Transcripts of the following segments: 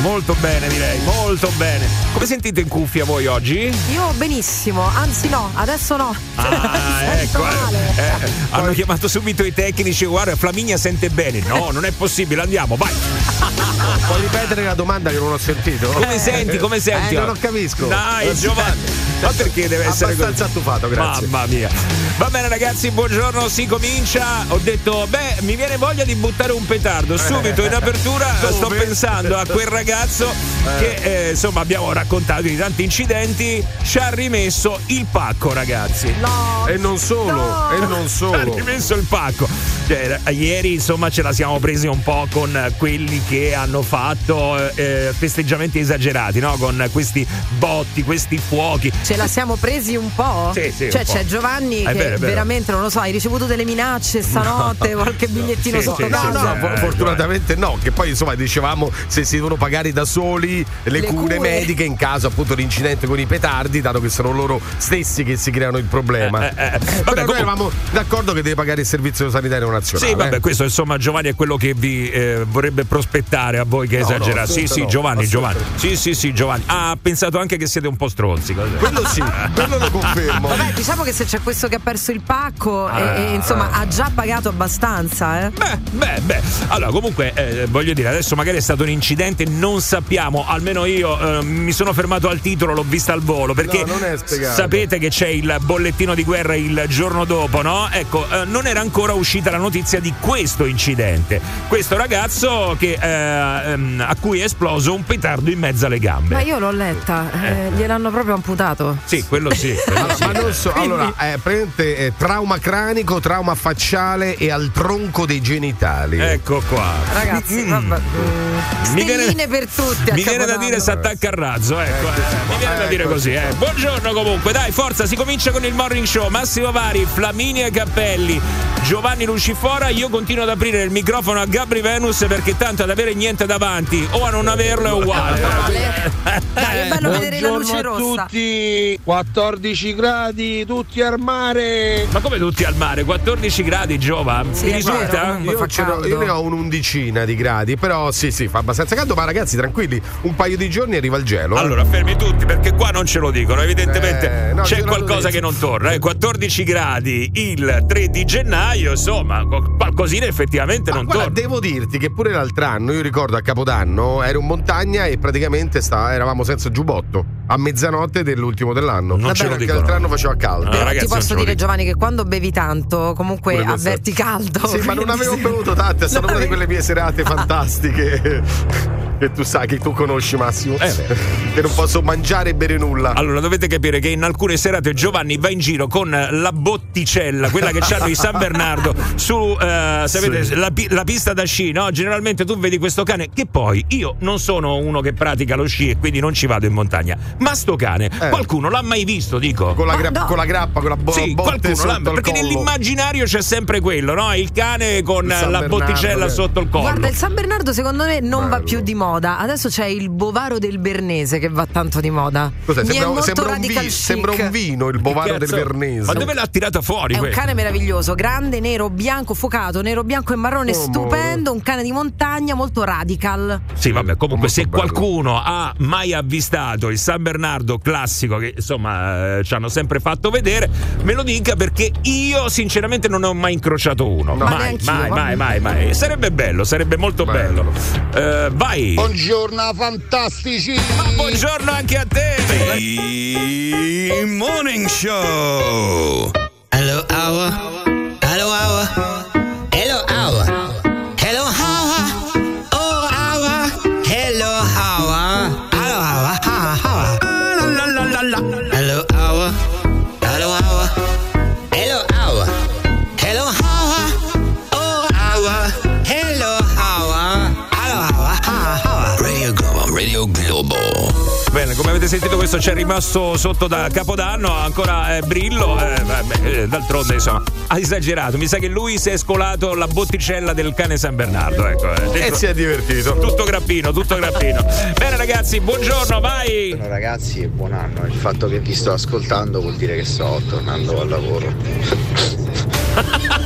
molto bene direi, molto bene. Come sentite in cuffia voi oggi? Io benissimo, anzi no, adesso no. Ecco, hanno chiamato subito i tecnici, guarda Flaminia sente bene. No, non è possibile, andiamo, vai. Puoi ripetere la domanda che non ho sentito? Come senti? Non lo capisco. Dai Giovanni. Ma perché deve essere abbastanza attufato, grazie. Mamma mia. Va bene ragazzi, buongiorno, si comincia. Ho detto, mi viene voglia di buttare un petardo. Subito in apertura sto pensando a quel ragazzo che insomma abbiamo raccontato di tanti incidenti. Ci ha rimesso il pacco, ragazzi. No. E non solo. Ci ha rimesso il pacco. Ieri insomma ce la siamo presi un po' con quelli che hanno fatto festeggiamenti esagerati, no? Con questi botti, questi fuochi. Ce la siamo presi un po'? Sì, cioè un po'. c'è Giovanni che vero. veramente non lo so, hai ricevuto delle minacce stanotte, qualche bigliettino sotto casa? No, fortunatamente no, che poi insomma dicevamo se si devono pagare da soli le cure mediche in caso appunto di incidente con i petardi, dato che sono loro stessi che si creano il problema. Però noi eravamo d'accordo che deve pagare il servizio sanitario nazionale. Sì, vabbè, questo insomma Giovanni è quello che vi vorrebbe prospettare a voi che esagerate. Sì, Giovanni. Sì, Giovanni. Ha pensato anche che siete un po' stronzi. Quello lo confermo. Vabbè, diciamo che se c'è questo che ha perso il pacco e insomma ha già pagato abbastanza. Beh. Allora, comunque voglio dire, adesso magari è stato un incidente, non sappiamo, almeno io mi sono fermato al titolo, l'ho vista al volo, perché non è spiegato. Sapete che c'è il bollettino di guerra il giorno dopo, no? Ecco, non era ancora uscita la notizia di questo incidente. Questo ragazzo che a cui è esploso un petardo in mezzo alle gambe. Ma io l'ho letta, gliel'hanno proprio amputato. Sì, quello sì. Ma non so, allora, praticamente trauma cranico, trauma facciale e al tronco dei genitali. Ecco qua. Ragazzi, stelline per tutti. Mi viene da dire s'attacca al razzo, ecco. Mi viene da dire così, Buongiorno comunque, dai, forza, si comincia con il morning show. Massimo Vari, Flaminia Cappelli, Giovanni Lucifora. Io continuo ad aprire il microfono a Gabri Venus perché tanto ad avere niente davanti o a non averlo è uguale. Dai, è bello vedere la luce rossa. Buongiorno a tutti, 14 gradi, tutti al mare. Ma come tutti al mare? 14 gradi, Giova? Sì, mi risulta? Io ne ho un'undicina di gradi, però sì, fa abbastanza caldo, ma ragazzi tranquilli, un paio di giorni arriva il gelo. Allora fermi tutti perché qua non ce lo dicono, evidentemente c'è qualcosa che non torna. 14 gradi il 3 di gennaio, insomma, qualcosina effettivamente non torna. Devo dirti che pure l'altro anno, io ricordo a Capodanno, ero in montagna e praticamente eravamo senza giubbotto a mezzanotte dell'ultimo dell'anno. Non ce lo dicono. L'altro anno faceva caldo. Però ragazzi, ti posso dire, Giovanni, che quando bevi tanto comunque avverti caldo. Sì, ma non avevo bevuto tante, è stata una di quelle mie serate fantastiche che tu sai, che tu conosci, Massimo, che non posso mangiare e bere nulla. Allora dovete capire che in alcune serate Giovanni va in giro con la botticella, quella che c'hanno i San Bernardo su sapete, la pista da sci, no? Generalmente tu vedi questo cane, che poi io non sono uno che pratica lo sci e quindi non ci vado in montagna, ma sto cane qualcuno l'ha mai visto, dico? Con la grappa, con la botte sotto perché il collo. nell'immaginario c'è sempre quello, no? Il cane con la botticella sotto il collo. Guarda, il San Bernardo secondo me non va più di moda. Adesso c'è il Bovaro del Bernese che va tanto di moda. Cos'è? Sembra un vino il Bovaro del Bernese. Ma dove l'ha tirata fuori? È un cane meraviglioso, grande, nero, bianco, focato, nero, bianco e marrone, stupendo, un cane di montagna molto radical. Sì, vabbè, comunque se qualcuno ha mai avvistato il San Bernardo classico che insomma ci hanno sempre fatto vedere, me lo dica, perché io sinceramente non ho mai incrociato uno. Mai. Sarebbe bello, sarebbe molto bello. Vai. Buongiorno fantastici. Buongiorno anche a te. Morning Show. Hello hour. Hello hour. Hello hour. Hello hour. Oh hour. Hello hour. Hello hour. La la la la. Hello hour. Hello hour. Hello hour. Hello hour. Oh hour. Hello hour. Hello hour. Radio Globo. Bene, come avete sentito questo ci è rimasto sotto da Capodanno, ancora Brillo, d'altronde insomma ha esagerato, mi sa che lui si è scolato la botticella del cane San Bernardo, ecco, e si è divertito. Tutto grappino. Bene ragazzi, buongiorno, vai. Buongiorno ragazzi e buon anno. Il fatto che vi sto ascoltando vuol dire che sto tornando al lavoro.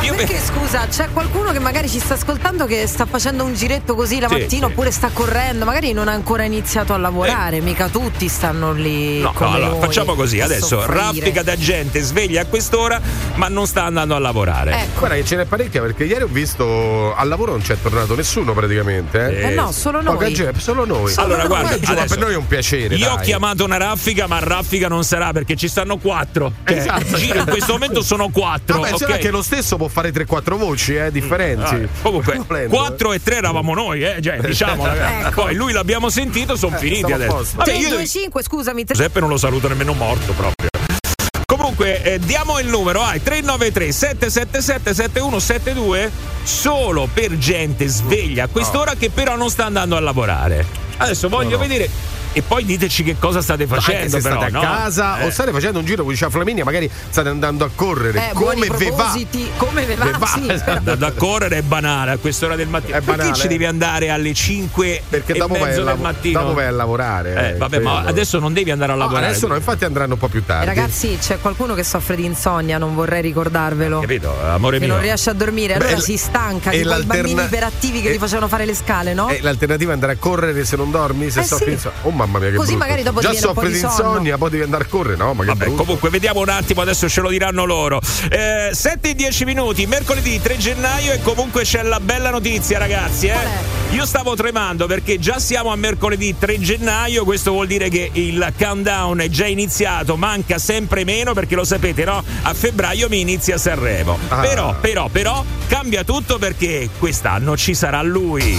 perché scusa, c'è qualcuno che magari ci sta ascoltando che sta facendo un giretto così la mattina oppure sta correndo, magari non ha ancora iniziato a lavorare, mica tutti stanno lì. No, come allora noi, facciamo così, adesso soffrire. raffica da gente sveglia a quest'ora ma non sta andando a lavorare. Ecco. Guarda che ce n'è parecchia, perché ieri ho visto al lavoro non c'è tornato nessuno praticamente. No, solo noi. Solo noi. Allora guarda, ma per noi è un piacere. Io ho chiamato una raffica, ma raffica non sarà perché ci stanno 4. Esatto. In giro in questo momento sono 4. Vabbè, c'era che lo stesso può fare 3-4 voci differenti. Comunque 4 e 3 eravamo noi, diciamo. Ecco. Poi lui l'abbiamo sentito, sono finiti adesso. Vabbè, 325, scusami. Giuseppe non lo saluto nemmeno morto proprio. Comunque diamo il numero 393 777 7172 solo per gente sveglia a quest'ora che però non sta andando a lavorare. Adesso voglio vedere. E poi diteci che cosa state facendo, se però, state a casa o state facendo un giro, come diceva Flaminia, magari state andando a correre. Come ve va? Come ve va? Sì, andando a correre è banale a quest'ora del mattino. Perché ci devi andare alle 5 perché e dopo mezzo del mattino? Dopo vai a lavorare. Vabbè, ma adesso non devi andare a lavorare. Adesso no, infatti andranno un po' più tardi. Ragazzi, c'è qualcuno che soffre di insonnia, non vorrei ricordarvelo. Capito, amore mio. Che non riesce a dormire, allora si stanca, tipo i bambini iperattivi che ti facevano fare le scale, no? L'alternativa è andare a correre se non dormi, se soffri. Oh mamma mia, che così brutto. magari dopo già soffri di insonnia, poi devi andare a correre, no? Ma vabbè, comunque vediamo un attimo, adesso ce lo diranno loro. 7 e 10 minuti, mercoledì 3 gennaio e comunque c'è la bella notizia, ragazzi. Io stavo tremando perché già siamo a mercoledì 3 gennaio, questo vuol dire che il countdown è già iniziato, manca sempre meno perché lo sapete, no? A febbraio mi inizia Sanremo. Però cambia tutto perché quest'anno ci sarà lui.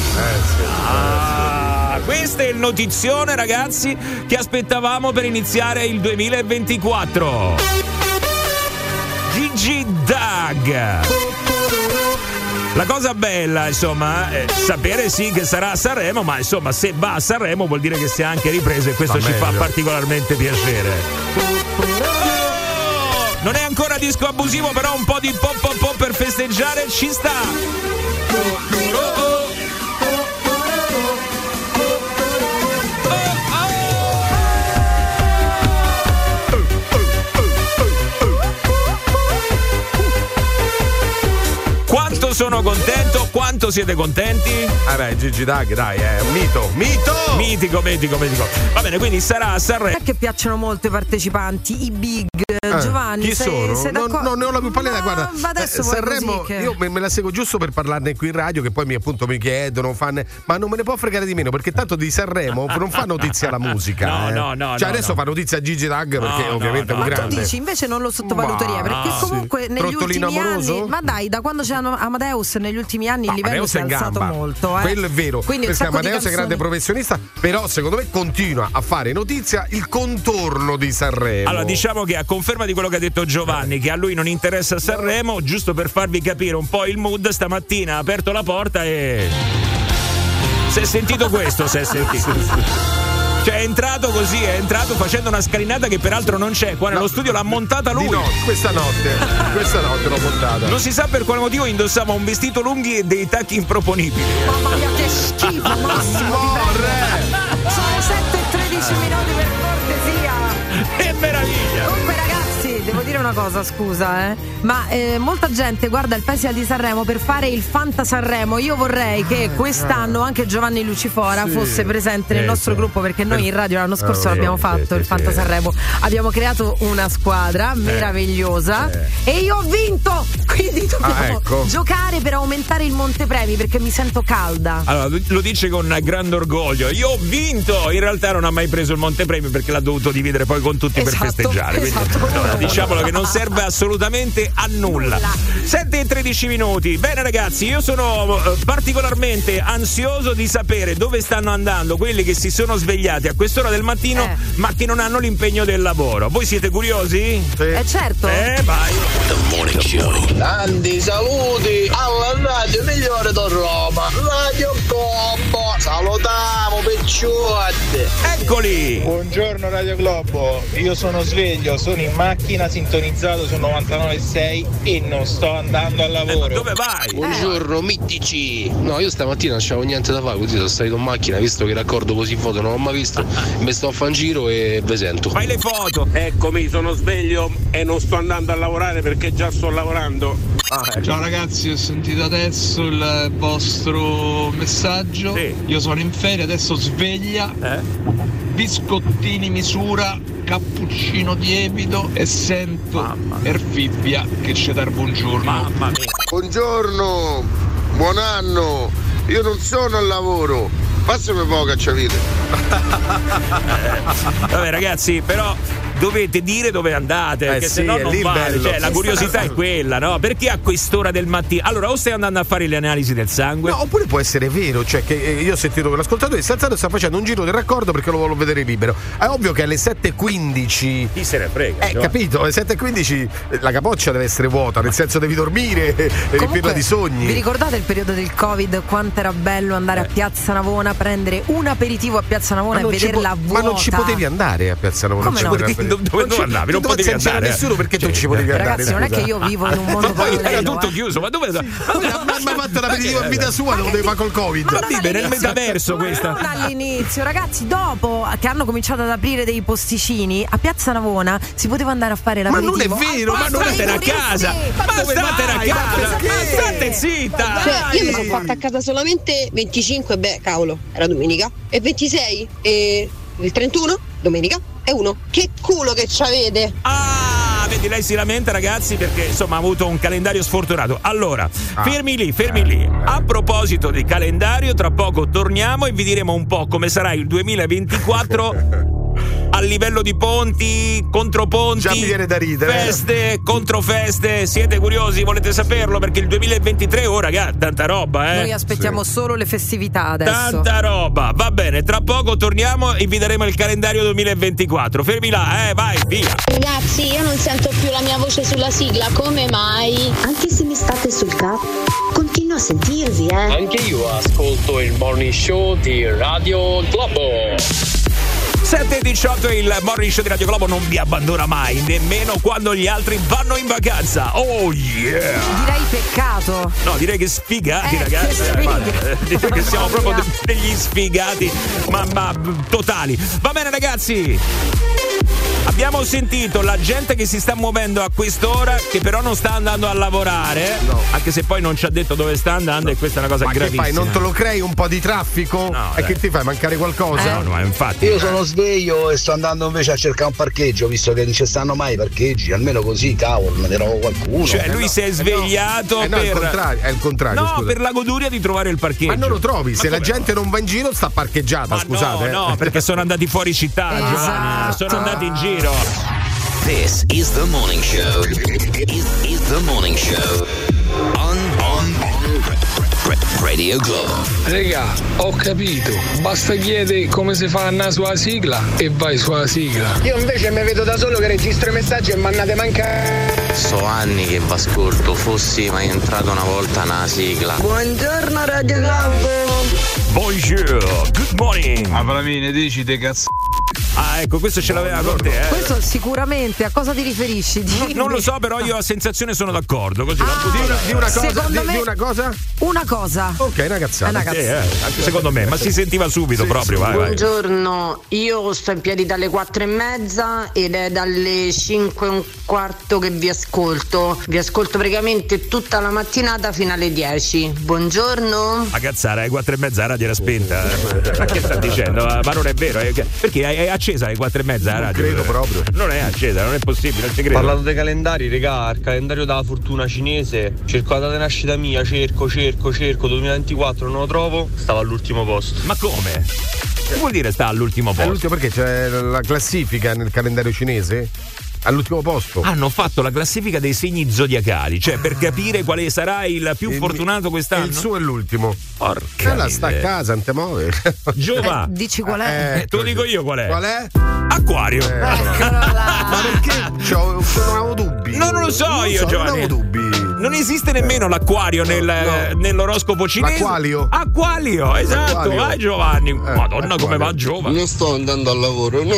Questo è il notizione, ragazzi, che aspettavamo per iniziare il 2024. Gigi Dag. La cosa bella, insomma, è sapere sì che sarà a Sanremo, ma insomma, se va a Sanremo vuol dire che si è anche ripreso e questo ci fa particolarmente piacere. Non è ancora disco abusivo, però un po' di pop per festeggiare ci sta. Sono contento, quanto siete contenti? Gigi Dag, dai, è un mito. Mitico. Va bene, quindi sarà a Sanremo. Che piacciono molto i partecipanti, i big. Giovanni, chi sono? Non ne ho la più pallida, guarda. Adesso Sanremo, io me la seguo giusto per parlarne qui in radio, che poi mi chiedono, ma non me ne può fregare di meno, perché tanto di Sanremo non fa notizia la musica. No. Cioè adesso fa notizia Gigi Dag perché ovviamente è un grande. Tu dici, invece non lo sottovaluteria, perché comunque negli ultimi anni, ma dai, da quando c'è Amadeus negli ultimi anni il livello si è alzato molto. Quello è vero. Quindi perché Amadeus è grande professionista, però secondo me continua a fare notizia il contorno di Sanremo. Allora, diciamo che a conferma di quello che ha detto Giovanni, che a lui non interessa Sanremo, giusto per farvi capire un po' il mood, stamattina ha aperto la porta e si è sentito questo, Cioè è entrato facendo una scalinata che peraltro non c'è qua nello studio, l'ha montata lui. Questa notte l'ho montata. Non si sa per quale motivo indossava un vestito lunghi e dei tacchi improponibili. Mamma mia, che schifo, Massimo. Sono 7:13 minuti, per cortesia. Che meraviglia. Comunque ragazzi, devo dire una cosa, scusa, ma molta gente guarda il Festival di Sanremo per fare il Fanta Sanremo. Io vorrei che quest'anno anche Giovanni Lucifora fosse presente nel nostro gruppo, perché noi in radio l'anno scorso l'abbiamo fatto il Fanta Sanremo. Abbiamo creato una squadra meravigliosa e io ho vinto, quindi dobbiamo giocare per aumentare il montepremi, perché mi sento calda. Allora, lo dice con grande orgoglio, io ho vinto. In realtà non ha mai preso il montepremi perché l'ha dovuto dividere poi con tutti per festeggiare. Quindi, diciamolo che non serve assolutamente a nulla. 7 e 13 minuti. Bene ragazzi, io sono particolarmente ansioso di sapere dove stanno andando quelli che si sono svegliati a quest'ora del mattino ma che non hanno l'impegno del lavoro. Voi siete curiosi? Certo. Vai. The Morning Show. Tanti saluti alla radio migliore da Roma, Radio Bombo. Salutiamo per picciot. Eccoli. Buongiorno Radio Globo, io sono sveglio, sono in macchina sintonizzato su 99.6 e non sto andando al lavoro. Dove vai? Buongiorno mittici. No, io stamattina non c'avevo niente da fare, così sono salito in macchina, visto che il raccordo così foto non l'ho mai visto, mi sto a fare un giro e ve sento. Fai le foto. Eccomi, sono sveglio e non sto andando a lavorare perché già sto lavorando. Ciao ragazzi, ho sentito adesso il vostro messaggio. Sì. Io sono in ferie, adesso sveglia. Biscottini misura, cappuccino tiepido e sento Erfibbia che ci dà il buongiorno. Mamma mia. Buongiorno, buon anno. Io non sono al lavoro. Passami poco, ci avete. Vabbè ragazzi, però dovete dire dove andate, perché sì, se no non vale. bello. Cioè, la curiosità è quella, no? Perché a quest'ora del mattino? Allora, o stai andando a fare le analisi del sangue? No, oppure può essere vero, cioè che io ho sentito che l'ascoltatore si è alzato e sta facendo un giro del raccordo perché lo vuole vedere libero. È ovvio che alle 7:15. Chi se ne frega? Capito? Alle 7:15 la capoccia deve essere vuota, nel senso devi dormire e riempirla di sogni. Vi ricordate il periodo del Covid? Quanto era bello andare a Piazza Navona, prendere un aperitivo a Piazza Navona e vederla vuota? Ma non ci potevi andare a Piazza Navona. Come no? Dove andavi? Non potevi andare. Nessuno perché tu ci potevi andare. Ragazzi, non è che io vivo in un mondo parallelo. Era tutto chiuso, ma dove? Ma ha fatto l'aperitivo a vita sua, non lo devi fare col Covid. Ma vive nel metaverso questa. Non all'inizio, ragazzi, dopo che hanno cominciato ad aprire dei posticini a Piazza Navona si poteva andare a fare l'aperitivo. Ma non è vero, ma non statene a casa. Ma statene a casa. Ma state zitta. Cioè, io mi sono fatta a casa solamente 25, beh, cavolo, era domenica, e 26 e il 31, domenica, e 1. Che culo che c'avete! Ah, vedi, lei si lamenta, ragazzi, perché insomma ha avuto un calendario sfortunato. Allora, fermi lì. A proposito di calendario, tra poco torniamo e vi diremo un po' come sarà il 2024 a livello di ponti, controponti, già mi viene da ridere. Feste, controfeste. Siete curiosi? Volete saperlo? Perché il 2023, oh ragazzi, tanta roba, Noi aspettiamo solo le festività adesso. Tanta roba, va bene, tra poco torniamo e vi daremo il calendario 2024. Fermi là, vai, via. Ragazzi, io non sento più la mia voce sulla sigla, come mai? Anche se mi state sul capo, continuo a sentirvi, Anche io ascolto il morning show di Radio Globo. 7:18, il morning show di Radio Globo non vi abbandona mai, nemmeno quando gli altri vanno in vacanza. Oh yeah! Direi peccato. No, direi che sfigati, ragazzi. Direi che siamo proprio degli sfigati, ma totali. Va bene, ragazzi. Abbiamo sentito la gente che si sta muovendo a quest'ora, che però non sta andando a lavorare, anche se poi non ci ha detto dove sta andando, e questa è una cosa gravissima. Ma che fai, non te lo crei un po' di traffico? No, e che ti fai, mancare qualcosa? No, infatti. Io sono sveglio e sto andando invece a cercare un parcheggio, visto che non ci stanno mai parcheggi, almeno così, cavolo, ne trovo qualcuno. Cioè lui si è svegliato no, per... è il contrario. No, scusa. per la goduria di trovare il parcheggio. Ma non lo trovi, se la gente non va in giro sta parcheggiata, scusate. No, perché sono andati fuori città, Giovanni, sono andati in giro. This is the morning show. Is the morning show on Radio Globo. Regà, ho capito. Basta chiedere come si fa a andare sulla sigla e vai sulla sigla. Io invece mi vedo da solo che registro i messaggi e mannate manca. So anni che v'ascolto, fossi mai entrato una volta nella sigla. Buongiorno Radio Globo. Bonjour, good morning. Avramine, dici te cazzo. Ah, ecco, questo ce l'aveva con te, Questo sicuramente, a cosa ti riferisci? Non lo so, però io a sensazione sono d'accordo. Così di una cosa. Secondo me, di una cosa? Una cosa. Ok, una cazzata. Anche secondo me, ma si sentiva subito proprio. Vai. Buongiorno, io sto in piedi dalle 4:30 ed è dalle 5:15 che vi ascolto. Vi ascolto praticamente tutta la mattinata fino alle 10. Buongiorno. A cazzara, alle 4:30 la radio era spenta. Ma che sta dicendo? Ma non è vero, perché hai accesa alle 4:30 la radio? Credo proprio. Non è accesa, non è possibile, non ci credo. Parlando dei calendari, regà, il calendario della fortuna cinese, cerco la data di nascita mia, cerco 2024, non lo trovo, stava all'ultimo posto. Ma come? Che vuol dire sta all'ultimo posto? All'ultimo perché c'è la classifica nel calendario cinese? All'ultimo posto. Hanno fatto la classifica dei segni zodiacali, cioè per capire quale sarà il più fortunato quest'anno. Il suo è l'ultimo. Porca la sta a casa, non te muove. Giova. Dici qual è? Te lo dico io qual è. Qual è? Acquario. Ma perché? Non avevo dubbi. Non lo so io, Giovanni. Non avevo dubbi. non esiste nemmeno l'acquario nell'oroscopo cinese. Acqualio, esatto. Vai Giovanni. Madonna come va Giovanni. Non sto andando al lavoro. No.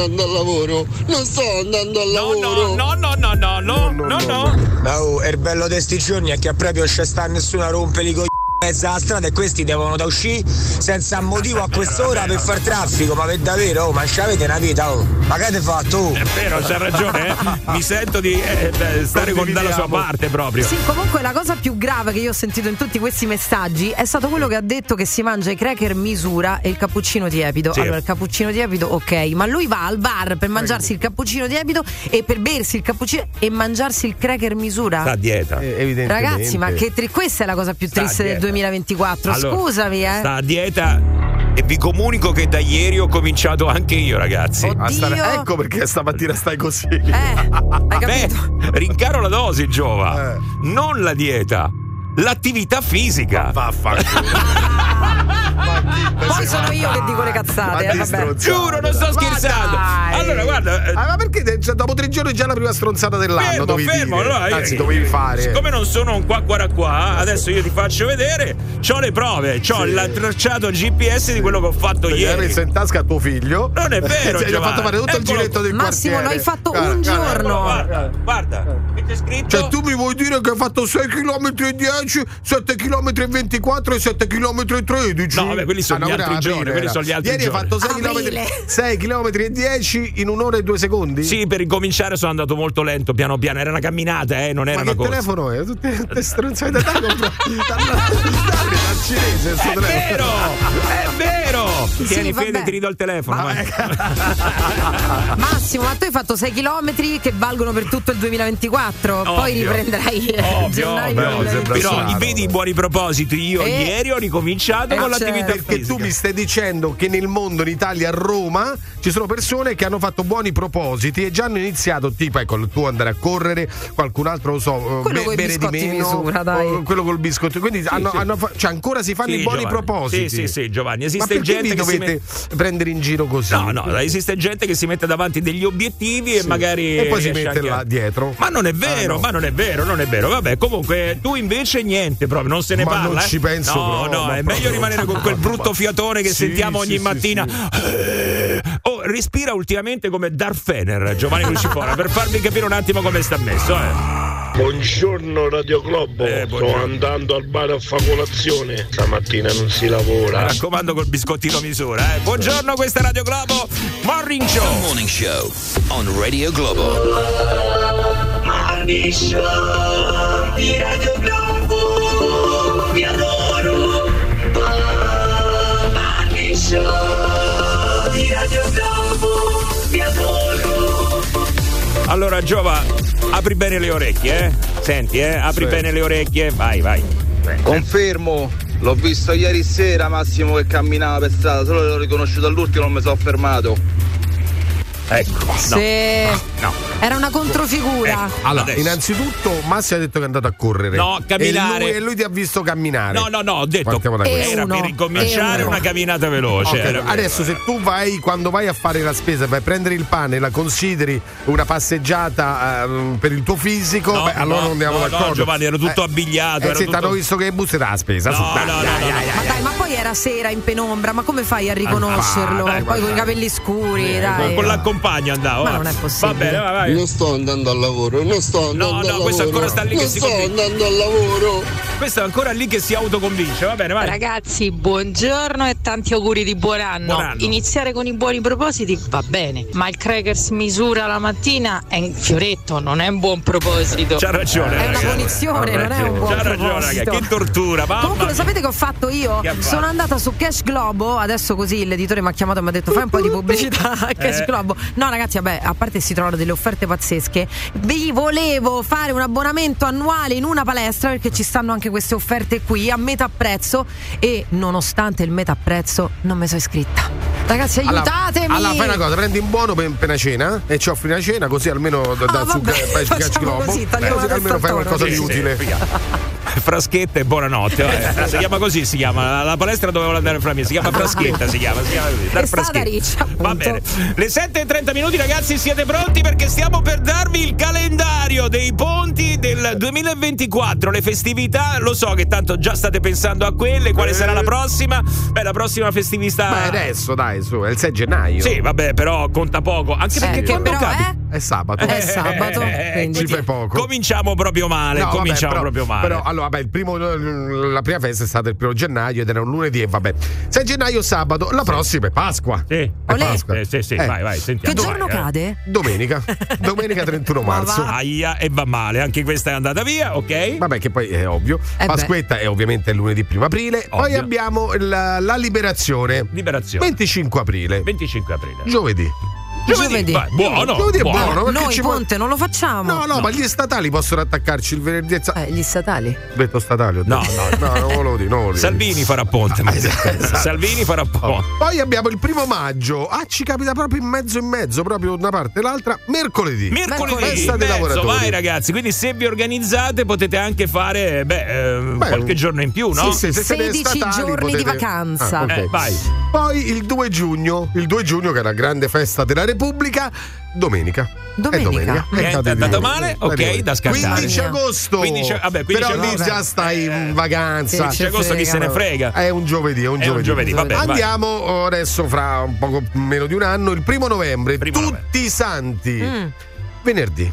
Oh, il bello di sti giorni è che proprio non c'è sta nessuna rompeli con mezza la strada e questi devono da uscire senza motivo a quest'ora per far traffico, ma per davvero, ma ci avete una vita, ma che avete fatto? È vero, c'ha ragione, mi sento di stare dalla sua parte proprio. Sì, comunque la cosa più grave che io ho sentito in tutti questi messaggi è stato quello che ha detto che si mangia i cracker misura e il cappuccino tiepido. Sì. Allora, il cappuccino tiepido, ok, ma lui va al bar per mangiarsi il cappuccino tiepido e per bersi il cappuccino e mangiarsi il cracker misura. Sta a dieta. Ragazzi, ma questa è la cosa più triste del 2024. Allora, scusami, sta a dieta e vi comunico che da ieri ho cominciato anche io, ragazzi. Ecco perché stamattina stai così. Hai capito? Rincaro la dose, Giova. Non la dieta, l'attività fisica. Vaffanculo. Poi sono io che dico le cazzate, vabbè. Giuro, non sto scherzando. Allora, guarda. Ma perché dopo 3 giorni già la prima stronzata dell'anno? Fermo. Allora, anzi, dovevi fare. Siccome non sono un qua, adesso io ti faccio vedere. C'ho le prove, c'ho il tracciato GPS di quello che ho fatto ieri. Hai messo in tasca a tuo figlio. Non è vero. Gli ho fatto fare tutto il giretto del Massimo, quartiere. lo hai fatto un giorno. Guarda, che c'è scritto? Cioè, tu mi vuoi dire che hai fatto 6 km e 10, 7 km e 24 e 7 km e 13? No, vabbè, quelli sono gli altri giorni. Quelli sono gli altri Ieri giorni. hai fatto 6 km e 10 in 1 ora e 2 secondi? Sì, per ricominciare sono andato molto lento, piano piano. Era una camminata, non era una cosa. Ma che telefono è? Tutte stronzate da cinese. È vero. Tieni, Fede, ti ridò il telefono. Massimo, ma tu hai fatto 6 chilometri che valgono per tutto il 2024. Poi riprenderai gennaio. Però vedi i buoni propositi. Io ieri ho ricominciato con l'attività fisica. Perché tu mi stai dicendo che nel mondo, in Italia, a Roma, ci sono persone che hanno fatto buoni propositi e già hanno iniziato, tipo ecco, tu andare a correre, qualcun altro lo so, bere di meno, quello col biscotto. Quindi cioè ancora si fanno i buoni propositi. Sì, Giovanni, esiste gente che dovete prendere in giro così. No, esiste gente che si mette davanti degli obiettivi e magari e poi si mette là dietro. Ma non è vero, non è vero. Vabbè, comunque tu invece niente, proprio non se ne parla. Non ci penso proprio. No, è meglio rimanere con quel brutto fiatone che sentiamo ogni mattina. Respira ultimamente come Darth Fener, Giovanni Lucifora, per farvi capire un attimo come sta messo, Buongiorno Radio Globo, sto andando al bar a fare colazione, stamattina non si lavora. Mi raccomando col biscottino misura, Buongiorno, questa è Radio Globo Morning Show. The Morning Show on Radio Globo. Morning Show di Radio Globo, vi adoro. Morning Show di Radio Globo, vi adoro. Allora Giova, apri bene le orecchie, Senti, apri bene le orecchie, vai. Confermo, l'ho visto ieri sera Massimo che camminava per strada, solo l'ho riconosciuto all'ultimo, non mi sono fermato. Ecco, no. Era una controfigura. Allora, innanzitutto Massimo ha detto che è andato a correre. No, camminare. E lui ti ha visto camminare. No, ho detto era per ricominciare una camminata veloce. Okay, adesso se tu quando vai a fare la spesa, vai a prendere il pane, la consideri una passeggiata per il tuo fisico, allora non andiamo d'accordo. No, Giovanni, ero tutto abbigliato. Se ti hanno visto che buste dalla spesa. Ma poi era sera in penombra, ma come fai a riconoscerlo? Poi con i capelli scuri, dai. Con l'accompagno andavo. Ma non è possibile. Va bene, vai. Non sto andando al lavoro, questo ancora sta lì che si convince. Non sto andando al lavoro. Questo è ancora lì che si autoconvince, va bene, vai. Ragazzi, buongiorno e tanti auguri di buon anno. Iniziare con i buoni propositi va bene, ma il crackers misura la mattina è un fioretto, non è un buon proposito. C'ha ragione, è una punizione, non è un buon proposito. C'ha ragione, ragazzi, che tortura. Comunque lo sapete che ho fatto io? Sono andata su Cash Globo, adesso così l'editore mi ha chiamato e mi ha detto fai un po' di pubblicità a Cash Globo. No ragazzi, vabbè, a parte si trovano delle offerte pazzesche, vi volevo fare un abbonamento annuale in una palestra perché ci stanno anche queste offerte qui a metà prezzo e nonostante il metà prezzo non mi sono iscritta. Ragazzi, aiutatemi! Allora fai una cosa, prendi in buono per una cena e ci offri una cena, così almeno su Cash Globo, così, almeno fai qualcosa di utile. Fraschetta e buonanotte. Si chiama così, si chiama. La palestra dove volevo andare fra me, si chiama Fraschetta, si chiama Dar Fraschetta. Va bene. Le 7:30 ragazzi, siete pronti perché stiamo per darvi il calendario dei ponti del 2024, le festività. Lo so che tanto già state pensando a quelle, quale sarà la prossima? La prossima festività. Beh, adesso dai, su, è il 6 gennaio. Sì, vabbè, però conta poco, anche perché quando è sabato. È sabato, ci fai poco. Cominciamo proprio male, proprio male. Però allora, la prima festa è stata il 1 gennaio ed era un lunedì e vabbè. 6 gennaio sabato, la prossima è Pasqua. Sì, Pasqua. Sì, vai, sentiamo. Che giorno cade? Domenica 31 marzo. Aia, e va male, anche questa è andata via, ok? Vabbè, che poi è ovvio. Pasquetta è ovviamente il lunedì 1 aprile. Ovvio. Poi abbiamo la liberazione. 25 aprile. Giovedì. Vai, buono. Giovedì è buono. Noi Ponte non lo facciamo. No, ma gli statali possono attaccarci il venerdì. Gli statali? Detto statali. No, non volevo dire. Salvini farà Ponte. Esatto. Salvini farà Ponte. Poi abbiamo il 1 maggio. Ci capita proprio in mezzo, proprio da una parte e l'altra. Mercoledì. Festa dei lavoratori. Vai ragazzi, quindi se vi organizzate potete anche fare qualche giorno in più, no? Sì, 16 giorni di vacanza. Okay. Vai. Poi il 2 giugno che è la grande festa della Repubblica, domenica. È andato male, ok, da scartare. 15 agosto. 15 però lì già stai in vacanza. 15 agosto chi se ne frega. È un giovedì. Vabbè, andiamo adesso fra un poco meno di un anno, il 1 novembre, tutti i santi. Venerdì.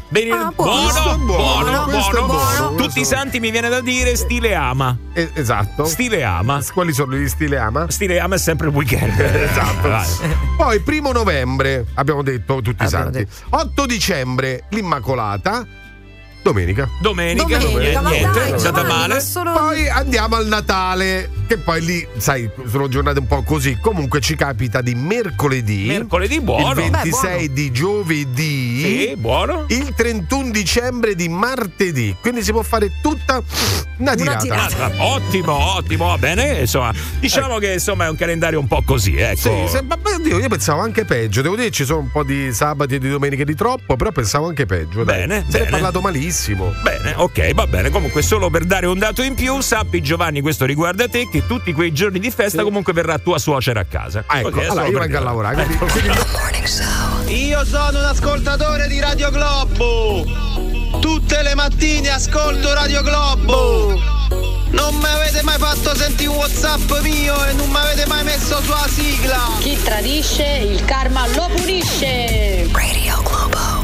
Buono. Tutti i santi mi viene da dire stile ama. Esatto. Stile ama. Quali sono gli stile ama? Stile ama è sempre il weekend. Esatto. Poi 1 novembre abbiamo detto tutti i santi. 8 dicembre l'Immacolata. Domenica, niente, è andata male. Poi andiamo al Natale, che poi lì, sai, sono giornate un po' così. Comunque ci capita di mercoledì buono. Il 26 di giovedì. Sì, buono. Il 31 dicembre di martedì. Quindi si può fare tutta una tirata. Ottimo, va bene. Insomma, diciamo che insomma è un calendario un po' così, ecco. Sì, io pensavo anche peggio. Devo dire, ci sono un po' di sabati e di domeniche di troppo, però pensavo anche peggio. Bene. Se ne è parlato malissimo. Bene, ok, va bene. Comunque, solo per dare un dato in più, sappi, Giovanni, questo riguarda te, che tutti quei giorni di festa comunque verrà tua suocera a casa. Ecco, allora io vengo a lavorare. Io sono un ascoltatore di Radio Globo. Tutte le mattine ascolto Radio Globo. Non mi avete mai fatto sentire un WhatsApp mio e non mi avete mai messo sulla sigla. Chi tradisce, il karma lo punisce. Radio Globo.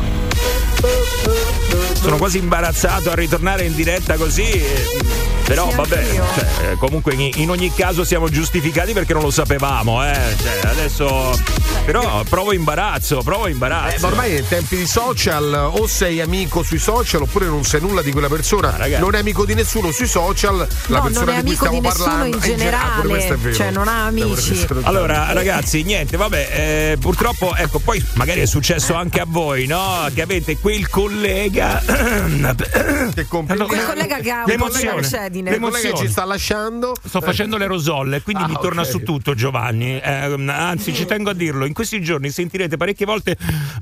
Sono quasi imbarazzato a ritornare in diretta così, però vabbè, comunque in ogni caso siamo giustificati perché non lo sapevamo, adesso però provo imbarazzo. Ma ormai nei tempi di social, o sei amico sui social oppure non sei nulla di quella persona, non è amico di nessuno sui social, la persona non è di cui stiamo parlando in generale, cioè non ha amici. Allora ragazzi, niente, vabbè, purtroppo ecco, poi magari è successo anche a voi, no? Che avete quel collega che quel collega che ha l'emozione che ci sta lasciando. Sto facendo l'aerosol, quindi mi torna su tutto, Giovanni. Anzi, ci tengo a dirlo, in questi giorni sentirete parecchie volte.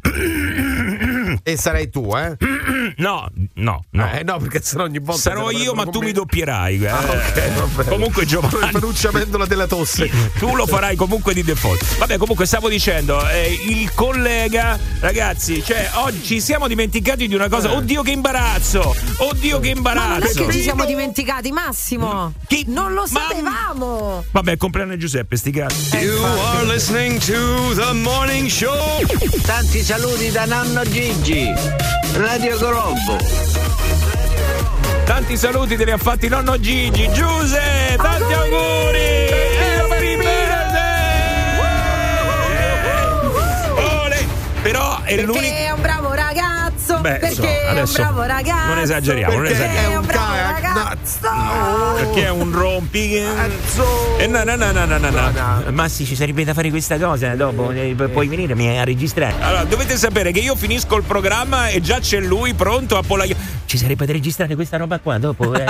E sarai tu, eh? No. No, perché sennò ogni volta sarò io, ma tu mi doppierai. Ok, comunque, Giovanni, Manuccia Mendola della tosse. Tu lo farai comunque di default. Vabbè, comunque stavo dicendo, il collega, ragazzi, cioè oggi ci siamo dimenticati di una cosa. Oddio che imbarazzo. Ma perché ci siamo dimenticati, Massimo? Non lo sapevamo. Vabbè, compleanno Giuseppe, sti cazzi. You are listening to the morning show. Tanti saluti da nonno Gigi, Radio Globo. Tanti saluti te li ha fatti nonno Gigi. Giuse, tanti auguri. Happy birthday. Però è l'unico. Perché è un bravo ragazzo. Perché è un bravo ragazzo. Non esageriamo, non esageriamo. È un bravo ragazzo. Perché è un rompi. No. Ma sì, ci sarebbe da fare questa cosa dopo. Puoi venire a registrare. Allora, dovete sapere che io finisco il programma e già c'è lui pronto a ci sarebbe da registrare questa roba qua dopo. Ma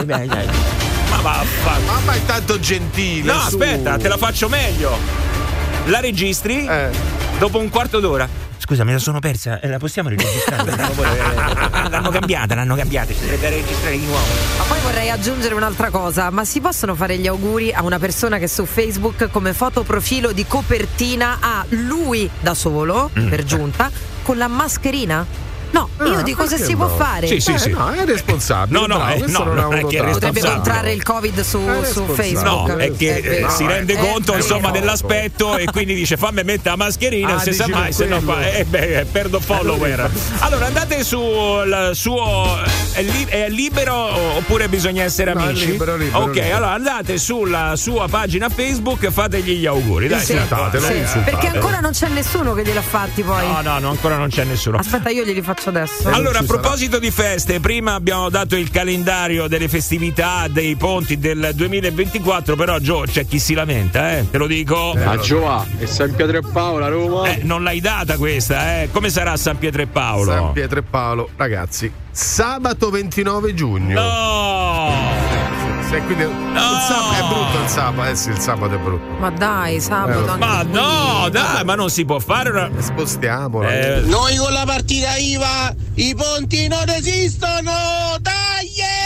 Mamma è tanto gentile. No, aspetta, te la faccio meglio. La registri dopo un quarto d'ora. scusa, me la sono persa, la possiamo registrare? L'hanno cambiata, ci dovrebbe registrare di nuovo. Ma poi vorrei aggiungere un'altra cosa, ma si possono fare gli auguri a una persona che su Facebook come foto profilo di copertina ha lui da solo, per giunta, con la mascherina? No, io dico se si può fare. Sì. No, è responsabile. Non è che potrebbe contrarre il Covid su Facebook. No, è che si rende conto insomma dell'aspetto e quindi dice fammi mettere la mascherina, se sa mai, se no perdo follower. Allora andate sul suo è libero oppure bisogna essere amici? È libero. Ok, allora andate sulla sua pagina Facebook e fategli gli auguri. Dai, insultatelo. Perché ancora non c'è nessuno che gliel'ha fatti poi. No, ancora non c'è nessuno. Aspetta, io glieli faccio adesso. Allora, a proposito di feste, prima abbiamo dato il calendario delle festività dei ponti del 2024, però Gio, c'è chi si lamenta, te lo dico. A Gioa, è San Pietro e Paolo a Roma. Non l'hai data questa, come sarà San Pietro e Paolo? San Pietro e Paolo, ragazzi, sabato 29 giugno. No! Quindi sabato è brutto il sabato, sì, il sabato è brutto. Ma dai, sabato anche ma non si può fare spostiamola. Noi con la partita IVA i ponti non esistono, dai!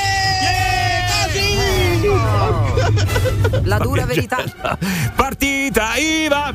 La dura verità. Partita IVA.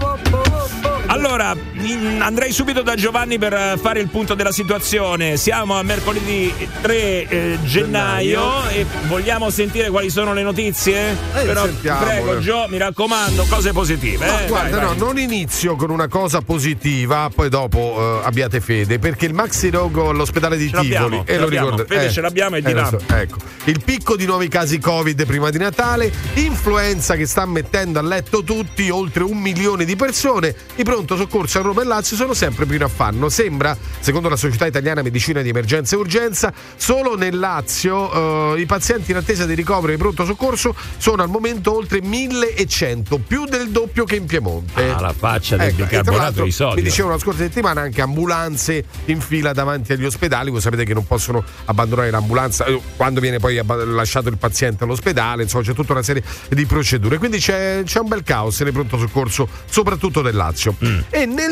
Allora, andrei subito da Giovanni per fare il punto della situazione. Siamo a mercoledì 3 gennaio e vogliamo sentire quali sono le notizie? Però prego Gio, mi raccomando, cose positive. Guarda, vai. Non inizio con una cosa positiva, poi dopo abbiate fede, perché il maxi rogo all'ospedale di Tivoli, lo ricordo. Fede ce l'abbiamo e di là. Ecco, il picco di nuovi casi Covid prima di Natale, influenza che sta mettendo a letto tutti, oltre 1 milione di persone. I pronto soccorso a Roma e Lazio sono sempre più in affanno. Sembra, secondo la Società Italiana Medicina di Emergenza e Urgenza, solo nel Lazio i pazienti in attesa di ricovero di pronto soccorso sono al momento oltre 1100, più del doppio che in Piemonte. La faccia del bicarbonato di sodio. Mi dicevano la scorsa settimana anche ambulanze in fila davanti agli ospedali. Voi sapete che non possono abbandonare l'ambulanza quando viene poi lasciato il paziente all'ospedale, insomma c'è tutta una serie di procedure, quindi c'è un bel caos nel pronto soccorso, soprattutto del Lazio. E nel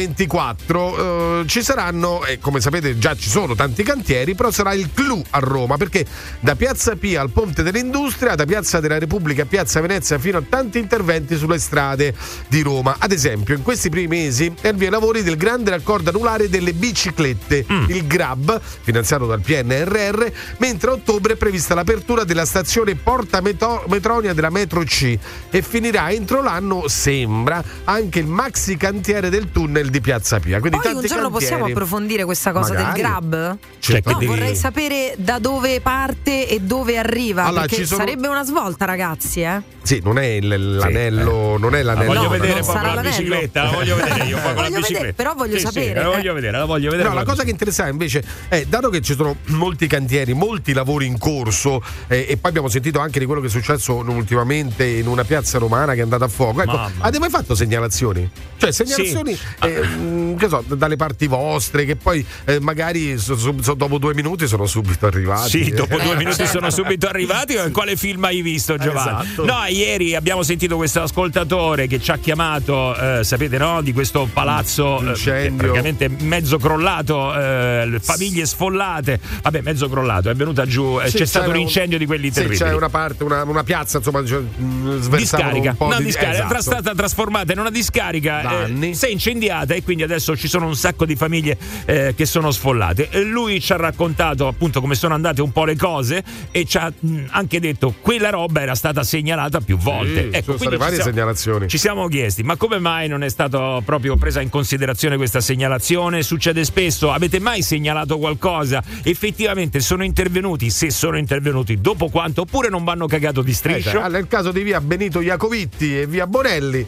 2024 ci saranno, come sapete già ci sono tanti cantieri, però sarà il clou a Roma, perché da Piazza Pia al Ponte dell'Industria, da Piazza della Repubblica a Piazza Venezia, fino a tanti interventi sulle strade di Roma. Ad esempio, in questi primi mesi è al via i lavori del grande raccordo anulare delle biciclette, il GRAB, finanziato dal PNRR, mentre a ottobre è prevista l'apertura della stazione Porta Metronia della metro C e finirà entro l'anno, sembra, anche il maxi cantiere del tunnel di Piazza Pia. Quindi poi un giorno possiamo approfondire questa cosa del GRAB? Vorrei sapere da dove parte e dove arriva, allora, perché sarebbe una svolta, ragazzi, Sì, non è l'anello, non è l'anello. Voglio vedere proprio la bicicletta, la voglio vedere io con la bicicletta. Però voglio sapere. La voglio vedere. No, la cosa che interessa invece è, dato che ci sono molti cantieri, molti lavori in corso, e poi abbiamo sentito anche di quello che è successo ultimamente in una piazza romana che è andata a fuoco. Ecco, avete mai fatto segnalazioni? Cioè segnalazioni che so, dalle parti vostre, che poi magari dopo 2 minuti sono subito arrivati. Sì, dopo 2 minuti sono subito arrivati. Quale film hai visto, Giovanni? Esatto. No, ieri abbiamo sentito questo ascoltatore che ci ha chiamato, sapete, no? Di questo palazzo praticamente mezzo crollato, famiglie sfollate. Vabbè, mezzo crollato, è venuta giù, c'è stato un incendio di quelli terribili. C'è una parte, una piazza, insomma, discarica. È stata trasformata in una discarica, si è incendiata e quindi adesso ci sono un sacco di famiglie che sono sfollate. Lui ci ha raccontato appunto come sono andate un po' le cose e ci ha anche detto quella roba era stata segnalata più volte. Ecco, sono state varie segnalazioni. Ci siamo chiesti, ma come mai non è stata proprio presa in considerazione questa segnalazione? Succede spesso. Avete mai segnalato qualcosa? Effettivamente sono intervenuti? Se sono intervenuti, dopo quanto? Oppure non vanno cagato di striscio? Nel caso di via Benito Iacovitti e via Bonelli,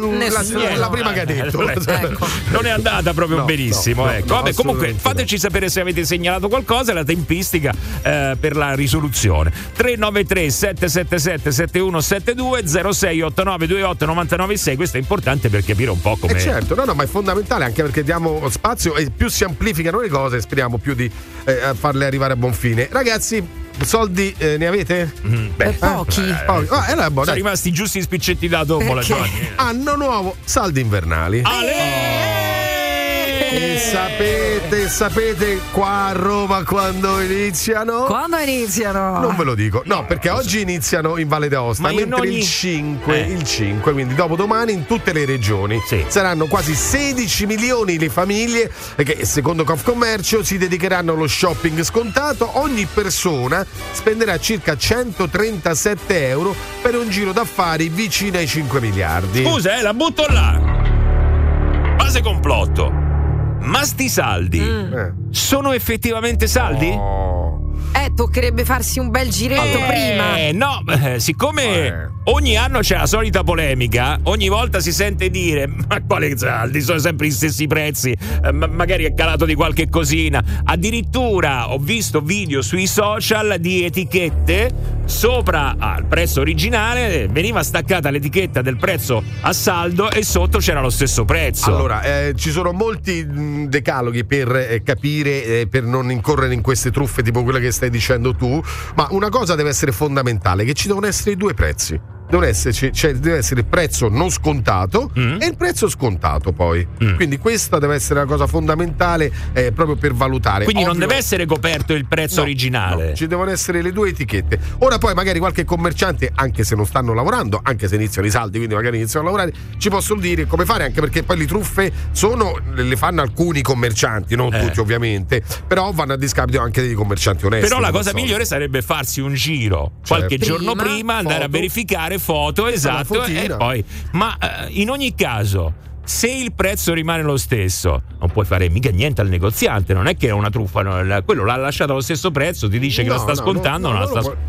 la prima che ha detto, ecco. Non è andata proprio benissimo. Vabbè, comunque fateci sapere se avete segnalato qualcosa, la tempistica per la risoluzione. 393 777 7172 0689 28 996. Questo è importante per capire un po' come. Certo, ma è fondamentale, anche perché diamo spazio e più si amplificano le cose, speriamo più di farle arrivare a buon fine. Ragazzi, soldi ne avete? Pochi. Sono rimasti giusti spiccetti da tombola, Giovanni. Anno nuovo, saldi invernali. E sapete qua a Roma quando iniziano? Quando iniziano? Non ve lo dico. No, perché oggi iniziano in Valle d'Aosta, mentre il 5, quindi dopodomani in tutte le regioni. Saranno quasi 16 milioni le famiglie che, secondo Confcommercio, si dedicheranno allo shopping scontato. Ogni persona spenderà circa 137 euro per un giro d'affari vicino ai 5 miliardi. Scusa, la butto là. Base complotto. Ma sti saldi sono effettivamente saldi? Toccherebbe farsi un bel giretto prima. No, siccome ogni anno c'è la solita polemica, ogni volta si sente dire: ma quale saldi? Sono sempre gli stessi prezzi, magari è calato di qualche cosina. Addirittura ho visto video sui social di etichette sopra al prezzo originale, veniva staccata l'etichetta del prezzo a saldo e sotto c'era lo stesso prezzo. Allora, ci sono molti decaloghi per capire, per non incorrere in queste truffe tipo quella che stai dicendo tu, ma una cosa deve essere fondamentale, che ci devono essere i due prezzi. Deve essere il prezzo non scontato e il prezzo scontato poi. Quindi questa deve essere una cosa fondamentale proprio per valutare. Quindi non deve essere coperto il prezzo originale. No, ci devono essere le due etichette. Ora poi magari qualche commerciante, anche se non stanno lavorando, anche se iniziano i saldi, quindi magari iniziano a lavorare, ci possono dire come fare, anche perché poi le truffe le fanno alcuni commercianti, non tutti ovviamente, però vanno a discapito anche dei commercianti onesti. Però la cosa migliore sarebbe farsi un giro qualche giorno prima, andare a verificare foto, esatto, e poi ma in ogni caso, se il prezzo rimane lo stesso, non puoi fare mica niente al negoziante, non è che è una truffa, quello l'ha lasciato allo stesso prezzo, ti dice che la sta scontando, non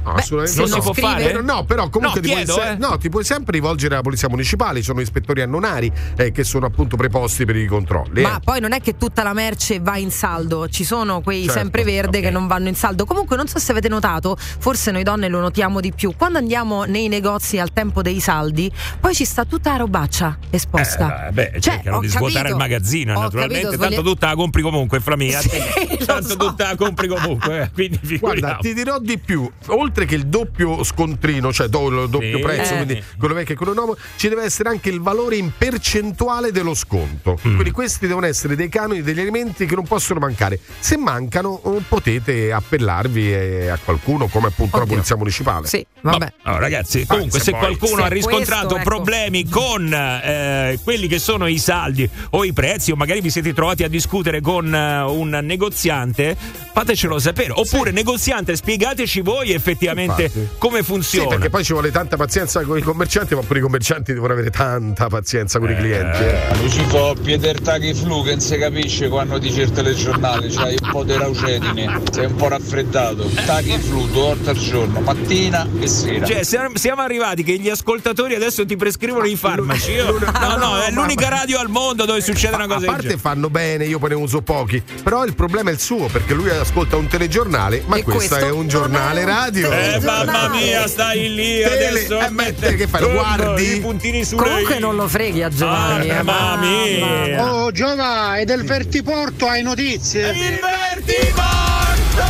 si può fare? No, però comunque ti puoi sempre rivolgere alla polizia municipale, sono ispettori annonari che sono appunto preposti per i controlli. Ma poi non è che tutta la merce va in saldo, ci sono quei sempreverde che non vanno in saldo. Comunque non so se avete notato, forse noi donne lo notiamo di più, quando andiamo nei negozi al tempo dei saldi, poi ci sta tutta la robaccia esposta. Cercano di svuotare il magazzino, naturalmente, tanto tutta la compri comunque, Flamia. Tanto tutta la compri comunque, quindi guarda, ti dirò di più, oltre che il doppio scontrino, cioè il doppio prezzo, quindi quello vecchio e quello nuovo, ci deve essere anche il valore in percentuale dello sconto. Quindi questi devono essere dei canoni, degli elementi che non possono mancare. Se mancano potete appellarvi a qualcuno, come appunto la polizia municipale. Sì, vabbè. Allora, ragazzi, comunque se qualcuno ha riscontrato problemi con quelli che sono i saldi o i prezzi, o magari vi siete trovati a discutere con un negoziante, fatecelo sapere. Oppure negoziante, spiegateci voi effettivamente come funziona. Sì, perché poi ci vuole tanta pazienza con i commercianti, ma pure i commercianti devono avere tanta pazienza con i clienti. Lucifer, Pieter Tachiflu, che non si capisce quando dice il telegiornale, c'hai un po' di raucedine, sei un po' raffreddato. Tachiflu 2 volte al giorno, mattina e sera. Cioè, siamo arrivati che gli ascoltatori adesso ti prescrivono i farmaci. No, è l'unica radio al mondo dove succede una cosa. A parte fanno bene, io poi ne uso pochi, però il problema è il suo, perché lui ascolta un telegiornale, ma questo è un giornale radio. Mamma mia, stai lì adesso che fai, lo guardi? I puntini su. Comunque non lo freghi a Giovanni. Mamma mia. Oh Giovanni, è del Vertiporto, hai notizie? Il Vertiporto!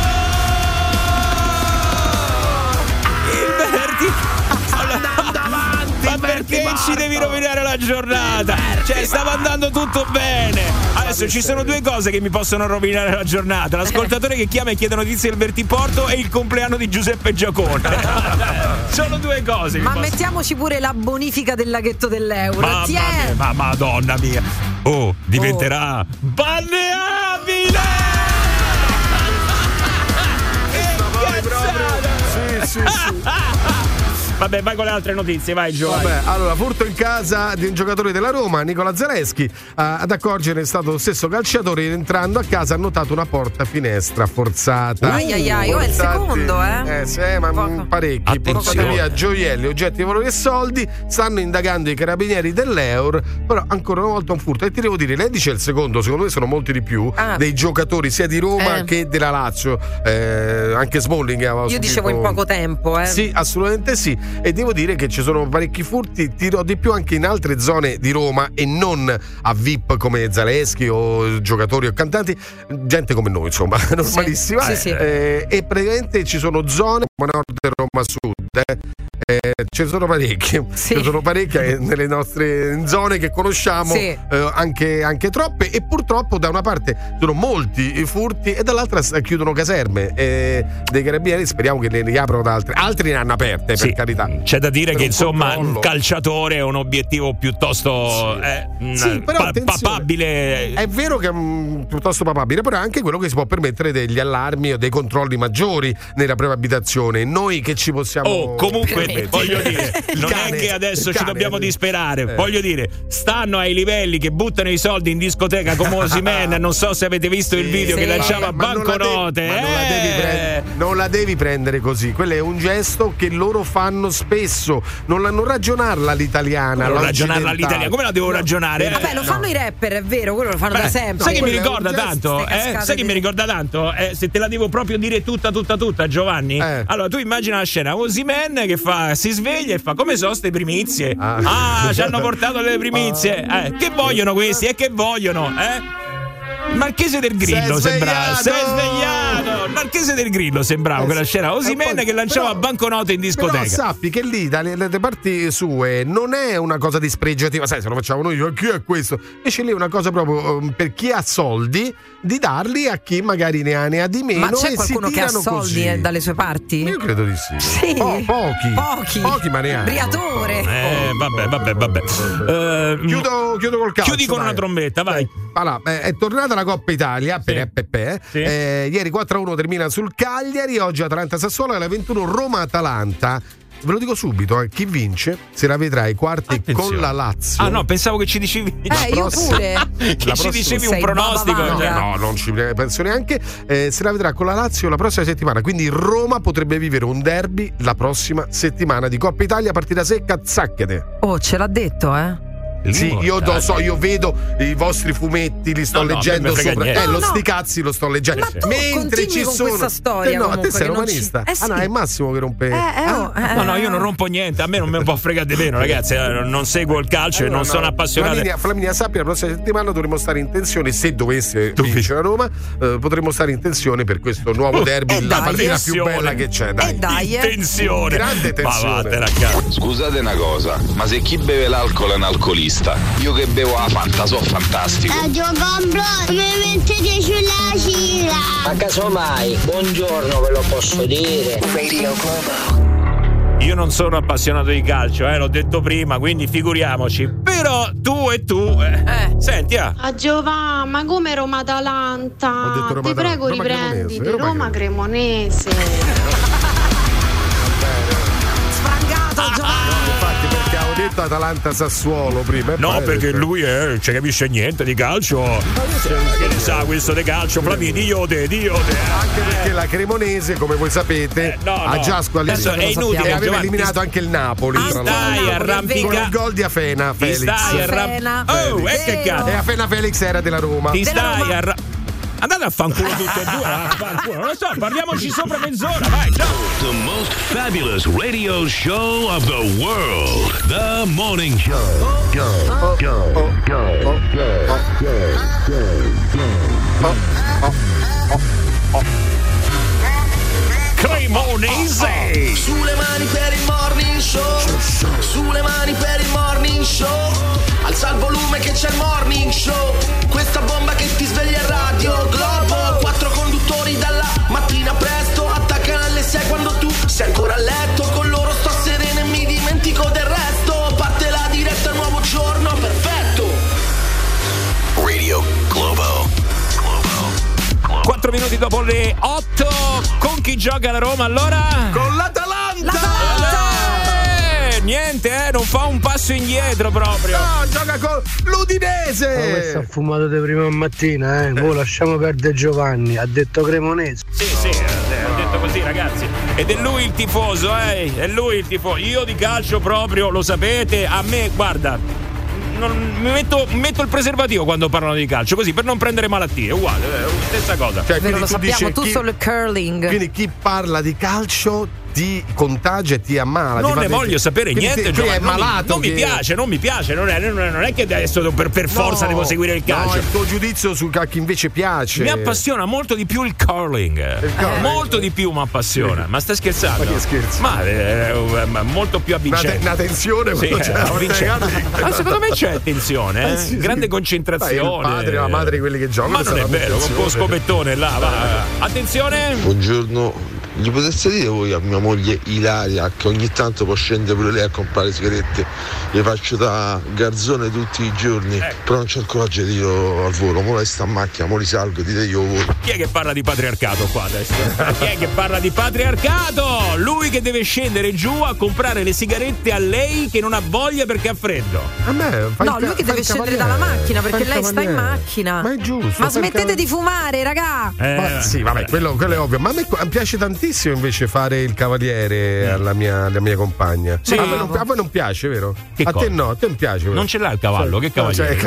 Il Vertiporto! Ma perché ci devi rovinare la giornata? Cioè, stava andando tutto bene. Adesso ci sono due cose che mi possono rovinare la giornata: l'ascoltatore che chiama e chiede notizie del Vertiporto e il compleanno di Giuseppe Giacone. Sono due cose. Ma mettiamoci pure la bonifica del laghetto dell'euro. Ma madonna mia. Diventerà balneabile! Sì. Vabbè, vai con le altre notizie, vai Giovanni. Vabbè, allora, furto in casa di un giocatore della Roma, Nicola Zaleschi. Ad accorgere è stato lo stesso calciatore. Rientrando a casa ha notato una porta-finestra forzata. È il secondo, ma parecchi. Portati via gioielli, oggetti di valore e soldi. Stanno indagando i carabinieri dell'Eur. Però ancora una volta un furto. E ti devo dire, lei dice il secondo, secondo me sono molti di più dei giocatori sia di Roma che della Lazio. Anche Smalling io dicevo in poco tempo. Sì, assolutamente sì. e devo dire che ci sono parecchi furti, dirò di più, anche in altre zone di Roma e non a VIP come Zaleschi o giocatori o cantanti, gente come noi, insomma, normalissima. Sì. E praticamente ci sono zone come Nord e Roma Sud, ci sono parecchie, ci sono parecchie nelle nostre zone che conosciamo, anche troppe, e purtroppo da una parte sono molti furti e dall'altra chiudono caserme dei carabinieri. Speriamo che ne riaprano da altri ne hanno aperte, per carità. C'è da dire che insomma un calciatore è un obiettivo piuttosto papabile. È vero che è piuttosto papabile, però è anche quello che si può permettere degli allarmi o dei controlli maggiori nella propria abitazione. Noi che ci possiamo comunque voglio dire, non è che adesso ci dobbiamo disperare, voglio dire, stanno ai livelli che buttano i soldi in discoteca come Osimhen. Non so se avete visto il video che lanciava banconote. Non la devi prendere così, quello è un gesto che loro fanno spesso, non ragionarla l'italiana. Non ragionarla all'italiana, come la devo ragionare? Vabbè, lo fanno i rapper, è vero, quello lo fanno da sempre. Sai che mi ricorda tanto? Sai che mi ricorda tanto? Se te la devo proprio dire tutta, Giovanni. Allora tu immagina la scena, Osimhen che si sveglia e fa: come sono ste primizie? Ci hanno portato le primizie. Che vogliono questi? E che vogliono? Marchese del Grillo sembrava. Sei svegliato! Marchese del Grillo sembrava quella scena. Osimhen che lanciava banconote in discoteca. Però sappi che lì dalle parti sue non è una cosa dispregiativa. Sai, se lo facciamo noi, chi è questo? Invece lì è una cosa proprio per chi ha soldi, di darli a chi magari ne ha di meno. Ma c'è e qualcuno che ha soldi dalle sue parti? Io credo di sì. Pochi, ma neanche. Briatore. Vabbè. Chiudo col calcio. Chiudi con una trombetta, vai. Allora, è tornata la Coppa Italia per Peppe. Ieri 4-1 termina sul Cagliari, oggi Atalanta-Sassuolo e alle 21 Roma-Atalanta. Ve lo dico subito, chi vince se la vedrà ai quarti con la Lazio. Ah no, pensavo che ci dicevi io pure ci dicevi un pronostico. No, non ci penso neanche. Se la vedrà con la Lazio la prossima settimana, quindi Roma potrebbe vivere un derby la prossima settimana di Coppa Italia, partita secca, zacchete. Ce l'ha detto, Sì, io vedo i vostri fumetti, li sto leggendo sopra. Lo sticazzi lo sto leggendo. Ma tu mentre ci sono questa storia. No, a te sei romanista. No, è Massimo che rompe. No, io non rompo niente. A me non mi può fregare di meno, ragazzi. Non seguo il calcio e non sono appassionato. Flaminia, sappi, la prossima settimana dovremo stare in tensione. Se dovesse vincere a Roma, potremmo stare in tensione per questo nuovo derby, la partita più bella che c'è. Dai, tensione. Grande tensione. Scusate una cosa, ma se chi beve l'alcol è un alcolista, io che bevo la Fanta so fantastico. Gioco compro, mi mettete sulla sigla. Ma casomai, buongiorno ve lo posso dire. Radio Globo. Io non sono appassionato di calcio, l'ho detto prima, quindi figuriamoci. Però tu. Senti, A Giovanni, ma come Roma-Atalanta? Ti prego, riprenditi. Roma Cremonese. Sfrangato, Giovanni. Perché avevo detto Atalanta-Sassuolo prima. No, perché lui ci capisce niente di calcio. Che ne sa questo di calcio? Flavio, Dio te. Anche perché la Cremonese, come voi sapete, ha già squalificato. È inutile. E aveva eliminato anche il Napoli. Stai arrampicando. Con il gol di Afena Felix. Che cazzo? E Afena Felix era della Roma. Ti stai arrampicando. Andate a fanculo tutte e due, non lo so, parliamoci sopra mezz'ora, vai, ciao! The most fabulous radio show of the world, The Morning Show. Cremonese! Sulle mani per il morning show, sulle mani per il morning show, alza il volume che c'è il morning show, questa bomba che ti sveglia a Radio Globo, 4 conduttori dalla mattina presto, attaccano alle 6 quando tu sei ancora a letto, con loro sto sereno e mi dimentico del resto, parte la diretta, nuovo giorno perfetto. Radio Globo. 4 minuti dopo le 8, con chi gioca la Roma allora? Con l'Atalanta! Niente, non fa un passo indietro proprio. No, gioca con l'Udinese. Ma questo ha fumato di prima mattina, Mo lasciamo perdere Giovanni, ha detto Cremonese. Sì, ha detto così, ragazzi. Ed è lui il tifoso, è lui il tifoso. Io di calcio proprio, lo sapete, a me, guarda, mi metto il preservativo quando parlano di calcio, così per non prendere malattie, uguale, stessa cosa. Lo sappiamo, tu solo il curling. Quindi chi parla di calcio ti contagia e ti ammala. Non ne voglio sapere niente, Giovanni. È malato. Non mi piace. Non è che adesso per forza devo seguire il calcio. No, il tuo giudizio su chi invece piace. Mi appassiona molto di più il curling. Molto di più mi appassiona. Sì. Ma stai scherzando? Ma che scherzi? Ma molto più avvincente. Una tensione, sì, ma secondo me c'è tensione, sì, grande concentrazione. Il padre e la madre, quelli che giocano. Ma non è vero, con lo scopettone là, va. Attenzione. Buongiorno. Gli poteste dire voi a mia moglie Ilaria che ogni tanto può scendere pure lei a comprare sigarette, le faccio da garzone tutti i giorni, però non c'ho il coraggio di dirlo al volo, mo lei sta a macchina, mo li salgo, dite io volo. Chi è che parla di patriarcato qua adesso? Chi è che parla di patriarcato? Lui che deve scendere giù a comprare le sigarette a lei che non ha voglia perché ha freddo. A me lui che deve scendere dalla macchina perché lei sta in macchina. Ma è giusto. Ma smettete di fumare, raga. Sì, vabbè, quello è ovvio. Ma a me piace tantissimo invece fare il cavaliere alla mia compagna. Sì. A voi non piace, vero? A te no, a te non piace. Vero? Non ce l'ha il cavallo, che cavaliere?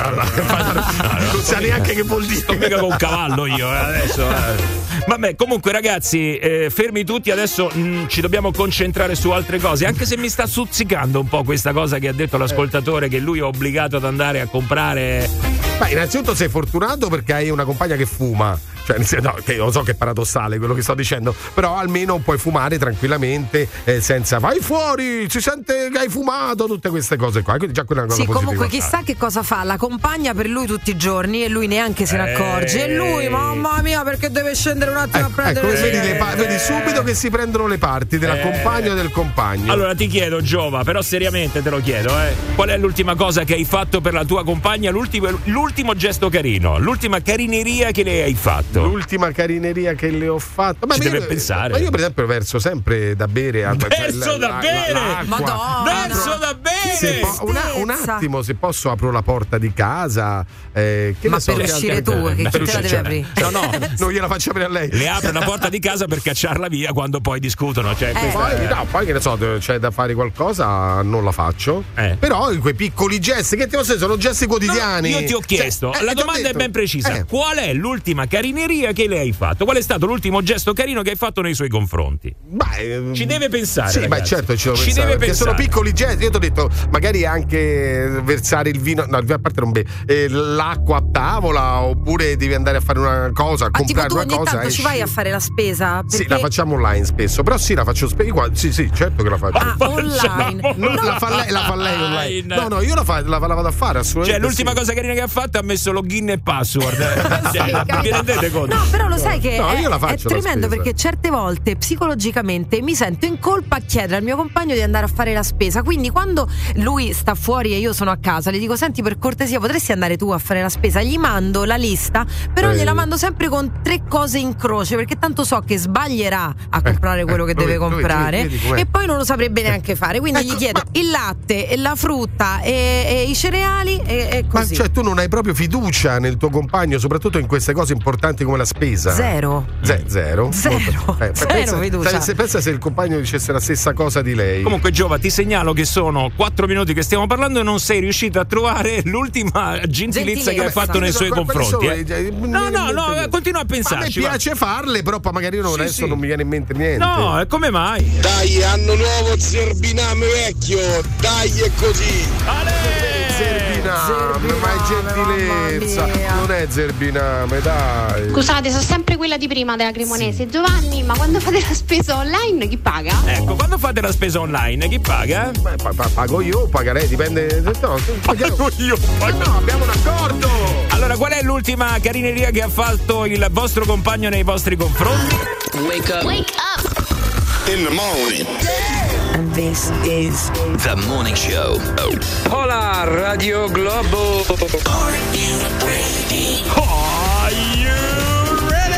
Non sa neanche che vuol dire. Sto mica con un cavallo io adesso. Vabbè, comunque ragazzi, fermi tutti, adesso ci dobbiamo concentrare su altre cose, anche se mi sta stuzzicando un po' questa cosa che ha detto l'ascoltatore, che lui è obbligato ad andare a comprare. Ma innanzitutto sei fortunato perché hai una compagna che fuma. Cioè, no, che lo so che è paradossale quello che sto dicendo, però almeno puoi fumare tranquillamente senza vai fuori, si sente che hai fumato, tutte queste cose qua. Quindi già quella è una cosa positiva. Comunque chissà che cosa fa la compagna per lui tutti i giorni e lui neanche se ne accorge. E lui, mamma mia, perché deve scendere un attimo a prendere. Vedi subito che si prendono le parti della compagna e del compagno. Allora ti chiedo, Giova, però seriamente te lo chiedo, qual è l'ultima cosa che hai fatto per la tua compagna? L'ultimo gesto carino, l'ultima carineria che le hai fatto? L'ultima carineria che le ho fatto. Ma ci deve pensare. Ma io per esempio verso sempre da bere. Verso da bere? Madonna. Verso da bere? Un attimo, se posso apro la porta di casa. Ma per uscire tu, che te la devi aprire? No, non gliela faccio aprire a lei. Le apre la porta di casa per cacciarla via quando poi discutono. Cioè, poi che ne so, c'è da fare qualcosa, non la faccio. Però in quei piccoli gesti, che ti posso dire, sono gesti quotidiani. Io ti ho chiesto, la domanda è ben precisa. Qual è l'ultima carineria che le hai fatto? Qual è stato l'ultimo gesto carino che hai fatto nei suoi confronti? Ci deve pensare. Sì, ragazzi. Certo ci devo pensare. Deve perché pensare. Sono piccoli gesti. Io ti ho detto, magari anche versare il vino, no, a parte non l'acqua a tavola, oppure devi andare a fare una cosa, comprare una cosa. Tanto ci vai a fare la spesa? Perché... Sì, la facciamo online spesso, però sì, la faccio spesso. Sì, certo che la faccio. Online. La fa lei online. No, io la vado a fare assolutamente. Cioè, l'ultima cosa carina che ha fatto ha messo login e password. Vi rendete conto? No, però lo sai che io la è faccio tremendo perché certe volte psicologicamente mi sento in colpa a chiedere al mio compagno di andare a fare la spesa. Quindi quando lui sta fuori e io sono a casa, le dico: senti, per cortesia potresti andare tu a fare la spesa? Gli mando la lista, però gliela mando sempre con 3 cose in croce, perché tanto so che sbaglierà a comprare quello che deve comprare e poi non lo saprebbe neanche fare. Quindi gli chiedo il latte, la frutta e i cereali e così. Ma cioè tu non hai proprio fiducia nel tuo compagno, soprattutto in queste cose importanti come la spesa? Zero fiducia. Pensa se il compagno dicesse la stessa cosa di lei. Comunque, Giova, ti segnalo che sono 4 minuti che stiamo parlando e non sei riuscito a trovare l'ultima gentilezza che hai fatto nei suoi confronti. No, continua a pensarci. Mi piace farle, però poi magari adesso non mi viene in mente niente. No, come mai? Dai, anno nuovo, zerbiname vecchio. Dai, è così. Zerbiname, ma è gentilezza. Non è zerbiname, dai. Scusate, sono sempre quella di prima della Cremonese. Giovanni, ma quando fate la spesa online chi paga? Ecco, quando fate la spesa online chi paga? Pago io, pagherei, dipende. Pago io. No, abbiamo un accordo. Allora, qual è l'ultima carineria che ha fatto il vostro compagno nei vostri confronti? Wake up in the morning. And this is The Morning Show. Hola, Radio Globo. Are you ready? Are you ready?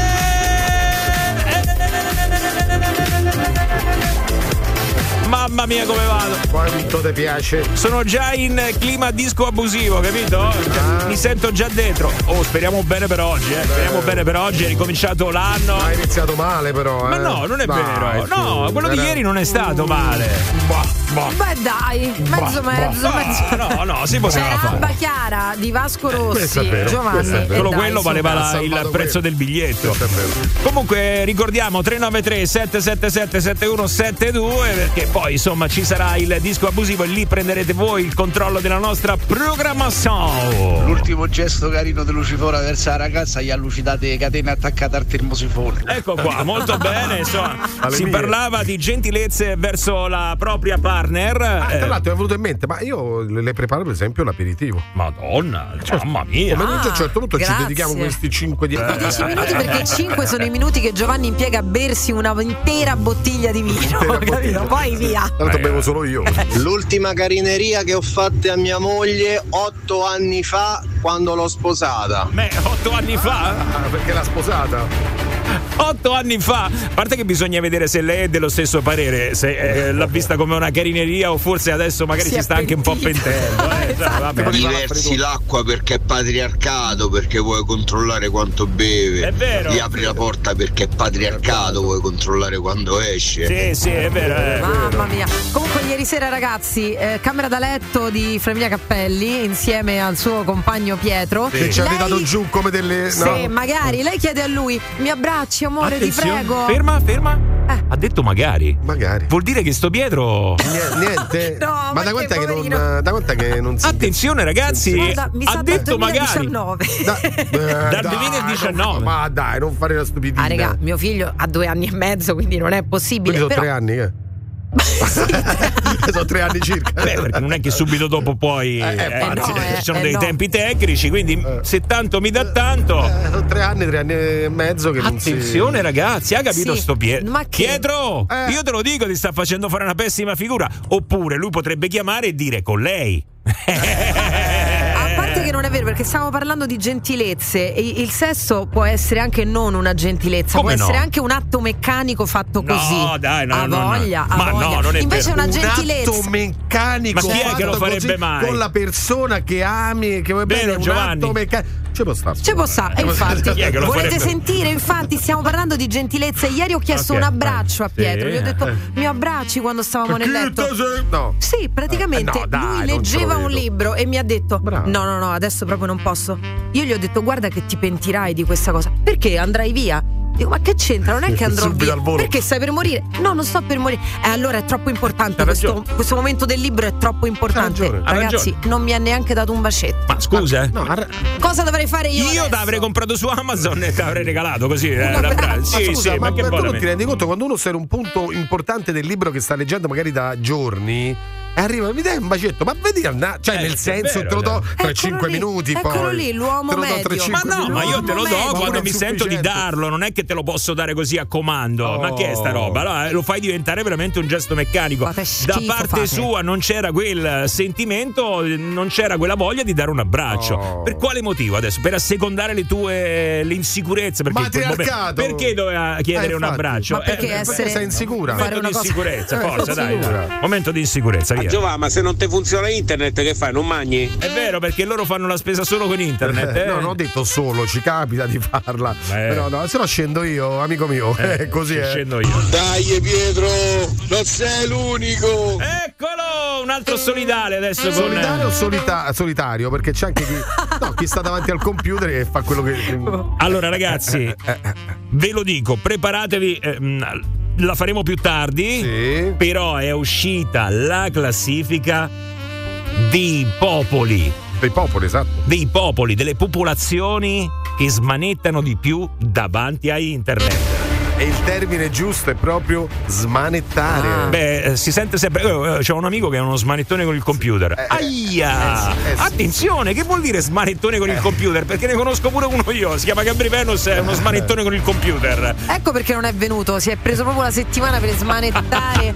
Mamma mia come vado. Quanto ti piace? Sono già in clima disco abusivo, capito? Mi sento già dentro. Speriamo bene per oggi, Speriamo bene per oggi, è ricominciato l'anno. Ha iniziato male però, Ma no, non è vero. No, quello di ieri non è stato male. Beh dai, mezzo. No, si poteva c'era fare. Abba Chiara di Vasco Rossi, Giovanni. Solo quello valeva il prezzo del biglietto. Comunque ricordiamo 393 777 7172 perché poi insomma ci sarà il disco abusivo e lì prenderete voi il controllo della nostra programmazione. L'ultimo gesto carino di Lucifora verso la ragazza, gli ha lucidate catene attaccate al termosifone. Ecco qua, molto bene, insomma. Si parlava di gentilezze verso la propria partner. Tra l'altro mi è venuto in mente, ma io le preparo per esempio l'aperitivo. Madonna, mamma mia. Come a un certo punto grazie. ci dedichiamo questi 5-10 minuti perché 5 sono i minuti che Giovanni impiega a bersi una intera bottiglia di vino, capito? Poi via. Tanto bevo solo io. L'ultima carineria che ho fatto a mia moglie 8 anni fa quando l'ho sposata. 8 anni fa? Perché l'ha sposata? 8 anni fa, a parte che bisogna vedere se lei è dello stesso parere, se l'ha vista come una carineria o forse adesso magari si sta anche un po' pentendo. Vabbè. Diversi l'acqua perché è patriarcato, perché vuoi controllare quanto beve. È vero. Gli apri la porta perché è patriarcato, vuoi controllare quando esce. Sì, è vero. Mamma mia. Comunque ieri sera ragazzi, camera da letto di Flaminia Cappelli insieme al suo compagno Pietro. Che ci ha dato giù come delle... Sì, magari lei chiede a lui: mi abbracci amore, attenzione, ti prego. Ferma. Ha detto magari. Vuol dire che sto Pietro niente. No, ma da quant'è che non si... Attenzione ragazzi, guarda, mi ha detto magari. 2019. Dal 2019. Ma dai, non fare la stupidità. Raga, mio figlio ha 2 anni e mezzo, quindi non è possibile. Quindi sono però... 3 anni, sono 3 anni circa. Perché non è che subito dopo poi ci sono dei tempi tecnici, quindi se tanto mi dà tanto. Sono 3 anni e mezzo che attenzione non si... ragazzi, ha capito sto Pietro? Ma che... Pietro, io te lo dico, ti sta facendo fare una pessima figura. Oppure lui potrebbe chiamare e dire con lei. A parte che non è vero, perché stiamo parlando di gentilezze e il sesso può essere anche non una gentilezza. Come può essere anche un atto meccanico fatto così. No, dai, no. Voglia. No, non è invece vero. è una gentilezza. Un atto meccanico. Ma chi è che lo farebbe mai? Con la persona che ami, che vuoi bene, un atto meccanico. Ci può stare. Infatti, chi è che lo volete farebbe? sentire? Infatti, stiamo parlando di gentilezze. Ieri ho chiesto un abbraccio a Pietro. Gli ho detto: mi abbracci quando stavamo nel letto? No. Sì, praticamente lui leggeva un libro e mi ha detto: no, adesso proprio non posso. Io gli ho detto: guarda che ti pentirai di questa cosa. Perché andrai via? Dico, ma che c'entra? Non è che andrò via. Perché stai per morire? No, non sto per morire. Allora è troppo importante. Questo momento del libro è troppo importante. Ragazzi, non mi ha neanche dato un bacetto. Ma scusa, cosa dovrei fare io? Io l'avrei comprato su Amazon e ti avrei regalato così. Sì, ma tu non ti rendi conto quando uno sta in un punto importante del libro che sta leggendo magari da giorni e arriva, mi dai un bacetto, ma vedi, cioè nel senso te lo do tra 5 minuti. Eccolo poi lì, l'uomo medio. Ma io te lo do quando mi sento di darlo, non è che te lo posso dare così a comando. Ma che è sta roba? Allora, lo fai diventare veramente un gesto meccanico. Da parte sua non c'era quel sentimento, non c'era quella voglia di dare un abbraccio. Per quale motivo adesso? Per assecondare le tue insicurezze? Perché doveva chiedere un abbraccio? Ma perché sei insicura? Momento di insicurezza, forza, dai. Momento di insicurezza. Giovanni, ma se non ti funziona internet che fai? Non mangi? È vero, perché loro fanno la spesa solo con internet. No, non ho detto solo, ci capita di farla. Però no, se no scendo io, amico mio. Così è. Scendo io. Dai Pietro, non sei l'unico. Eccolo, un altro solidale adesso. Solidale o solitario? Perché c'è anche chi sta davanti al computer e fa quello che. Allora, ragazzi, ve lo dico, preparatevi. La faremo più tardi, però è uscita la classifica dei popoli. Dei popoli, esatto. Dei popoli, delle popolazioni che smanettano di più davanti a internet. E il termine giusto è proprio smanettare. Si sente sempre. C'ho un amico che è uno smanettone con il computer. Aia! Attenzione, che vuol dire smanettone con il computer? Perché ne conosco pure uno io. Si chiama Gabri Venus, è uno smanettone con il computer. Ecco perché non è venuto. Si è preso proprio la settimana per smanettare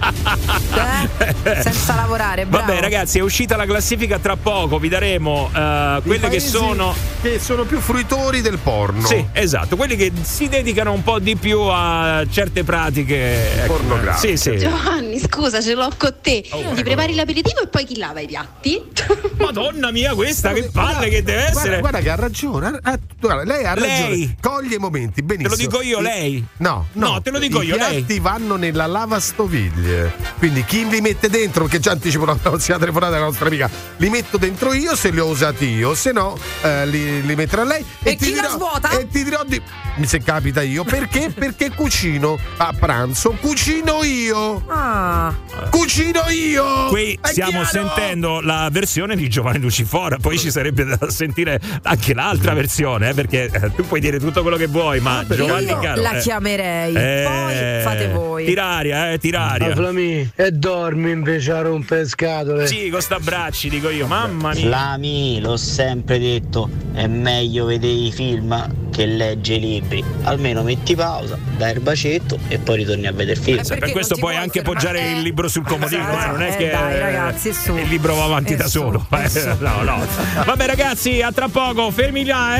senza lavorare. Bravo. Vabbè, ragazzi, è uscita la classifica tra poco. Vi daremo quelle che sono più fruitori del porno. Sì, esatto. Quelli che si dedicano un po' di più a a certe pratiche pornografiche. Sì. Giovanni, scusa, ce l'ho con te. Ti prepari l'aperitivo e poi chi lava i piatti? Madonna mia, questa che palle che deve essere. Guarda che ha ragione. Lei ha ragione. Coglie i momenti, benissimo. Te lo dico io, lei? No, te lo dico io, lei. I piatti vanno nella lavastoviglie. Quindi chi li mette dentro, perché già anticipo una prossima telefonata della nostra amica, li metto dentro io se li ho usati io, se no li metterà lei. E chi la svuota? E ti dirò se capita io. Perché? Perché cucino a pranzo, cucino io. Cucino io. Qui stiamo sentendo la versione di Giovanni Lucifora, poi ci sarebbe da sentire anche l'altra versione, perché tu puoi dire tutto quello che vuoi, ma Giovanni io la chiamerei, poi fate voi. Tiraria. Flami, e dormi invece a rompere scatole. Sì, con sta bracci, dico io, mamma mia. Flami, l'ho sempre detto, è meglio vedere i film che legge i libri. Almeno metti pausa, dai il bacetto e poi ritorni a vedere il film. Per questo puoi anche poggiare il libro sul comodino, non è che dai, ragazzi, su. Il libro va avanti da solo. No. Vabbè ragazzi, a tra poco, fermi là,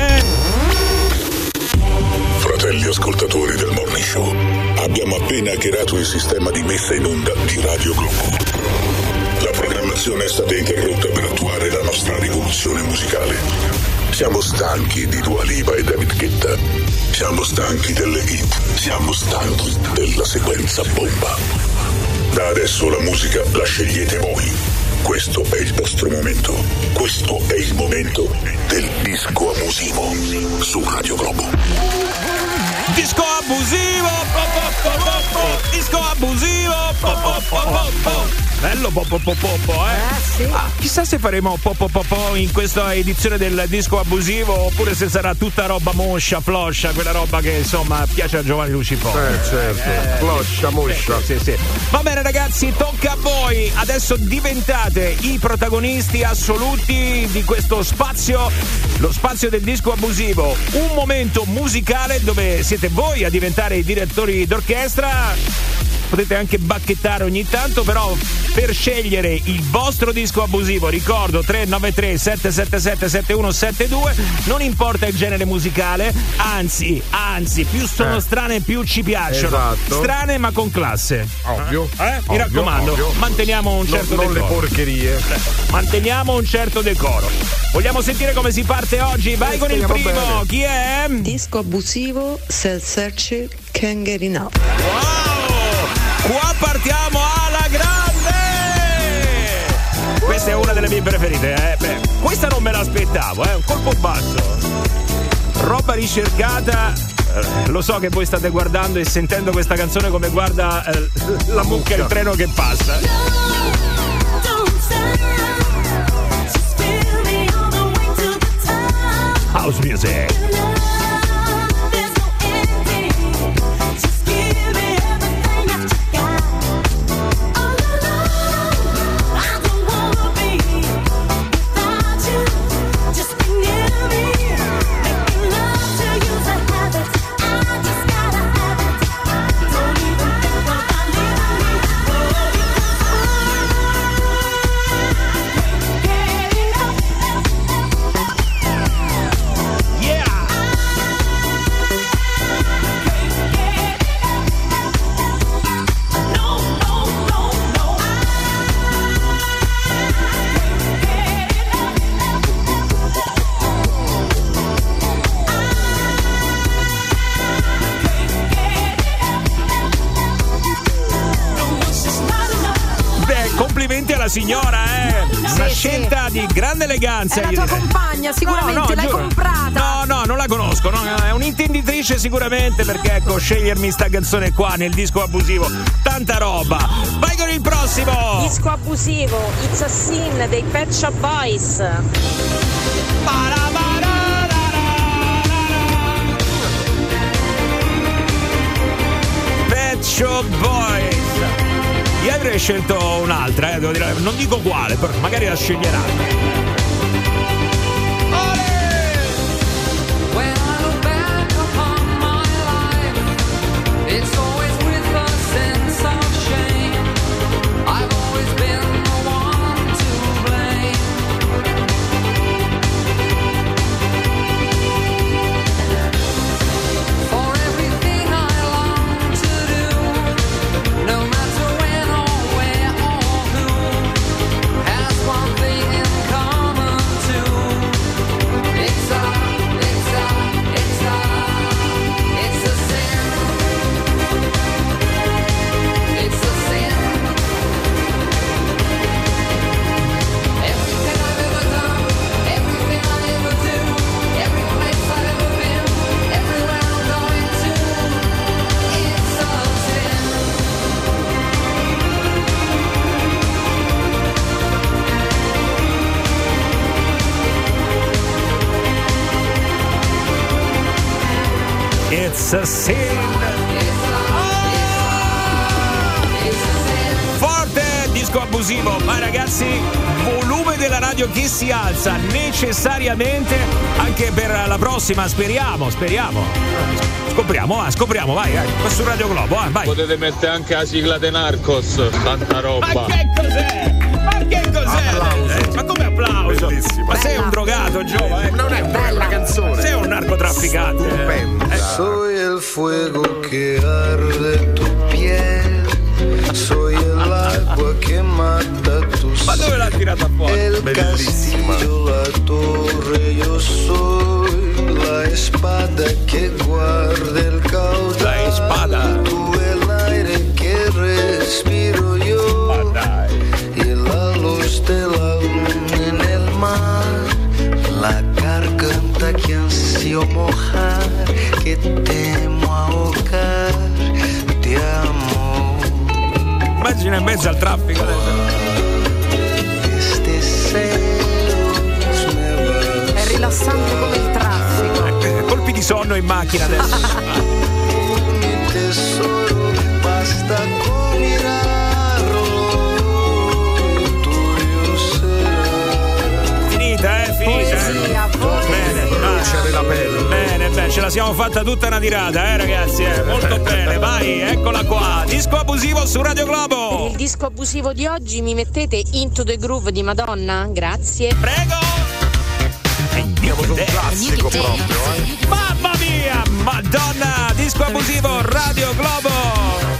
Fratelli ascoltatori del Morning Show, abbiamo appena hackerato il sistema di messa in onda di Radio Globo. La programmazione è stata interrotta per attuare la nostra rivoluzione musicale. Siamo stanchi di Dua Lipa e David Guetta. Siamo stanchi delle hit. Siamo stanchi della sequenza bomba. Da adesso la musica la scegliete voi. Questo è il vostro momento. Questo è il momento del disco abusivo su Radio Globo. Disco abusivo, disco abusivo, bello sì. Chissà se faremo in questa edizione del disco abusivo, oppure se sarà tutta roba moscia, floscia, quella roba che insomma piace a Giovanni Lucifora. Certo, floscia, moscia. Sì. Va bene ragazzi, tocca a voi. Adesso diventate i protagonisti assoluti di questo spazio, lo spazio del disco abusivo, un momento musicale dove siete voi a diventare i direttori d'orchestra. Potete anche bacchettare ogni tanto, però per scegliere il vostro disco abusivo, ricordo 393 777 7172, non importa il genere musicale, anzi, più sono strane più ci piacciono. Esatto. Strane ma con classe. Ovvio. Mi raccomando, ovvio. Manteniamo un certo decoro. Non le porcherie. Manteniamo un certo decoro. Vogliamo sentire come si parte oggi? Vai con il primo. Bene. Chi è? Disco abusivo, Self Search, Can't Get Enough. Wow! Qua partiamo alla grande! Questa è una delle mie preferite, questa non me l'aspettavo, un colpo basso. Roba ricercata. Lo so che voi state guardando e sentendo questa canzone come guarda la mucca il treno che passa. House music. Signora, una scelta di grande eleganza. È la tua compagna, sicuramente l'hai comprata. No, non la conosco, è un'intenditrice sicuramente, perché ecco, scegliermi sta canzone qua nel disco abusivo, tanta roba. Vai con il prossimo. Disco abusivo, It's a Sin dei Pet Shop Boys. Pet Shop Boys. Io avrei scelto un'altra, devo dire, non dico quale, però magari la sceglieranno. It's a sin. Forte disco abusivo, ma ragazzi, volume della radio che si alza necessariamente anche per la prossima, speriamo. Scopriamo, vai, su Radio Globo, vai. Potete mettere anche la sigla de Narcos, tanta roba. Ma che cos'è? Ma come applauso? Bellissimo. Ma sei un drogato, Giova? Non è una canzone. Sei un narcotrafficante. Soy el fuego que arde tu piel. Soy el agua que mata tu sed. Ma dove l'ha tirata fuori? El castillo, la torre, yo soy la espada que guarda el caudal. La espada. Tú el aire que respiro yo. Ma dai. Y la luz de la luna en el mar. La garganta que ansio mojar, que temo ahogar, te amo. Immagina in mezzo al traffico. È rilassante come il traffico. Colpi di sonno in macchina adesso. Tesoro, basta con mirarlo, tuyo será. Finita. Poesia. Bene, la pelle. Bene, ce la siamo fatta tutta una tirata, ragazzi, molto bene, vai, eccola qua, disco abusivo su Radio Globo. Per il disco abusivo di oggi mi mettete Into the Groove di Madonna? Grazie. Prego. Andiamo su un classico proprio, Mamma mia, Madonna, disco abusivo Radio Globo.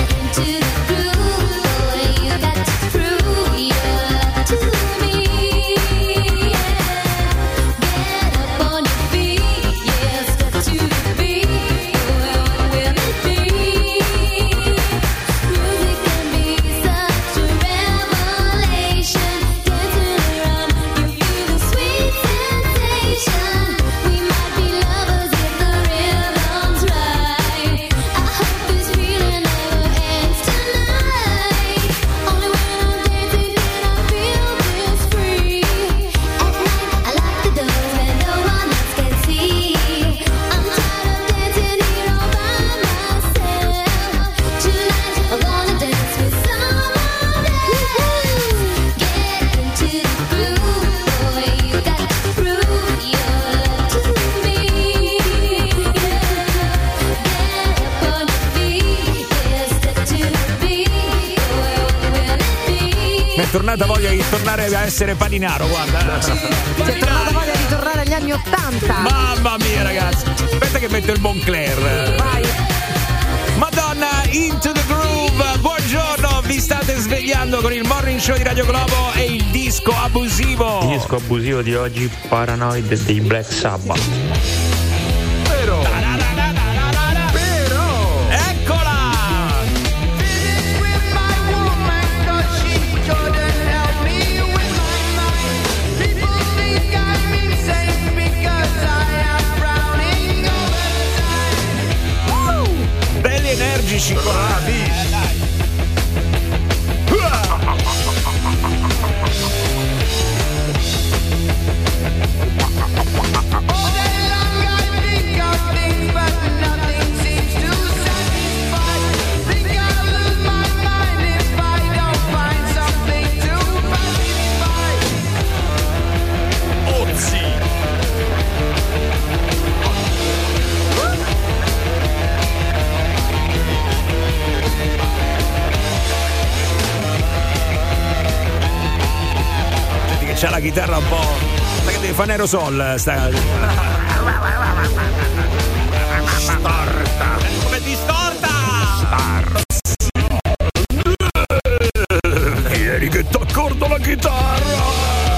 È tornata voglia di tornare a essere paninaro, guarda. Sì, è tornata voglia di tornare agli anni '80. Mamma mia, ragazzi. Aspetta che metto il Moncler. Vai. Madonna, Into the Groove. Buongiorno, vi state svegliando con il Morning Show di Radio Globo e il disco abusivo. Il disco abusivo di oggi, Paranoid dei Black Sabbath. Però eccola. Belli energici, bravi. C'ha la chitarra un po'. Ma che deve fare un aerosol sta. Storta. Come distorta! Ieri che t'accordo la chitarra!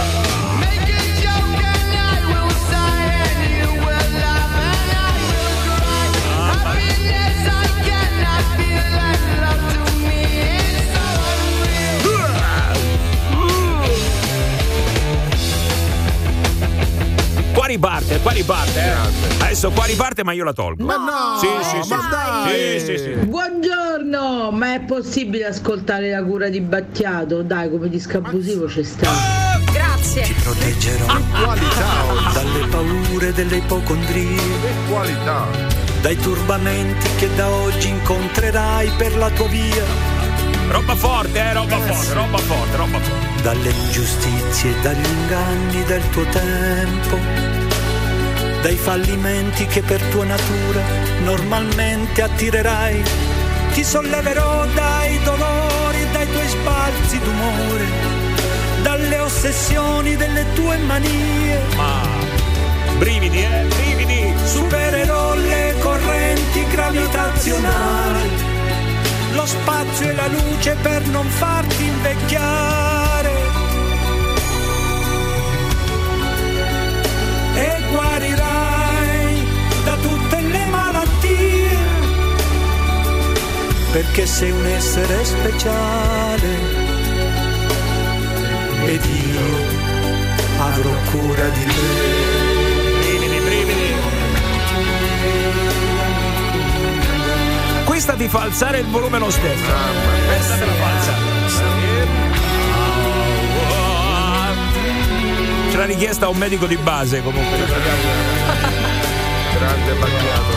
Qua riparte. Adesso qua riparte, ma io la tolgo. Ma no! Sì. Buongiorno, ma è possibile ascoltare La cura di Battiato? Dai, come disco abusivo c'è sta. Grazie. Grazie. Ti proteggerò dalle paure delle ipocondrie. Qualità. Dai turbamenti che da oggi incontrerai per la tua via. Roba forte, roba forte. Dalle ingiustizie e dagli inganni del tuo tempo. Dai fallimenti che per tua natura normalmente attirerai. Ti solleverò dai dolori, dai tuoi sbalzi d'umore, dalle ossessioni delle tue manie. Ma brividi. Supererò le correnti gravitazionali, lo spazio e la luce per non farti invecchiare. E guarirai da tutte le malattie, perché sei un essere speciale ed io avrò cura di te. Brividi. Questa ti fa alzare il volume lo stesso. Questa te la fa alzare. C'è la richiesta a un medico di base comunque. Grande Battiato.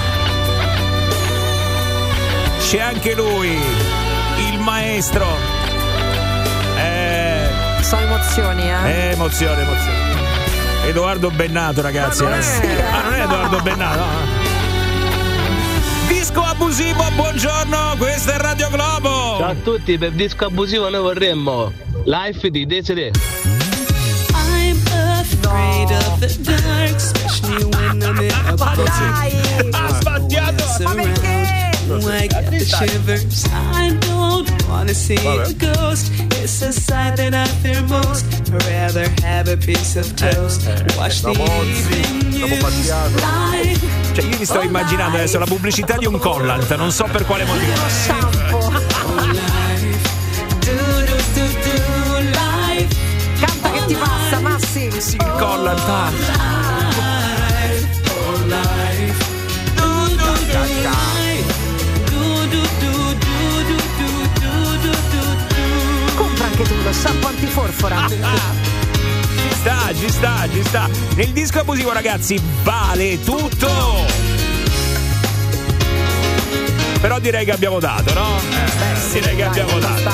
C'è anche lui, il maestro. Sono emozioni, Emozioni. Edoardo Bennato, ragazzi. Non è Edoardo Bennato. No. Disco abusivo, buongiorno, questo è Radio Globo. Ciao a tutti, per disco abusivo noi vorremmo Life di Desiree. I'm afraid of the dark, especially when I'm in a boat. Sbattiato! Ma perché? I get the shivers. I don't wanna see a ghost. It's a sight that I fear most. I'd rather have a piece of toast. Watch the evening news live. Cioè io mi sto immaginando adesso la pubblicità di un collant, non so per quale motivo. Canta che ti passa, Massi. Sì, il collant. Compra anche tu lo shampoo antiforfora. Ci sta. Nel disco abusivo, ragazzi, vale tutto. Però direi che abbiamo dato, no? Direi che abbiamo dato.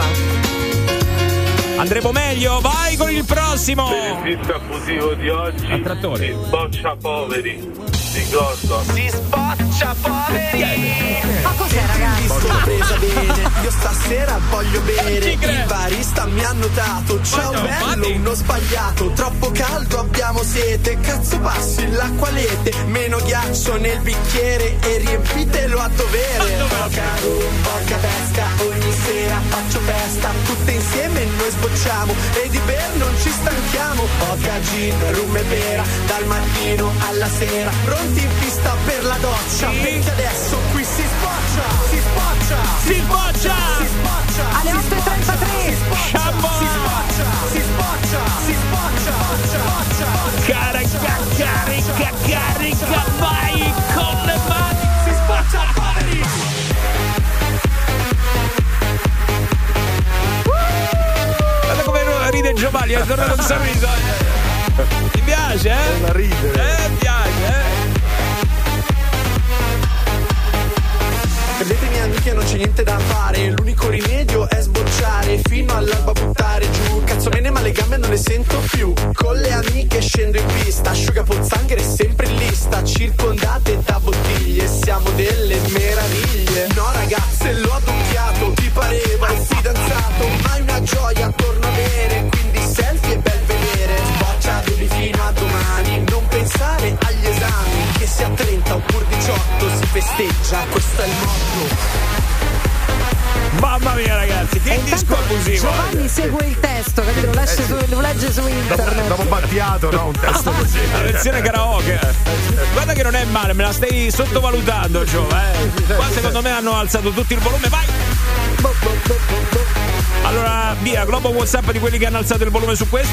Andremo meglio, vai con il prossimo. Per il disco abusivo di oggi si sboccia poveri. Ricordo. Si sboccia poveri. Ma cos'è, ragazzi? Sto presa bene, io stasera voglio bere. Il barista mi ha notato. Ciao bello, uno sbagliato. Troppo caldo, abbiamo sete. Cazzo passi l'acqualete. Meno ghiaccio nel bicchiere e riempitelo a dovere. Poca rum, poca pesca. Ogni sera faccio festa. Tutte insieme noi sbocciamo e di ber non ci stanchiamo. Poca gin, rum e pera. Dal mattino alla sera. Pronti in pista per la doccia. Perché adesso qui si sboccia. Alle 8:33. Si sboccia. Carica, vai con le mani. Si sboccia poveri. Guarda come ride Giovanni, è tornato un sorriso. Ti piace, Da ridere. Piace, Credetemi amiche, non c'è niente da fare. L'unico rimedio è sbocciare fino all'alba, buttare giù. Cazzo bene, ma le gambe non le sento più. Con le amiche scendo in pista, asciuga pozzanghere sempre in lista. Circondate da bottiglie, siamo delle meraviglie. No ragazze, l'ho adocchiato, ti pareva un fidanzato. Ma è una gioia torno a bere, quindi selfie e bel vedere. Sboccia duri fino a domani, non pensare agli esami. Che sia 30 oppure 18 si festeggia, questo è il motto. Mamma mia, ragazzi, che disco abusivo. Giovanni segue il testo, capito? Lo legge su internet. Dopo Battiato, no? Un testo così. La lezione karaoke. Guarda che non è male, me la stai sottovalutando, Gio. Qua secondo me hanno alzato tutto il volume, vai! Allora, via, globo WhatsApp di quelli che hanno alzato il volume su questa.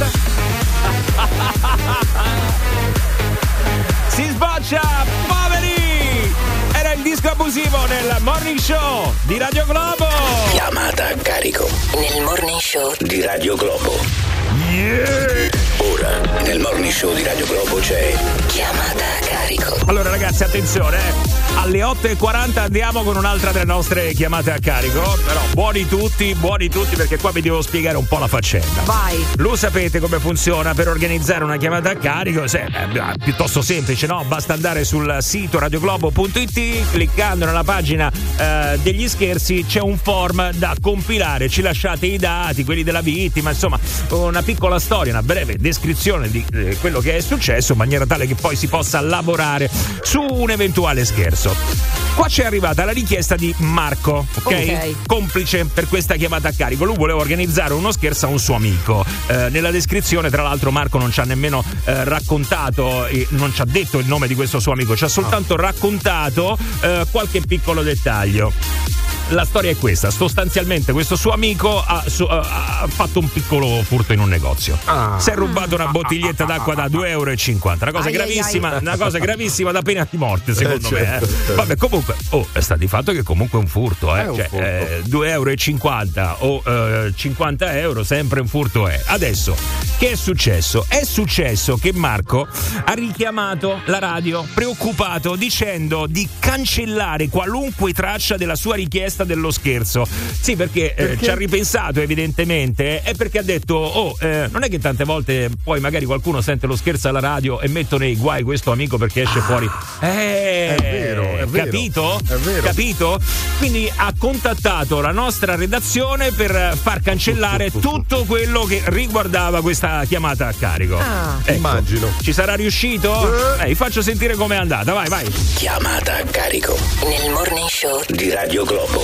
Si sboccia, poveri! Era il disco abusivo nel Morning Show di Radio Globo. Chiamata a carico nel Morning Show di Radio Globo. Yeah! Ora, nel Morning Show di Radio Globo c'è Chiamata a carico. Allora ragazzi, attenzione, alle 8:40 andiamo con un'altra delle nostre chiamate a carico. Però buoni tutti perché qua vi devo spiegare un po' la faccenda. Vai. Lo sapete come funziona per organizzare una chiamata a carico? Piuttosto semplice, no? Basta andare sul sito radioglobo.it, cliccando nella pagina degli scherzi c'è un form da compilare, ci lasciate i dati, quelli della vittima, insomma una piccola storia, una breve descrizione di quello che è successo, in maniera tale che poi si possa lavorare su un eventuale scherzo. Qua c'è arrivata la richiesta di Marco, ok? Complice per questa chiamata a carico. Lui voleva organizzare uno scherzo a un suo amico. Nella descrizione, tra l'altro, Marco non ci ha nemmeno raccontato, non ci ha detto il nome di questo suo amico, ci ha soltanto raccontato qualche piccolo dettaglio. La storia è questa: sostanzialmente questo suo amico ha fatto un piccolo furto in un negozio. Si è rubato una bottiglietta d'acqua da €2,50. Una cosa gravissima, una cosa gravissima da pena di morte, secondo me. Vabbè, comunque, sta di fatto che comunque è un furto, €2,50 o €50, sempre un furto è. Adesso, che è successo? È successo che Marco ha richiamato la radio preoccupato, dicendo di cancellare qualunque traccia della sua richiesta dello scherzo. Sì, perché? Ci ha ripensato evidentemente, è perché ha detto non è che tante volte poi magari qualcuno sente lo scherzo alla radio e metto nei guai questo amico perché esce fuori. È vero, capito? È vero. Capito? Quindi ha contattato la nostra redazione per far cancellare tutto quello che riguardava questa chiamata a carico. Ecco. Immagino. Ci sarà riuscito? Vi faccio sentire com'è andata, vai. Chiamata a carico nel Morning Show di Radio Globo.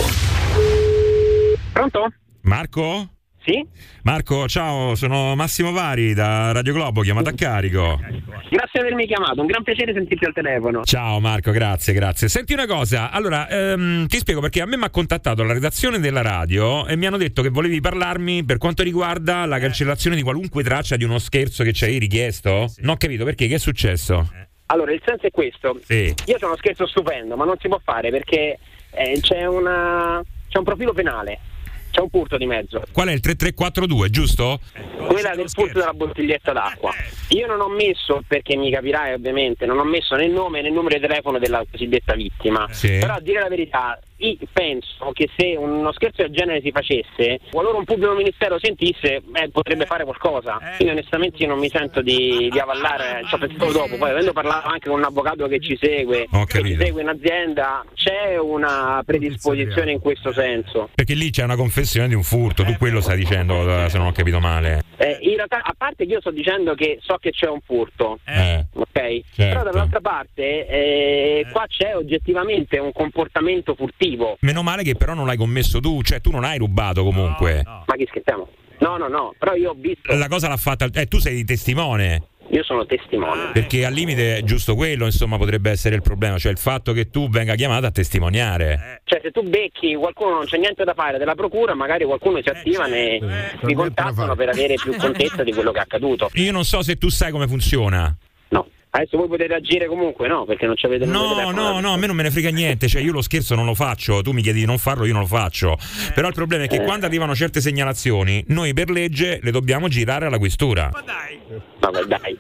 Pronto? Marco? Sì? Marco, ciao, sono Massimo Vari da Radio Globo, chiamata a carico. Grazie per avermi chiamato, un gran piacere sentirti al telefono. Ciao Marco, grazie. Senti una cosa, allora ti spiego perché a me mi ha contattato la redazione della radio e mi hanno detto che volevi parlarmi per quanto riguarda la cancellazione di qualunque traccia di uno scherzo che ci hai richiesto. Sì. Non ho capito perché, che è successo? Allora, il senso è questo. Sì. Io c'ho uno scherzo stupendo, ma non si può fare perché c'è un profilo penale. C'è un furto di mezzo. Qual è il 3342, giusto? Quella del furto della bottiglietta d'acqua. Io non ho messo, perché mi capirai ovviamente, non ho messo né il nome né il numero di telefono della cosiddetta vittima. Sì. Però a dire la verità, io penso che se uno scherzo del genere si facesse, qualora un pubblico ministero sentisse, potrebbe fare qualcosa. Quindi onestamente io non mi sento di avallare, ci ho pensato dopo, poi avendo parlato anche con un avvocato che ci segue, in azienda, c'è una predisposizione in questo sento. Perché lì c'è una confessione di un furto, tu quello stai dicendo, se non ho capito male. In realtà, a parte che io sto dicendo che so che c'è un furto, ok? Certo. Però dall'altra parte qua c'è oggettivamente un comportamento furtivo. Meno male che però non l'hai commesso tu, cioè tu non hai rubato comunque. No. Ma che scherziamo? No, però io ho visto. La cosa l'ha fatta, tu sei testimone. Io sono testimone. Perché al limite giusto quello, insomma, potrebbe essere il problema, cioè il fatto che tu venga chiamato a testimoniare. Cioè se tu becchi qualcuno, non c'è niente da fare della procura, magari qualcuno si attiva e mi contattano per avere più contezza di quello che è accaduto. Io non so se tu sai come funziona. No. Adesso voi potete agire comunque, no? Perché non ci avete No, a me non me ne frega niente, cioè io lo scherzo non lo faccio, tu mi chiedi di non farlo, io non lo faccio. Però il problema è che quando arrivano certe segnalazioni, noi per legge le dobbiamo girare alla questura. Ma dai. Vabbè, dai.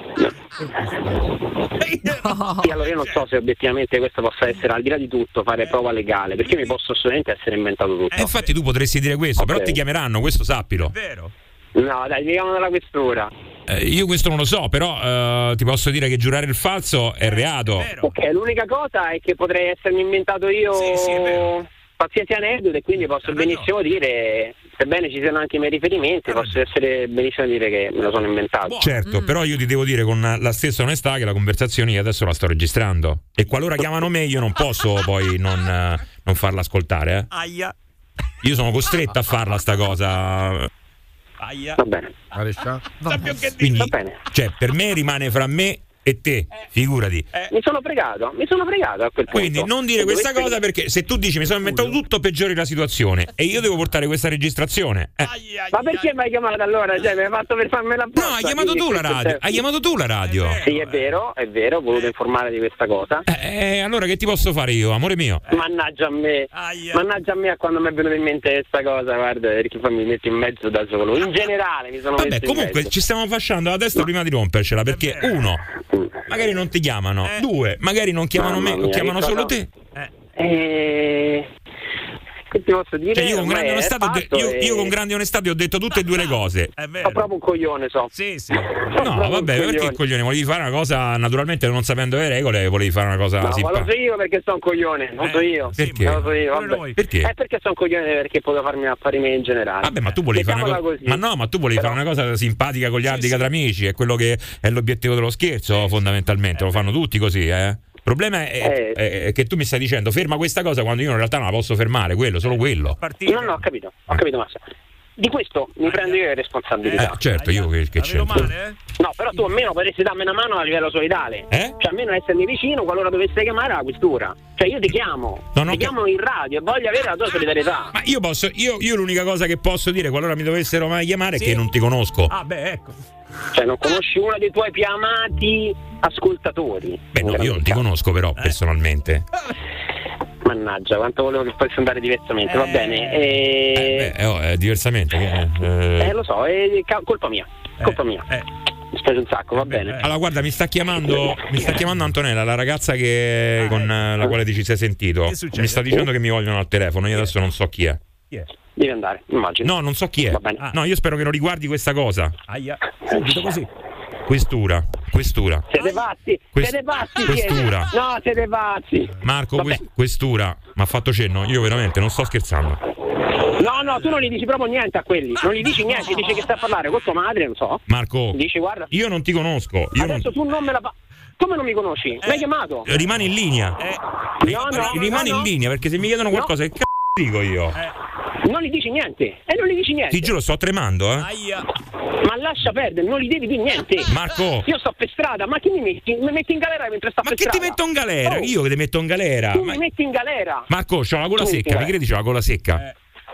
No. Sì, allora io non so se obiettivamente questo possa essere, al di là di tutto, fare prova legale, perché mi posso assolutamente essere inventato tutto. Infatti tu potresti dire questo, però ti chiameranno, questo sappilo. È vero. No, dai, mi chiamano dalla questura. Io questo non lo so, però ti posso dire che giurare il falso è reato. Ok, l'unica cosa è che potrei essermi inventato io qualsiasi aneddoto e quindi posso benissimo dire, sebbene ci siano anche i miei riferimenti, posso essere benissimo dire che me lo sono inventato. Certo, però io ti devo dire con la stessa onestà che la conversazione io adesso la sto registrando e qualora chiamano me io non posso poi non farla ascoltare. Aia. Io sono costretto a farla sta cosa. Va bene. Quindi, cioè, per me rimane fra me E te, figurati. Mi sono fregato a quel punto. Quindi non dire questa cosa, perché se tu dici mi sono inventato tutto, peggiori la situazione e io devo portare questa registrazione. Ma perché mi hai chiamato allora? Cioè, mi hai fatto per farmi la No, hai chiamato tu la radio. Hai chiamato tu la radio. Sì, è vero, ho voluto informare di questa cosa. Allora che ti posso fare io, amore mio? Mannaggia a me a quando mi è venuta in mente questa cosa, guarda, perché poi mi metto in mezzo da solo. In generale mi sono messo in mezzo. Comunque ci stiamo fasciando la testa prima di rompercela, perché uno, magari non ti chiamano, due, magari non chiamano me, chiamano solo te. Che ti posso dire? Cioè, io con grande onestà ti ho detto tutte e due le cose. Sono proprio un coglione, so. Sì. No, vabbè, perché coglione? Volevi fare una cosa, naturalmente non sapendo le regole, volevi fare una cosa simpatica. Ma lo so io perché sono un coglione, non so io. Perché? Lo so io, vabbè. Perché? Perché sono un coglione, perché potevo farmi affari miei in generale. Vabbè, ma tu volevi fare una cosa. Ma tu volevi fare una cosa simpatica con gli altri tra amici, è quello che è l'obiettivo dello scherzo, fondamentalmente. Lo fanno tutti così, Il problema è che tu mi stai dicendo ferma questa cosa quando io in realtà non la posso fermare, solo quello. No, ho capito Massa. Di questo mi prendo io le responsabilità. Certo, io che c'entro. No, però tu almeno potresti darmi una mano a livello solidale. Cioè almeno essermi vicino qualora dovesse chiamare la questura. Cioè io ti chiamo. Ti chiamo in radio e voglio avere la tua solidarietà. Ma io l'unica cosa che posso dire qualora mi dovessero mai chiamare è che non ti conosco. Ecco. Cioè non conosci uno dei tuoi più amati ascoltatori. No, io non ti conosco però personalmente. Mannaggia, quanto volevo che potesse andare diversamente, va bene. Diversamente. Lo so, è colpa mia. Mi spiace un sacco, va bene. Allora guarda, mi sta chiamando Antonella, la ragazza con la quale ti ci sei sentito. Mi sta dicendo che mi vogliono al telefono, io adesso non so chi è. Devi andare, immagino. No, non so chi è. Va bene. No, io spero che non riguardi questa cosa. Subito così. Questura. Siete pazzi? Questura. No, siete pazzi. Marco, questura. Mi ha fatto cenno, io veramente non sto scherzando. No, tu non gli dici proprio niente a quelli. Non gli dici niente, dici che stai a parlare con tua madre, non so. Marco, dici guarda. Io non ti conosco. Tu non me la come non mi conosci? Mi hai chiamato? Rimani in linea. Rimani in linea, perché se mi chiedono qualcosa che dico io. Non gli dici niente. Non gli dici niente. Ti giuro, sto tremando, Ma lascia perdere, non gli devi dire niente. Marco, io sto per strada, ma chi mi metti? Mi metti in galera mentre sto per strada? Ma che ti metto in galera? Io che ti metto in galera. Tu mi metti in galera. Marco, c'ho la gola secca, mi credi c'ho la gola secca?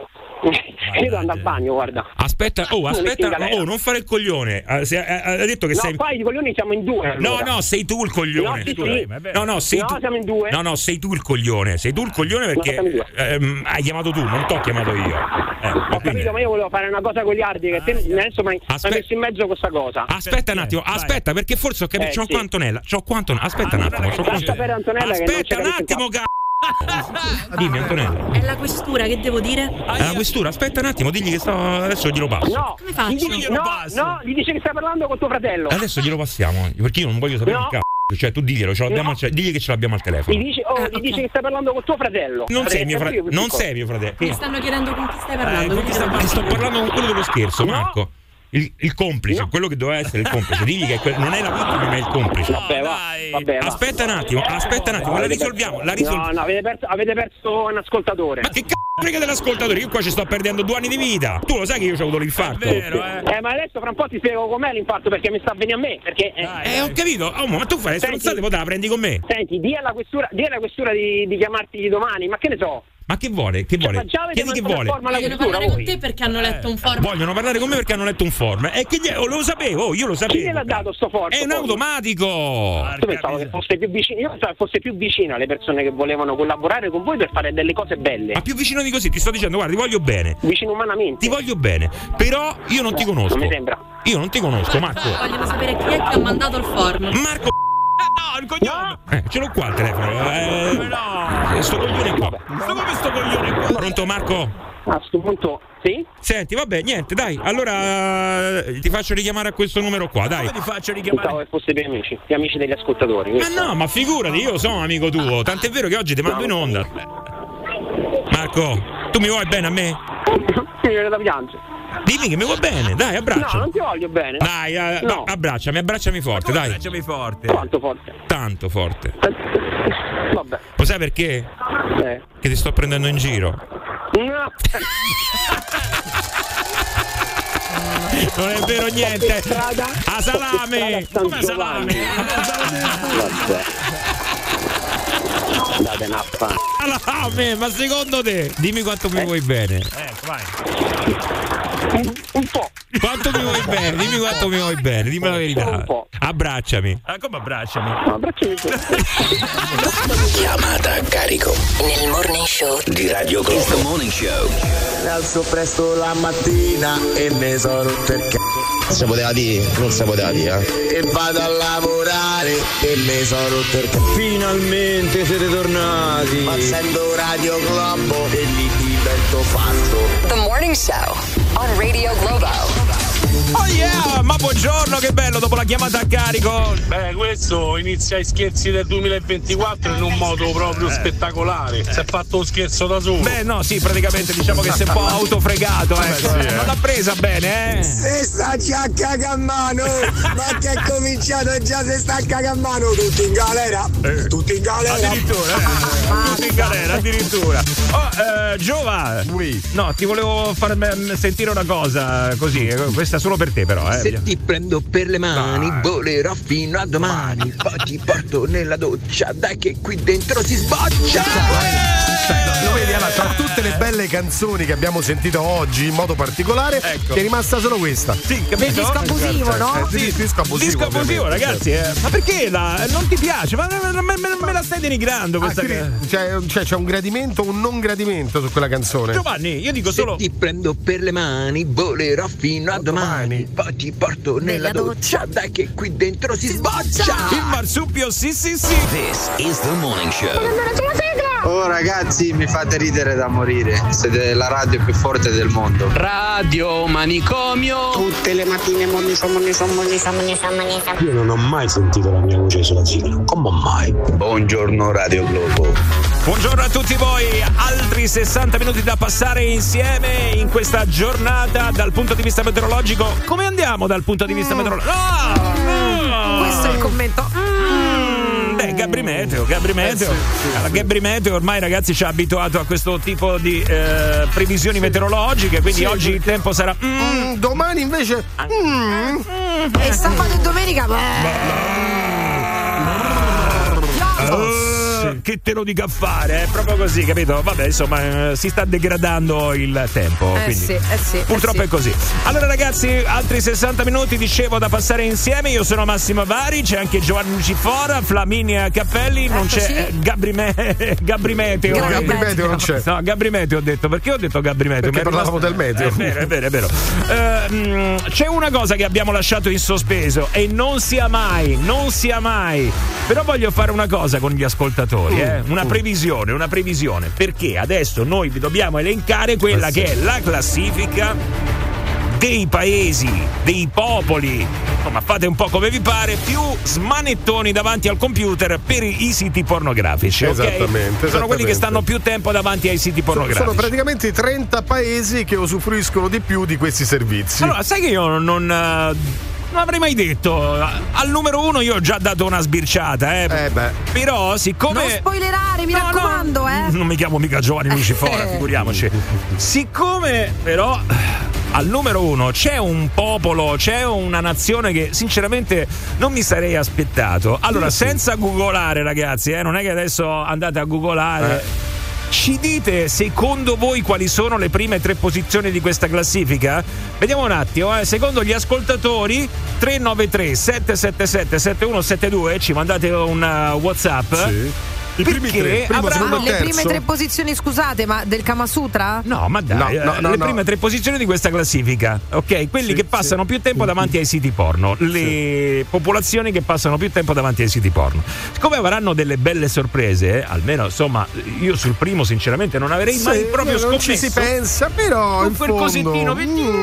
Io devo andare al bagno, guarda. Aspetta, non fare il coglione. Ha detto che sei. No, poi i coglioni siamo in due. Allora. No, sei tu il coglione. No, siamo in due. No, sei tu il coglione. Sei tu il coglione perché hai chiamato tu, non t'ho chiamato io. Ho capito, ma io volevo fare una cosa con gli ardi che te adesso mi hai messo in mezzo questa cosa. Aspetta un attimo, aspetta, perché forse ho capito. C'ho qua Antonella. Aspetta un attimo, Aspetta un attimo, dimmi Antonella. È la questura, che devo dire? È la questura, aspetta un attimo, digli che adesso glielo passo. No, come faccio? No, gli dici che stai parlando con tuo fratello. Adesso glielo passiamo, perché io non voglio sapere un cazzo. Cioè tu diglielo, digli che ce l'abbiamo al telefono. Gli dici che stai parlando con tuo fratello. Non sei mio fratello. Mi stanno chiedendo con chi stai parlando. Sto parlando con quello dello scherzo, Marco. Il complice, quello che doveva essere il complice, digli che non è la vittima ma è il complice. Vabbè, aspetta un attimo, la risolviamo. No, avete perso un ascoltatore. Ma che frega dell'ascoltatore? Io qua ci sto perdendo 2 anni di vita. Tu lo sai che io ho avuto l'infarto. È vero, ma adesso fra un po' ti spiego com'è l'infarto, perché mi sta a venire a me. Perché ho capito. Ma tu fai le stronzate, poi te la prendi con me. Senti, di alla questura di chiamarti domani, ma che ne so. Ma che vuole? Chiedi che vuole. Vogliono parlare con te perché hanno letto un form. Vogliono parlare con me perché hanno letto un form. E che lo sapevo, io lo sapevo. Chi gliel'ha dato sto form? È un automatico. Tu pensavo che fosse più vicino. Io pensavo che fosse più vicino alle persone che volevano collaborare con voi per fare delle cose belle. Ma più vicino di così, ti sto dicendo, guarda, ti voglio bene. Vicino umanamente. Ti voglio bene. Però io non ti conosco. Non mi sembra. Io non ti conosco, Marco. Vogliono sapere chi è che ha mandato il form. Marco. No, il cognome. Ce l'ho qua il telefono. No. Sto coglione qua. Sto coglione qua. Pronto Marco? A sto punto, sì? Senti, vabbè, niente, dai. Allora ti faccio richiamare a questo numero qua, dai. Ti faccio richiamare. Pensavo che fosse per amici, gli amici degli ascoltatori. Ma no, ma figurati, io sono amico tuo. Tant'è vero che oggi ti mando in onda. Marco, tu mi vuoi bene a me? Mi viene da piangere. Dimmi che mi vuoi bene, dai, abbraccia. No, non ti voglio bene. Dai, no. abbracciami forte, dai. Abbracciami forte. Quanto forte? Tanto forte. Vabbè. Lo sai perché? Che ti sto prendendo in giro. No. Non è vero niente. A salame. Come a salame? Vabbè. Date una Salame, ma secondo te? Dimmi quanto mi vuoi bene. Vai. Un po'. Quanto mi vuoi bene? Dimmi quanto mi vuoi bene, dimmi la verità. Un po'. Abbracciami. Come abbracciami? Abbracciami. Chiamata a carico nel morning show di Radio Globo. The Morning Show. Mi alzo presto la mattina e mi sono rotto il c***o. Si poteva dire? Non si poteva dire, E vado a lavorare e mi sono rotto il c***o. Finalmente siete tornati. Ma sento Radio Globo e lì divento fatto. The Morning Show on Radio Globo. Oh yeah, ma buongiorno, che bello dopo la chiamata a carico. Beh, questo inizia i scherzi del 2024 in un modo proprio spettacolare. Si è fatto lo scherzo da solo. Beh, no, sì, praticamente diciamo che si è un po' autofregato, ecco. Sì, Non l'ha presa bene, eh? Se sta già a mano, ma che è cominciato già se sta a mano, tutti in galera. Tutti in galera. Addirittura, tutti in galera, addirittura. Oh, Giova. No, ti volevo far sentire una cosa così, questa solo per te però, Se ti prendo per le mani, volerò fino a domani. Poi ti porto nella doccia, dai che qui dentro si sboccia. Lo vedi, Anna, tra tutte le belle canzoni che abbiamo sentito oggi in modo particolare, ti è rimasta solo questa. Sì, capito? Il disco abusivo, no? Sì, disco abusivo, ragazzi. Ma perché non ti piace? Ma me la stai denigrando questa c'è un gradimento o un non gradimento su quella canzone? Giovanni, io dico solo. Se ti prendo per le mani, volerò fino a domani. Poi ti porto nella doccia, dai che qui dentro si sboccia. Il marsupio, sì. This is the Morning Show. Oh ragazzi, mi fate ridere da morire. Siete la radio più forte del mondo. Radio Manicomio. Tutte le mattine Morning Show. Io non ho mai sentito la mia voce sulla sigla. Come mai? Buongiorno Radio Globo. Buongiorno a tutti voi, altri 60 minuti da passare insieme in questa giornata dal punto di vista meteorologico. Come andiamo dal punto di vista meteorologico? Questo è il commento. Gabri Meteo. Gabri Meteo ormai, ragazzi, ci ha abituato a questo tipo di previsioni meteorologiche, quindi oggi il tempo sarà domani invece e sabato e domenica che te lo dica a fare, è proprio così, capito? Vabbè, insomma, si sta degradando il tempo, quindi purtroppo è così. Allora ragazzi, altri 60 minuti, dicevo, da passare insieme. Io sono Massimo Vari, c'è anche Giovanni Lucifora, Flaminia Cappelli, non c'è Gabri Meteo. Gabri Meteo non c'è. No, Gabri Meteo ho detto. Perché ho detto Gabri Meteo? Perché parlavamo del meteo. È vero. C'è una cosa che abbiamo lasciato in sospeso e non sia mai. Però voglio fare una cosa con gli ascoltatori. Una previsione, perché adesso noi vi dobbiamo elencare quella che è la classifica dei paesi, dei popoli, insomma fate un po' come vi pare, più smanettoni davanti al computer per i siti pornografici. Esattamente. Sono quelli che stanno più tempo davanti ai siti pornografici. Sono praticamente i 30 paesi che usufruiscono di più di questi servizi. Allora, sai che io non avrei mai detto. Al numero 1 io ho già dato una sbirciata, però siccome non spoilerare, mi raccomando, non mi chiamo mica Giovanni Lucifora, figuriamoci. Siccome però al numero 1 c'è un popolo, c'è una nazione che sinceramente non mi sarei aspettato. Allora, senza googolare, ragazzi, non è che adesso andate a googolare. Ci dite secondo voi quali sono le prime 3 posizioni di questa classifica? Vediamo un attimo, secondo gli ascoltatori 393 777 7172 ci mandate un WhatsApp. Sì. I primi tre, le prime 3 posizioni, scusate, ma del Kama Sutra? No, ma dai, le prime 3 posizioni di questa classifica, ok? Quelli che passano più tempo davanti ai siti porno, le popolazioni che passano più tempo davanti ai siti porno. Siccome avranno delle belle sorprese, almeno insomma, io sul primo sinceramente non avrei mai proprio scommesso. Non ci si pensa, però in quel cosentino.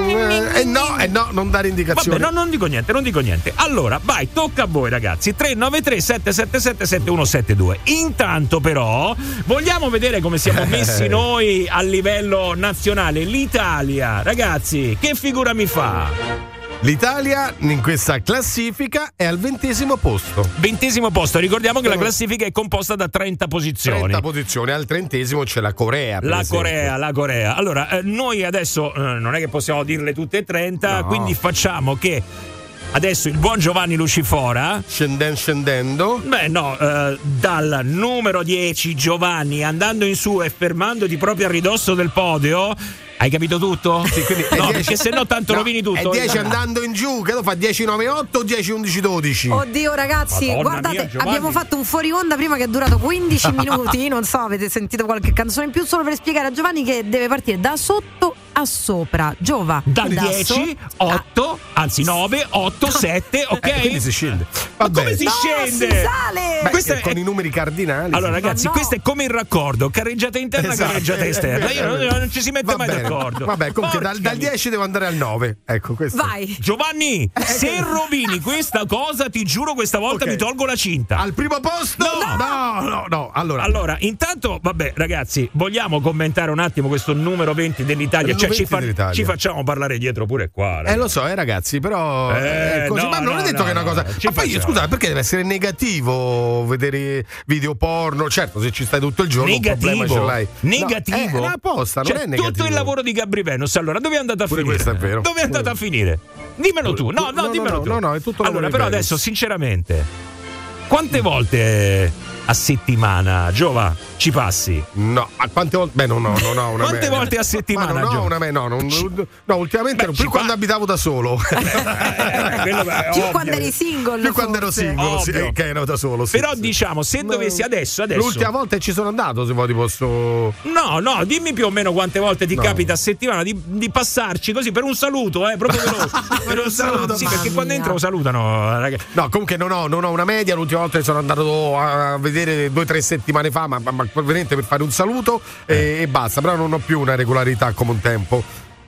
No, non dare indicazioni. Vabbè, non dico niente. Allora, vai, tocca a voi, ragazzi. 393 777 7172. Intanto però vogliamo vedere come siamo messi noi a livello nazionale. L'Italia, ragazzi, che figura mi fa? L'Italia in questa classifica è al 20° posto. 20° posto, ricordiamo che la classifica è composta da 30 posizioni. 30 posizioni, al 30° c'è la Corea. La Corea. Allora, noi adesso non è che possiamo dirle tutte e 30, quindi facciamo che adesso il buon Giovanni Lucifora scendendo dal numero 10 Giovanni, andando in su e fermandoti proprio a ridosso del podio. Hai capito tutto? Sì, quindi perché se no tanto rovini tutto. È 10 andando in giù, che lo fa 10, 9, 8 o 10, 11, 12? Oddio ragazzi, Madonna guardate, mia, abbiamo fatto un fuori onda prima che è durato 15 minuti. Non so, avete sentito qualche canzone in più, solo per spiegare a Giovanni che deve partire da sotto a sopra. Giova, da 10, 8, anzi 9, 8, 7, ok? Quindi si scende. Ma come si scende? Si sale! Questo è con i numeri cardinali. Allora ragazzi, questo è come il raccordo, carreggiata interna, carreggiata esterna. Io non ci si mette mai d'accordo. Vabbè, comunque dal 10 devo andare al 9. Ecco questo. Vai. Giovanni, se rovini questa cosa, ti giuro questa volta mi tolgo la cinta. Al primo posto? No. Allora, intanto, vabbè, ragazzi, vogliamo commentare un attimo questo numero 20 dell'Italia? Cioè, ci facciamo parlare dietro pure qua. Lo so, ragazzi, però è così. Ma non è detto che è una cosa. Ma poi scusa, perché deve essere negativo vedere video porno? Certo, se ci stai tutto il giorno, un problema ce l'hai. Negativo? No, è apposta, non è negativo. Tutto il lavoro di Gabri Venus, allora dove è andato a finire? Questo è vero. Dove è andato a finire? Dimmelo tu. No, dimmelo tu. No, è tutto allora, però adesso, sinceramente, quante volte a settimana, Giova, ci passi? No, a quante volte? Beh, no. Quante volte a settimana? No, ultimamente più quando abitavo da solo. Più quando eri single. Più quando ero single, sì, che ero da solo. Però diciamo, se dovessi adesso. L'ultima volta ci sono andato, se vuoi ti posso. No, dimmi più o meno quante volte ti capita a settimana di passarci così per un saluto, proprio per un saluto. Sì, perché quando entrano salutano, ragazzi. No, comunque non ho una media. L'ultima volta che sono andato a vedere 2 o 3 settimane fa, ma veramente per fare un saluto e basta, però non ho più una regolarità come un tempo.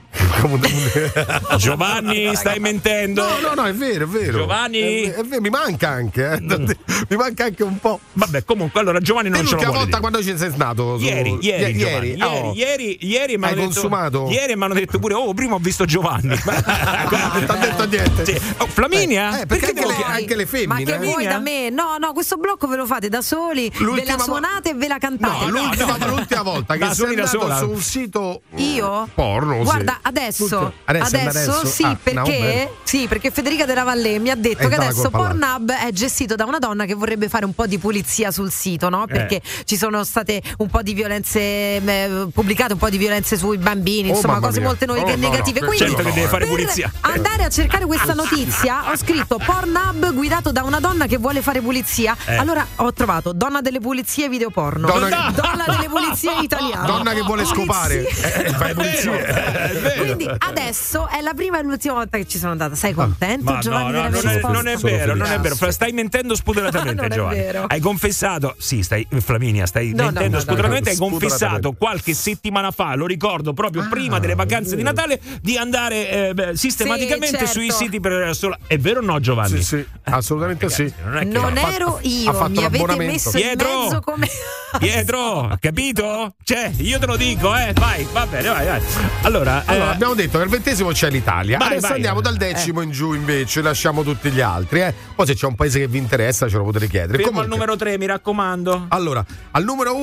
Giovanni, stai mentendo? No, è vero. Giovanni, è vero, mi manca anche, mi manca anche un po'. Vabbè, comunque allora Giovanni non ce lo vuole. L'ultima volta quando ci sei nato? Ieri mi hanno detto, consumato? Ieri mi hanno detto pure, prima ho visto Giovanni. T'ha detto niente. Sì. Flaminia? Perché anche le femmine? Ma che vuoi da me? No, questo blocco ve lo fate da soli, ve la suonate e ve la cantate. L'ultima volta che sono andato su un sito porno. Guarda, adesso sì, perché Federica Della Valle mi ha detto che adesso Pornhub è gestito da una donna che vorrebbe fare un po' di pulizia sul sito, no? Perché ci sono state un po' di violenze pubblicate, un po' di violenze sui bambini, insomma, cose molto negative. Quindi certo che deve fare pulizia. Andare a cercare questa notizia, ho scritto Pornhub guidato da una donna che vuole fare pulizia. Allora ho trovato donna delle pulizie video porno, donna delle pulizie italiane, donna che vuole scopare, fai pulizia. Quindi adesso è la prima e l'ultima volta che ci sono andata. Sei contento, Giovanni? Non è vero. Stai mentendo spudoratamente, Giovanni. Hai confessato. Sì, Flaminia, stai mentendo spudoratamente. Hai confessato qualche settimana fa, lo ricordo, proprio prima delle vacanze di Natale, di andare sistematicamente sui siti per solo. È vero o no, Giovanni? Sì, assolutamente sì. Non ero io, mi avete messo in mezzo come. Pietro, capito? Io te lo dico, vai, va bene, vai. Allora, abbiamo detto che al 20° c'è l'Italia. Adesso andiamo dal 10° in giù, invece, lasciamo tutti gli altri. Poi se c'è un paese che vi interessa ce lo potete chiedere. Fermo al numero 3, mi raccomando. Allora, al numero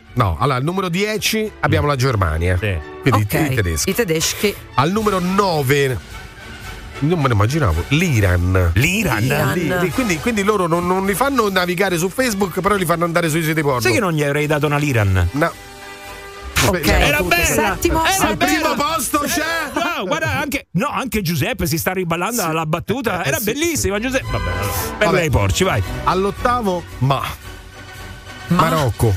10 abbiamo la Germania. Sì. Quindi i tedeschi. Al numero 9 non me lo immaginavo. L'Iran. Quindi loro non li fanno navigare su Facebook, però li fanno andare sui siti porno. Sai che non gli avrei dato una l'Iran? No. Era bella. Al primo posto c'è. No, guarda, anche Giuseppe si sta riballando alla battuta. Era bellissima, Giuseppe. Vabbè, lei porci, vai. All'8° Marocco.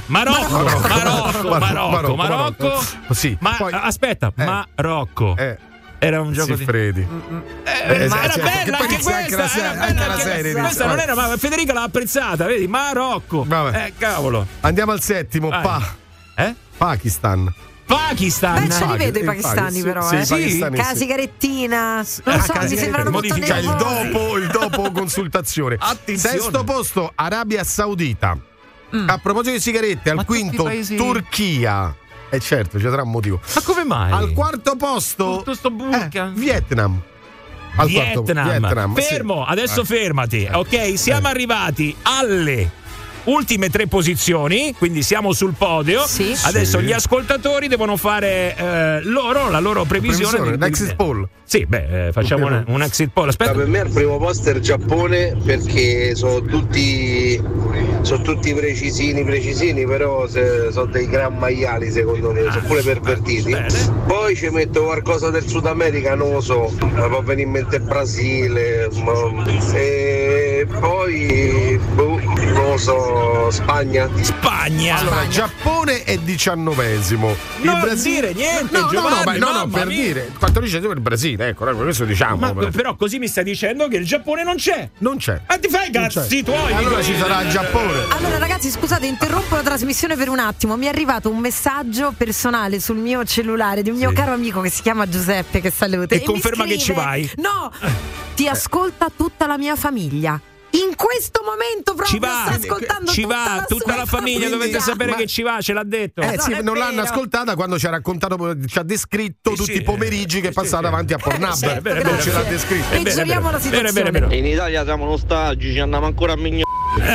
Sì. Ma poi, aspetta, Marocco. Era un gioco Freddy. Era bella anche questa. Questa non era, ma Federica l'ha apprezzata, vedi? Marocco. Cavolo. Andiamo al 7°. Pakistan. Beh, ce li vedo i pakistani, però. Sì. La sigarettina. Non so, mi sembrano molto nervosi. Il dopo consultazione. Attenzione. 6° posto, Arabia Saudita. A proposito di sigarette, al 5° Turchia. Certo, ci sarà un motivo. Ma come mai? Al 4° posto tutto sto burka. Vietnam. Vietnam. Fermo, sì. adesso fermati. Ok, siamo arrivati alle ultime 3 posizioni, quindi siamo sul podio. Sì. Adesso gli ascoltatori devono fare la loro previsione. Exit poll. Sì, facciamo un exit poll. Aspetta. Per me al primo posto è il Giappone, perché sono tutti precisini, però sono dei gran maiali secondo me, sono pure pervertiti. Bene. Poi ci metto qualcosa del Sud America, non lo so, può venire in mente il Brasile, e poi non lo so, Spagna. Allora, Giappone è 19esimo. Non dire niente, Giovanni. No, per dire 14esimo il Brasile, ecco, questo diciamo. Ma però così mi stai dicendo che il Giappone non c'è. Non c'è. Ma ti fai i cazzi tuoi. Allora ci sarà il Giappone. Allora ragazzi, scusate, interrompo la trasmissione per un attimo. Mi è arrivato un messaggio personale sul mio cellulare di un mio caro amico che si chiama Giuseppe, che saluta. E conferma che ci vai. No, ti ascolta tutta la mia famiglia. In questo momento proprio sta ascoltando tutta la famiglia. Dovete sapere che ci va, ce l'ha detto. Non l'hanno ascoltata quando ci ha raccontato, ci ha descritto tutti i pomeriggi che passava davanti a Pornhub. Non ce l'ha descritto. E giriamo la situazione. In Italia siamo nostalgici, ci andiamo ancora a mignare.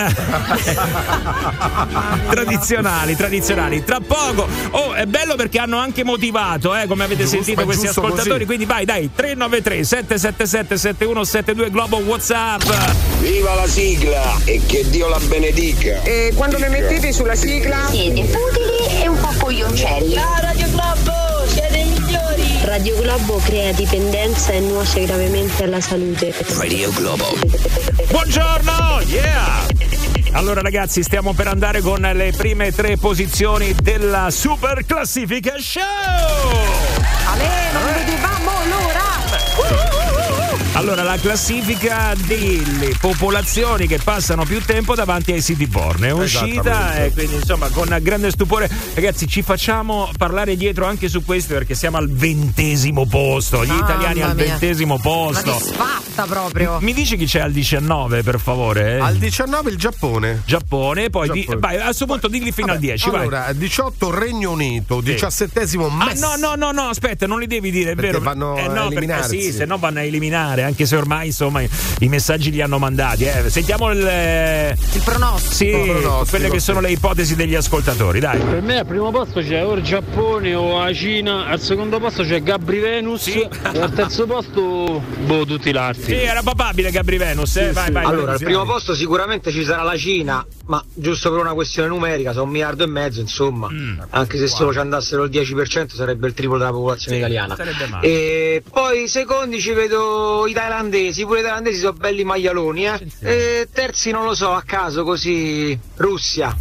tradizionali. Tra poco. È bello perché hanno anche motivato, come avete sentito questi ascoltatori. Così. Quindi vai, dai, 393 777 7172 Globo WhatsApp. Viva la sigla e che Dio la benedica. E quando le mettete sulla sigla siete futili e un po' coglioncelli. Ciao Radio Globo, siete i migliori. Radio Globo crea dipendenza e nuoce gravemente alla salute. Radio Globo. Buongiorno, yeah! Allora ragazzi, stiamo per andare con le prime 3 posizioni della Super Classifica Show. Non vedevamo l'ora. Allora, la classifica delle popolazioni che passano più tempo davanti ai siti porno è uscita e quindi insomma con grande stupore, ragazzi, ci facciamo parlare dietro anche su questo perché siamo al 20° posto, gli italiani al 20° posto. Ma che sfatta proprio. Mi dici chi c'è al 19 per favore? Al 19 il Giappone, poi vai, a questo punto digli fino al 10. Allora, vai. 18 Regno Unito, 17esimo Messico. No, aspetta, non li devi dire, è perché vero? Vanno a eliminarsi. Sì, se no vanno a eliminare, anche se ormai insomma i messaggi li hanno mandati. Sentiamo il pronostico. Sì, quelle che sono le ipotesi degli ascoltatori, dai. Per me al primo posto c'è o il Giappone o la Cina, al secondo posto c'è Gabri Venus e al terzo posto tutti l'altri. Sì, era papabile Gabri Venus, vai. Allora, al primo posto sicuramente ci sarà la Cina, ma giusto per una questione numerica, sono 1,5 miliardi, insomma. Anche se solo ci andassero il 10% sarebbe il triplo della popolazione italiana. E poi secondi ci vedo i thailandesi, pure i thailandesi sono belli maialoni, E terzi non lo so, a caso così, Russia.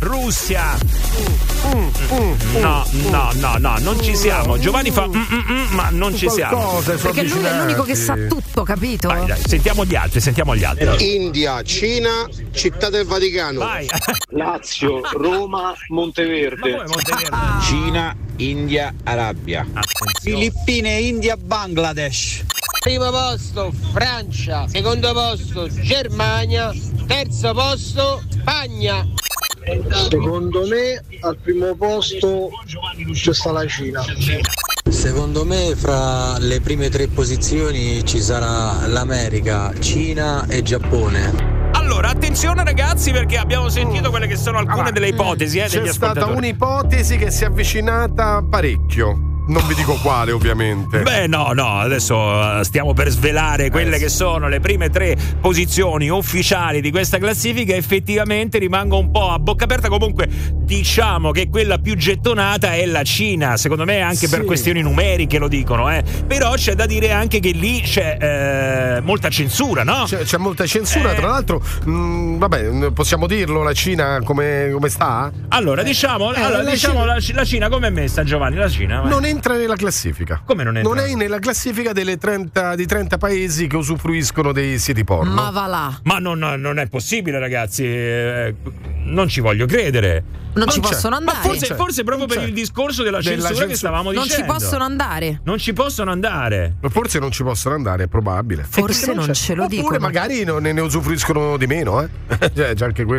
No, non ci siamo. Giovanni fa ma non ci siamo. Perché lui è l'unico che sa tutto, capito? Vai, dai, sentiamo gli altri. India, Cina, Città del Vaticano. Vai. Lazio, Roma, Monteverde. Cina, India, Arabia. Filippine, India, Bangladesh. Primo posto Francia, secondo posto Germania, terzo posto Spagna. Secondo me al primo posto c'è sta la Cina. Secondo me fra le prime 3 posizioni ci sarà l'America, Cina e Giappone. Allora, attenzione ragazzi, perché abbiamo sentito quelle che sono alcune delle ipotesi degli ascoltatori. C'è stata un'ipotesi che si è avvicinata parecchio. Non vi dico quale, ovviamente. No, adesso stiamo per svelare quelle che sono le prime 3 posizioni ufficiali di questa classifica. Effettivamente rimango un po' a bocca aperta. Comunque diciamo che quella più gettonata è la Cina, secondo me anche per questioni numeriche lo dicono, Però c'è da dire anche che lì c'è molta censura, no? C'è molta censura, tra l'altro, vabbè, possiamo dirlo, la Cina come sta? Allora, diciamo la Cina come è messa, Giovanni? La Cina non entra nella classifica. Come non entra? Non è nella classifica di 30 paesi che usufruiscono dei siti porno. Ma va là. Ma non è possibile, ragazzi. Non ci voglio credere. Non ci possono andare. Ma forse proprio per il discorso della censura che stavamo dicendo. Non ci possono andare. Non ci possono andare. Forse non ci possono andare, è probabile. Forse non ce lo dico. Oppure magari ne usufruiscono di meno, C'è anche quello.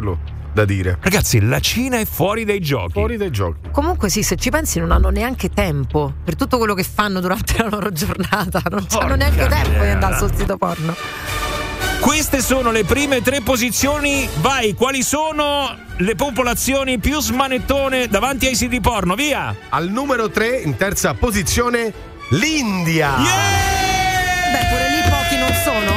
da dire. Ragazzi, la Cina è fuori dai giochi. Fuori dai giochi. Comunque sì, se ci pensi non hanno neanche tempo per tutto quello che fanno durante la loro giornata. Non hanno neanche tempo di andare sul sito porno. Queste sono le prime 3 posizioni. Vai, quali sono le popolazioni più smanettone davanti ai siti porno? Via! Al numero 3, in terza posizione, l'India. Beh, pure lì pochi non sono,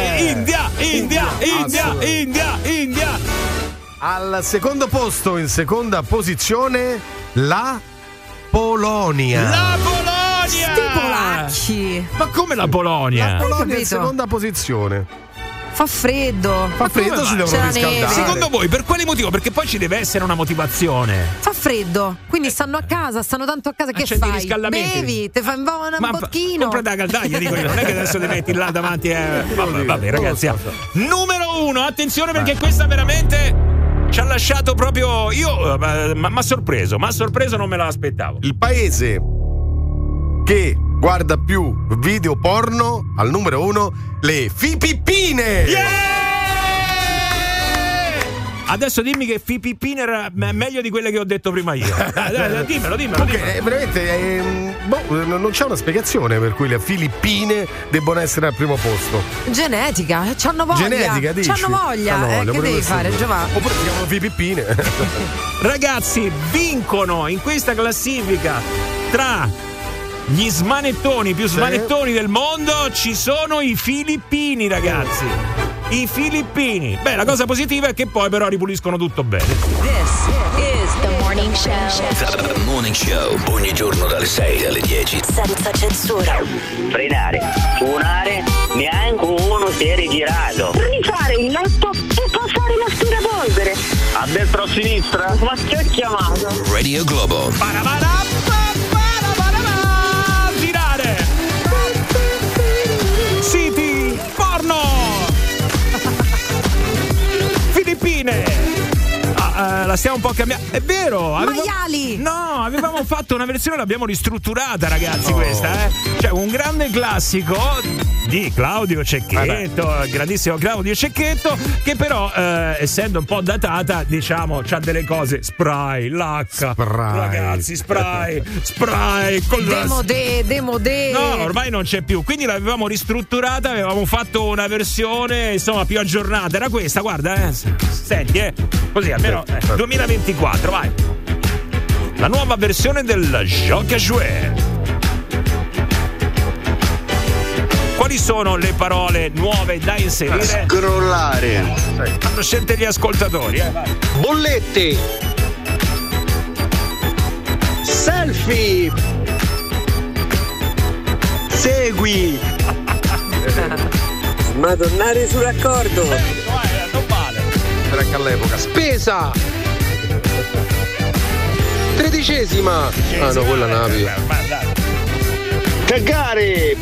India. Al secondo posto, in seconda posizione, la Polonia. La Polonia! Sti polacchi! Ma come la Polonia? La Polonia in seconda posizione. Fa freddo, si devono riscaldare. Secondo voi per quale motivo? Perché poi ci deve essere una motivazione. Fa freddo, quindi stanno a casa, stanno tanto a casa. Che fai? Bevi, te fai un botchino. Compra da caldaglia, dico io. Non è che adesso ti metti là davanti. Vabbè, ragazzi. Numero 1, attenzione perché questa veramente ci ha lasciato proprio. Io m'ha sorpreso, non me l'aspettavo. Il paese che guarda più video porno, al numero 1, le Filippine. Adesso dimmi che Filippine era meglio di quelle che ho detto prima io. Dimmelo. Okay, veramente non c'è una spiegazione per cui le Filippine debbono essere al primo posto. Genetica, c'hanno voglia. Genetica, dici? C'hanno voglia. Che devi fare, Giovanni? Oppure si chiamano Filippine. Ragazzi, vincono in questa classifica tra gli smanettoni più smanettoni del mondo, ci sono i filippini, ragazzi. I filippini. Beh, la cosa positiva è che poi però ripuliscono tutto bene. This is the morning show. The Morning Show, ogni giorno dalle 6 alle 10. Senza censura. Frenare, suonare, neanche uno si è rigirato. Rifare il letto e passare l'aspirapolvere. A destra o a sinistra? Ma che ho chiamato? Radio Globo. Siti porno Filippine. La stiamo un po' cambiando. È vero, avevamo fatto una versione, l'abbiamo ristrutturata, ragazzi. Questa cioè un grande classico di Claudio Cecchetto, grandissimo Claudio Cecchetto, che però essendo un po' datata, diciamo, c'ha delle cose spray, ragazzi, spray con demodé. No, ormai non c'è più, quindi l'avevamo ristrutturata, avevamo fatto una versione insomma più aggiornata. Era questa, guarda, senti, così almeno 2024, vai. La nuova versione del Joc à Jouer. Quali sono le parole nuove da inserire? Scrollare. Hanno scelte gli ascoltatori, vai. Bollette. Selfie. Segui. Madonnare sul raccordo. Non vale. Era anche all'epoca. Spesa. 13esima. Ah no, quella navi. Cagare.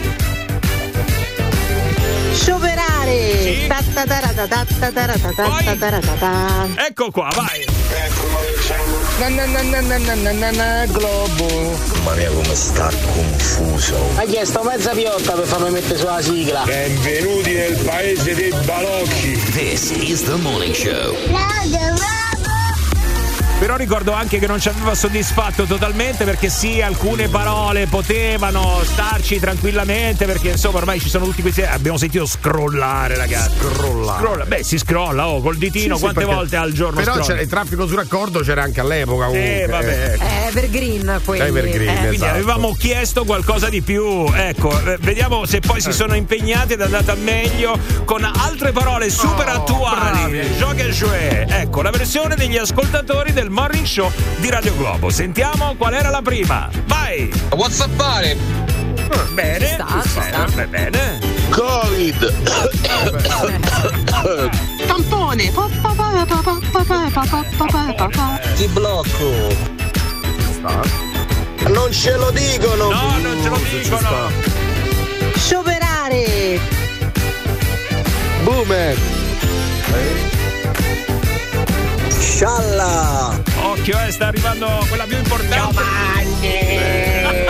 Scioperare. Ecco qua, vai. Globo. Mamma mia come sta confuso. Ha chiesto mezza piotta per farmi mettere sulla sigla. Benvenuti nel paese dei balocchi. This is the Morning Show. Però ricordo anche che non ci aveva soddisfatto totalmente, perché sì, alcune parole potevano starci tranquillamente, perché insomma ormai ci sono tutti questi. Abbiamo sentito scrollare, ragazzi. Scrolla. Beh, si scrolla col ditino, sì, quante volte al giorno? Però scrolla? C'era il traffico su raccordo, c'era anche all'epoca. Vabbè. Evergreen quelli. Evergreen, quindi esatto. avevamo chiesto qualcosa di più. Ecco, vediamo se poi si sono impegnati ed è andata meglio con altre parole super attuali. Joc à Jouer. Ecco, la versione degli ascoltatori del Morning Show di Radio Globo. Sentiamo qual era la prima. Vai! WhatsAppare. Bene. Sta. Bene. Covid. Tampone. Ti blocco. Non ce lo dicono. No, non ce lo dicono. Scioperare. Boomer. Scialla. Occhio, sta arrivando quella più importante.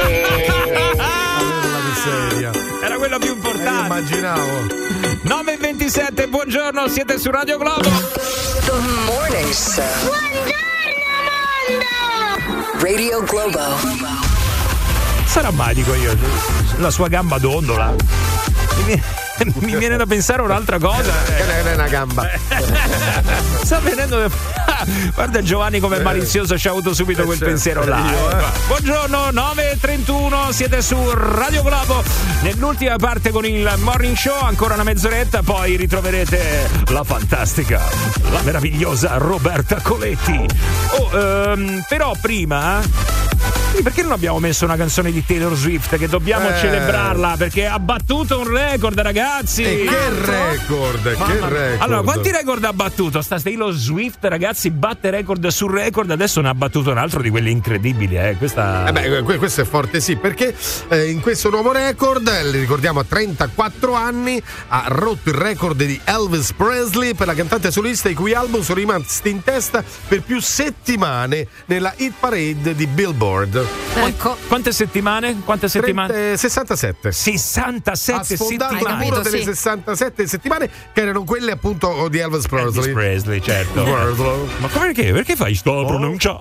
Era quella più importante. Immaginavo. 9:29 9:27, buongiorno, siete su Radio Globo. The Morning Show. Buongiorno mondo. Radio Globo. Sarà mai, dico io, la sua gamba dondola. Mi viene da pensare un'altra cosa. Che non è una gamba. Sta venendo. Guarda Giovanni come malizioso, ci ha avuto subito quel pensiero là. Buongiorno, 9:31, siete su Radio Globo. Nell'ultima parte con il Morning Show, ancora una mezz'oretta, poi ritroverete la fantastica, la meravigliosa Roberta Coletti. Però prima. Perché non abbiamo messo una canzone di Taylor Swift che dobbiamo celebrarla? Perché ha battuto un record, ragazzi. E che record, che record. Allora, quanti record ha battuto? Sta Taylor Swift, ragazzi, batte record su record. Adesso ne ha battuto un altro di quelli incredibili. Questo è forte, sì, perché in questo nuovo record, le ricordiamo, a 34 anni ha rotto il record di Elvis Presley per la cantante solista i cui album sono rimasti in testa per più settimane nella hit parade di Billboard. Ecco. Quante settimane? 67. 67 ha sfondato il muro delle 67 settimane che erano quelle appunto di Elvis Presley. Elvis Presley, certo. Ma perché? Perché fai sta pronuncia?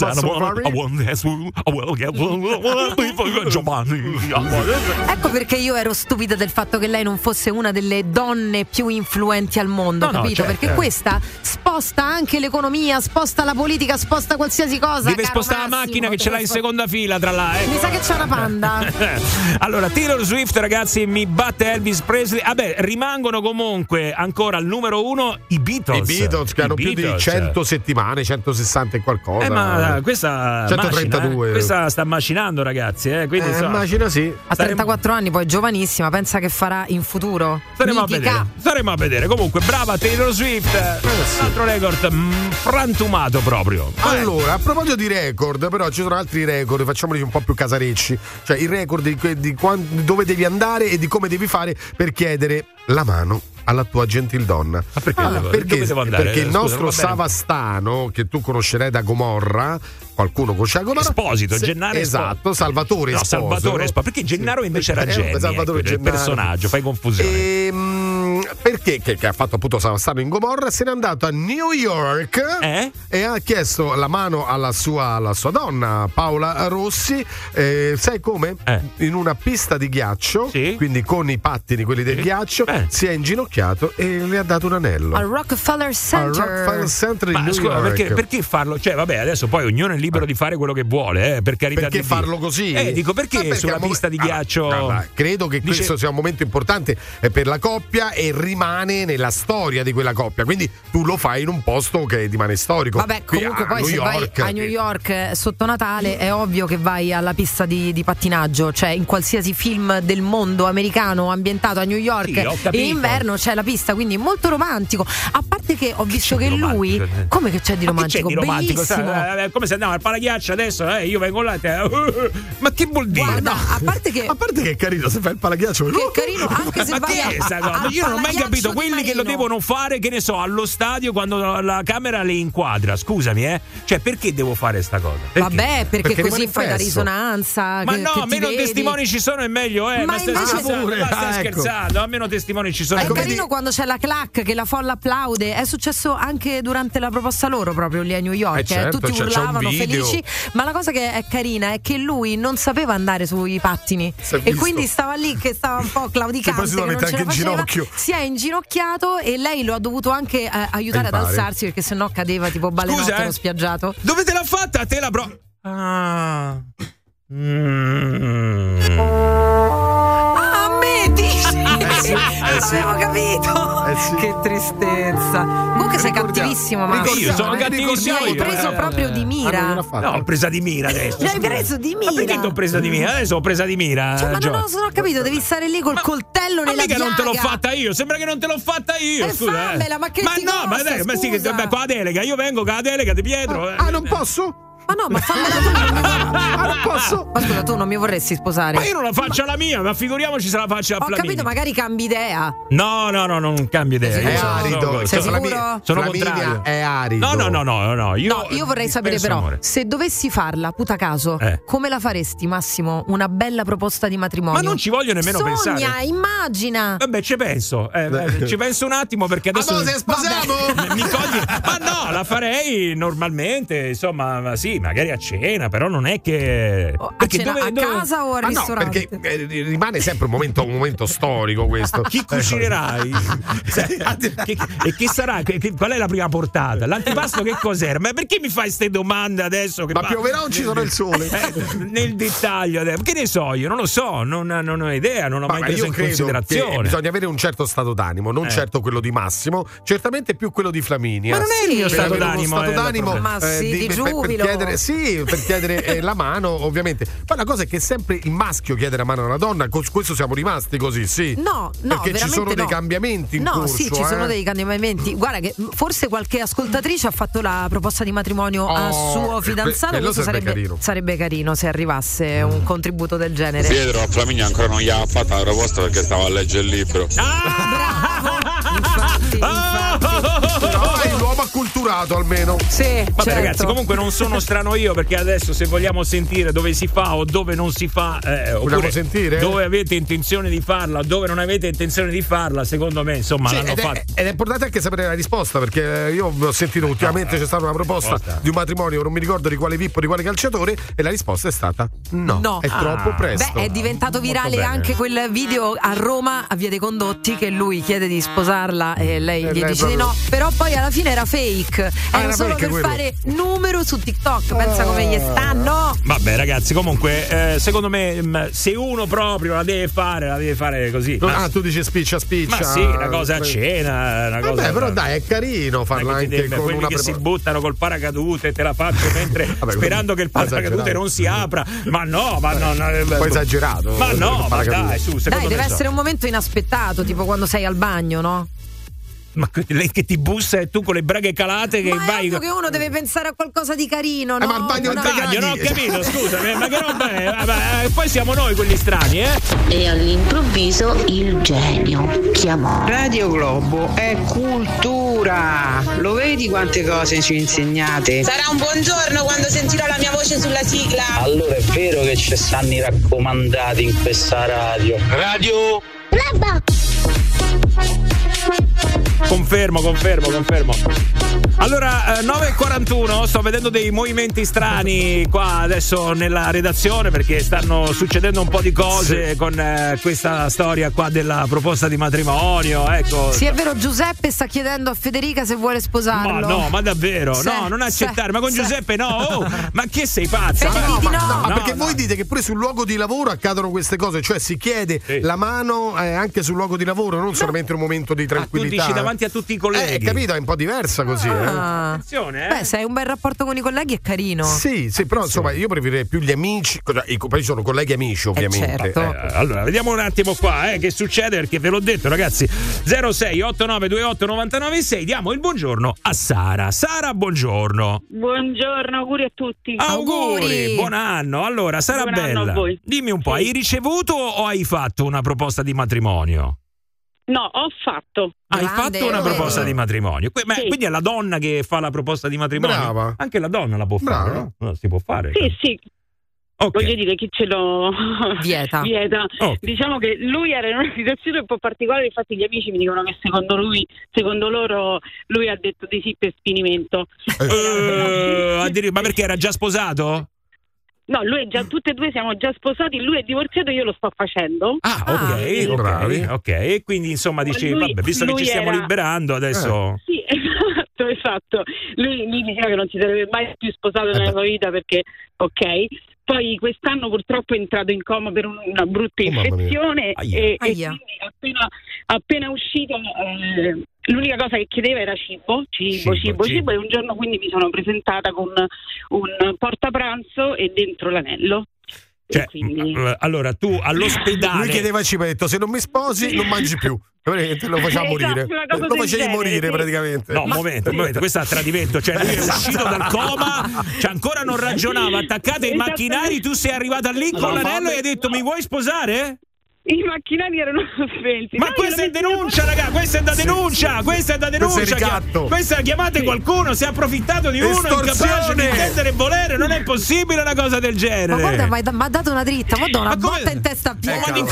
Ecco perché io ero stupida del fatto che lei non fosse una delle donne più influenti al mondo, capito? Certo. Perché questa sposta anche l'economia, sposta la politica, sposta qualsiasi cosa. Deve spostare la macchina che ce l'ha in seconda fila, tra l'altro. Mi sa che c'è una panda. Allora, Taylor Swift, ragazzi, mi batte Elvis Presley. Vabbè, rimangono comunque ancora al numero uno i Beatles. I Beatles che hanno più di 100 settimane, 160 e qualcosa. Ma questa 132. Macina, questa sta macinando, ragazzi. Quindi macina, sì. A 34 anni, poi giovanissima, pensa che farà in futuro. Staremo a vedere. Comunque, brava Taylor Swift. Un altro record frantumato proprio. Allora, a proposito di record, però ci sono altri record, facciamoli un po' più casarecci. Cioè il record di dove devi andare e di come devi fare per chiedere la mano alla tua gentildonna. Perché devo andare? Perché il nostro Savastano, che tu conoscerai da Gomorra, qualcuno conosce Gomorra. Esposito, Gennaro esatto, Salvatore Esposito. Salvatore Esposito, perché Gennaro invece era Jenny, Salvatore il personaggio, fai confusione. Perché che ha fatto appunto Savastano in Gomorra, se n'è andato a New York e ha chiesto la mano alla sua donna Paola Rossi, sai come? In una pista di ghiaccio, quindi con i pattini quelli del ghiaccio, si è inginocchiato e le ha dato un anello al Rockefeller Center in New York. Perché farlo? Cioè vabbè, adesso poi ognuno è libero di fare quello che vuole, per carità perché di farlo così? Dico perché sulla pista di ghiaccio. Credo che questo sia un momento importante per la coppia e rimane nella storia di quella coppia, quindi tu lo fai in un posto che rimane storico. Vabbè, comunque poi se vai a New York sotto Natale è ovvio che vai alla pista di pattinaggio, cioè in qualsiasi film del mondo americano ambientato a New York in inverno c'è la pista, quindi molto romantico. A parte che ho visto che lui come che c'è di romantico? Bellissimo. Come se andiamo al palaghiaccio adesso, io vengo là ma che vuol dire? Guarda, a parte che è carino se fai il palaghiaccio, che è carino anche se vai io non ho mai capito quelli che lo devono fare, che ne so, allo stadio quando la camera le inquadra, scusami, cioè perché devo fare sta cosa? Perché così fai la risonanza. Ma no, meno testimoni ci sono e meglio, ma stai scherzando, meno testimoni ci sono. È carino quando c'è la clac che la folla applaude, è successo anche durante la proposta loro proprio lì a New York, certo, tutti urlavano felici, ma la cosa che è carina è che lui non sapeva andare sui pattini e quindi stava lì che stava un po' claudicante, che non ce la faceva, si è inginocchiato e lei lo ha dovuto anche aiutare ad alzarsi perché sennò cadeva tipo balenotto nello spiaggiato. Dove te l'ha fatta? Te la L'avevo capito. Che tristezza. Comunque sei cattivissimo, ma io sono cattivissimo. Mi hai preso proprio di mira. No, ho presa di mira adesso. Mi hai preso di mira. Ma perché ti ho presa di mira? Adesso ho presa di mira. Cioè, ma non ho capito, devi stare lì col coltello nella piaga. Ma non te l'ho fatta io, sembra che non te l'ho fatta io. Fammela, ma che ti costa, ma dai, ma sì, con la delega, io vengo con la delega di Pietro. Non posso? Ma no, ma fammela tu. Non posso. Ma scusa, tu non mi vorresti sposare? Ma io non la faccio alla mia, ma figuriamoci se la faccio a Ho Flaminia. capito, magari cambi idea. No, non cambio idea. È arido. Sei sicuro? Sono Flaminia contrario. è arido. No. Io vorrei sapere però, amore. se dovessi farla, puta caso, come la faresti, Massimo? Una bella proposta di matrimonio. Ma non ci voglio nemmeno pensare. Sogna, immagina. Vabbè, ci penso. Ci penso un attimo perché adesso. Ma se sposiamo? Mi cogli. Ma no, la farei normalmente, insomma, sì, magari a cena, però non è che. A cena a casa o al ristorante? No, perché rimane sempre un momento storico questo. Chi cucinerai? E che sarà? Qual è la prima portata? L'antipasto che cos'era? Ma perché mi fai queste domande adesso? Ma pioverà o ci sono il sole? Nel dettaglio, che ne so io? Non lo so, non ho idea, non ho mai preso in considerazione. Bisogna avere un certo stato d'animo, non certo quello di Massimo, certamente più quello di Flaminia. Ma non è il mio stato d'animo. Ma sì, di giubilo. Per chiedere la mano, ovviamente. Poi la cosa è che sempre il maschio chiede la mano alla donna, con questo siamo rimasti così, sì. No, perché ci sono dei cambiamenti in corso. No, sì, ci sono dei cambiamenti. Guarda che forse qualche ascoltatrice ha fatto la proposta di matrimonio a suo fidanzato. Questo sarebbe carino se arrivasse un contributo del genere. Pietro a Flaminia ancora non gli ha fatto la proposta perché stava a leggere il libro. Bravo! Infatti. Però è l'uomo acculturato almeno. Sì, vabbè, certo. ragazzi, comunque non sono strano io, perché adesso se vogliamo sentire dove si fa o dove non si fa, vogliamo sentire? Dove avete intenzione di farla o dove non avete intenzione di farla, secondo me, insomma, sì, l'hanno fatto. Ed è importante anche sapere la risposta, perché io ho sentito ultimamente c'è stata una proposta di un matrimonio, non mi ricordo di quale Pippo, di quale calciatore, e la risposta è stata no. È troppo presto. Beh, è diventato virale anche quel video a Roma, a Via dei Condotti, che lui chiede di sposarla e lei gli dice di no, però poi alla fine era fake, era solo per fare numero su TikTok. Pensa come gli stanno. Vabbè, ragazzi, comunque secondo me se uno proprio la deve fare così. Tu dici spiccia. Ma sì, una cosa a cena, una cosa. Vabbè, però dai, è carino farla anche con quelli una che si buttano col paracadute, te la faccio mentre sperando che il paracadute non si apra. Ma no, poi esagerato. Ma no, ma dai, su, dai, deve essere un momento inaspettato, tipo quando sei al bagno, no? Ma lei che ti bussa e tu con le braghe calate che vai. È che uno deve pensare a qualcosa di carino, no? Ma il bagno non ho capito, scusami, ma che roba è? Poi siamo noi quelli strani, E all'improvviso il genio chiamò. Radio Globo è cultura. Lo vedi quante cose ci insegnate? Sarà un buongiorno quando sentirò la mia voce sulla sigla. Allora è vero che ci stanno i raccomandati in questa radio. Radio Globo. Confermo. Allora, 9:41, sto vedendo dei movimenti strani qua adesso nella redazione, perché stanno succedendo un po' di cose con questa storia qua della proposta di matrimonio, ecco. Sì, è vero, Giuseppe sta chiedendo a Federica se vuole sposarlo. Ma no, ma davvero? No, non accettare, ma con Giuseppe no. Oh, ma che sei pazza? Ma perché voi dite che pure sul luogo di lavoro accadono queste cose, cioè si chiede la mano anche sul luogo di lavoro, non solamente in un momento di tranquillità. Tu dici davanti a tutti i colleghi. Capito, è un po' diversa così. Attenzione, Beh, se hai un bel rapporto con i colleghi è carino. Sì, però insomma io preferirei più gli amici, poi sono colleghi amici ovviamente. Certo. Allora, vediamo un attimo qua che succede, perché ve l'ho detto, ragazzi. 06 8928 996, diamo il buongiorno a Sara. Sara, buongiorno. Buongiorno, auguri a tutti. Auguri, buon anno. Allora, Sara buon bella, anno a voi. Dimmi un po', hai ricevuto o hai fatto una proposta di matrimonio? No, ho fatto. Hai fatto una proposta di matrimonio. Ma sì. Quindi è la donna che fa la proposta di matrimonio? Brava. Anche la donna la può fare, no? No, si può fare. Sì. Okay. Voglio dire, chi ce lo vieta. Okay. Diciamo che lui era in una situazione un po' particolare, infatti gli amici mi dicono che secondo loro lui ha detto di sì per sfinimento. Ma perché era già sposato? No, lui è già, tutte e due siamo già sposati, lui è divorziato, io lo sto facendo. Ok. E quindi insomma dici, vabbè, visto che ci stiamo liberando adesso. Sì, esatto. Lui diceva che non si sarebbe mai più sposato nella sua vita perché, ok. Poi quest'anno purtroppo è entrato in coma per una brutta infezione e quindi appena uscito l'unica cosa che chiedeva era cibo e un giorno quindi mi sono presentata con un portapranzo e dentro l'anello. Cioè, allora tu all'ospedale. Lui chiedeva il cibo, ha detto: se non mi sposi, non mangi più. Te lo facciamo morire. Lo facevi morire praticamente. No, un momento, questo è tradimento. Cioè, lui è uscito dal coma, cioè ancora non ragionava, attaccate ai macchinari, tu sei arrivata lì con l'anello e hai detto: mi vuoi sposare? I macchinari erano spenti. Ma questa è denuncia, raga, questa è da denuncia, questa è da denuncia. Questa chiamate qualcuno, si è approfittato di uno incapace di intendere e volere, non è possibile una cosa del genere. Ma guarda, mi ha dato una dritta, ma do una botta in testa a Piero.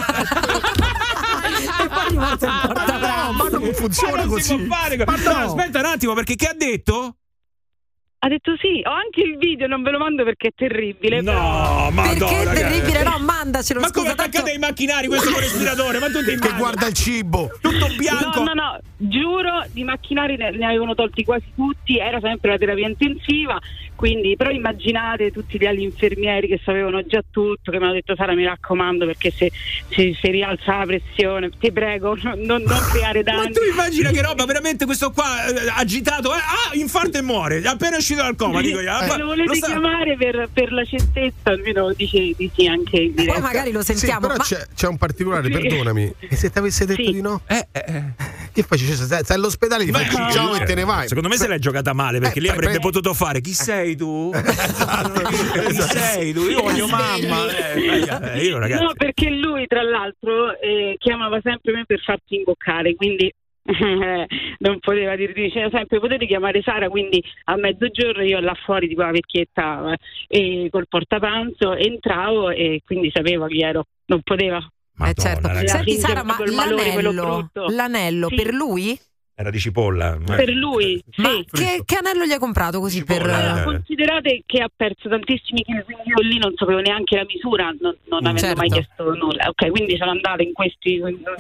Ma non funziona così. Ma no, aspetta un attimo, perché che ha detto? Ha detto sì, ho anche il video, non ve lo mando perché è terribile. No, ma perché è terribile? No, mandacelo. Ma come attaccate ai macchinari questo con respiratore? Ma tu ti che guarda il cibo, tutto bianco. No, giuro, di macchinari ne avevano tolti quasi tutti, era sempre la terapia intensiva, quindi però immaginate tutti gli infermieri che sapevano già tutto, che mi hanno detto: Sara, mi raccomando, perché se rialza la pressione, ti prego, non creare danni. Ma tu immagina che roba, veramente questo qua agitato, infarto e muore, appena uscito dal coma, dico io. Se lo volete chiamare per la certezza, almeno dice di sì anche in diretta. Poi magari lo sentiamo. Sì, però c'è un particolare, perdonami, e se ti avesse detto di no? Che faci? Stai all'ospedale, ti fai ciao e te ne vai. Secondo me se l'hai giocata male, perché lì avrebbe potuto fare: chi sei tu? Chi sei tu? Io voglio mamma. Io, ragazzi. No, perché lui tra l'altro chiamava sempre me per farti imboccare, quindi non poteva diceva sempre: potete chiamare Sara, quindi a mezzogiorno io là fuori tipo la vecchietta col portapanzo entravo e quindi sapevo chi ero, non poteva. Certo. Senti Sara, ma l'anello sì. Per lui? Era di cipolla. Per lui, sì. Ma che anello gli hai comprato così cipolla, considerate che ha perso tantissimi chili, quindi io lì non sapevo neanche la misura, non avendo mai chiesto nulla. Ok, quindi sono andata in questi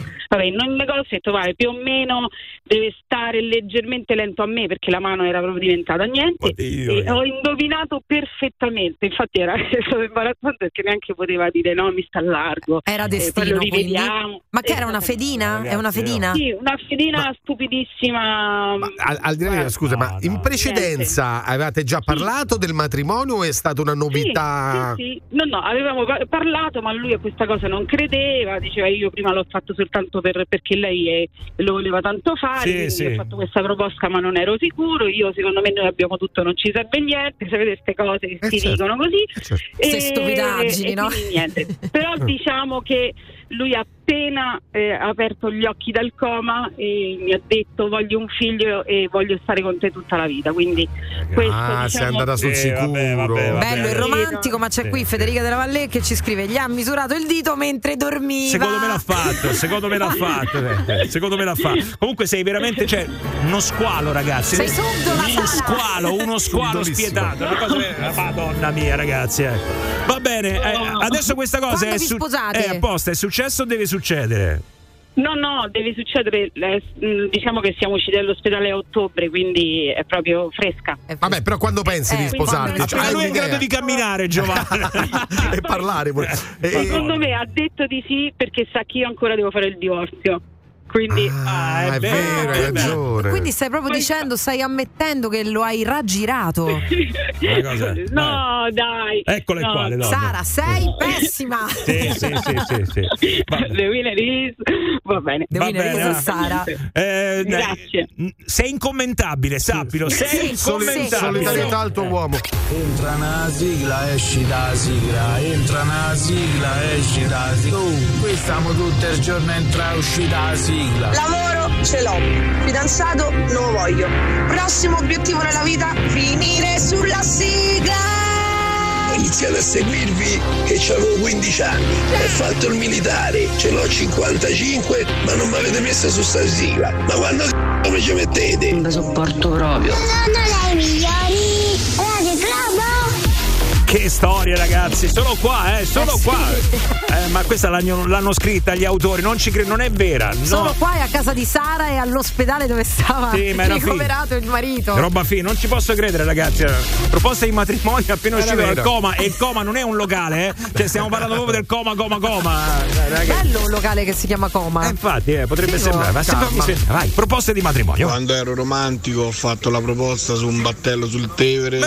in negozio e ho detto: vai, più o meno deve stare leggermente lento a me, perché la mano era proprio diventata niente. E ho indovinato perfettamente, infatti era stato imbarazzante perché neanche poteva dire no, mi sta largo. Era destino, quindi. Ma che era una fedina? Ragazzi, è una fedina? Sì, una fedina stupidissima. Ma al di là, scusa, ma in precedenza avevate già parlato del matrimonio o è stata una novità? Sì. No, avevamo parlato, ma lui a questa cosa non credeva, diceva: io prima l'ho fatto soltanto perché lei lo voleva tanto fare, quindi ho fatto questa proposta ma non ero sicuro. Io, secondo me, noi abbiamo tutto, non ci serve niente, sapete queste cose che si dicono così, queste stupidaggini, no? Niente. Però diciamo che lui appena aperto gli occhi dal coma mi ha detto: voglio un figlio e voglio stare con te tutta la vita, quindi questo, diciamo, sei andata sul sicuro. Vabbè. Bello e romantico, ma c'è qui Federica della Vallée che ci scrive: gli ha misurato il dito mentre dormiva. Secondo me l'ha fatto. Comunque sei veramente, cioè, uno squalo, ragazzi. Sei uno squalo spietato, una cosa Madonna mia, ragazzi. Va bene, adesso questa cosa è apposta, è successo o deve succedere? No, deve succedere, diciamo che siamo usciti dall'ospedale a ottobre, quindi è proprio fresca. Vabbè, però quando pensi di sposarti? Cioè, lui è in grado di camminare, Giovanni, e parlare pure. Secondo me ha detto di sì perché sa che io ancora devo fare il divorzio. Quindi è vero, hai ragione. Quindi stai proprio dicendo, stai ammettendo che lo hai raggirato. No, dai. Eccole qua le donne. Sara, sei pessima. Sì. The winner is. Va bene. The winner is Sara. Grazie. Sei incommentabile, sappilo. Sei incommentabile. Solidarietà al tuo uomo. Entra una sigla, esci da sigla. Entra una sigla, esci da sigla. Qui stiamo tutto il giorno entra e uscì da sigla. Lavoro ce l'ho, fidanzato non lo voglio. Prossimo obiettivo nella vita: finire sulla sigla. Ho iniziato a seguirvi che avevo 15 anni, ho fatto il militare, ce l'ho 55, ma non mi avete messo su sta sigla. Ma quando come ci mettete? Non vi sopporto proprio. Sono le migliori Radio Globo. Che storia, ragazzi, solo qua. Ma questa l'hanno scritta gli autori, non ci credo, non è vera. No. Sono qua a casa di Sara e all'ospedale dove stava ricoverato il marito. Roba non ci posso credere, ragazzi. Proposta di matrimonio appena uscito dal coma, e il coma non è un locale, cioè stiamo parlando proprio del coma. Bello un locale che si chiama Coma. Infatti, potrebbe sembrare. Ma vai, proposte di matrimonio. Quando ero romantico ho fatto la proposta su un battello sul Tevere. Bene.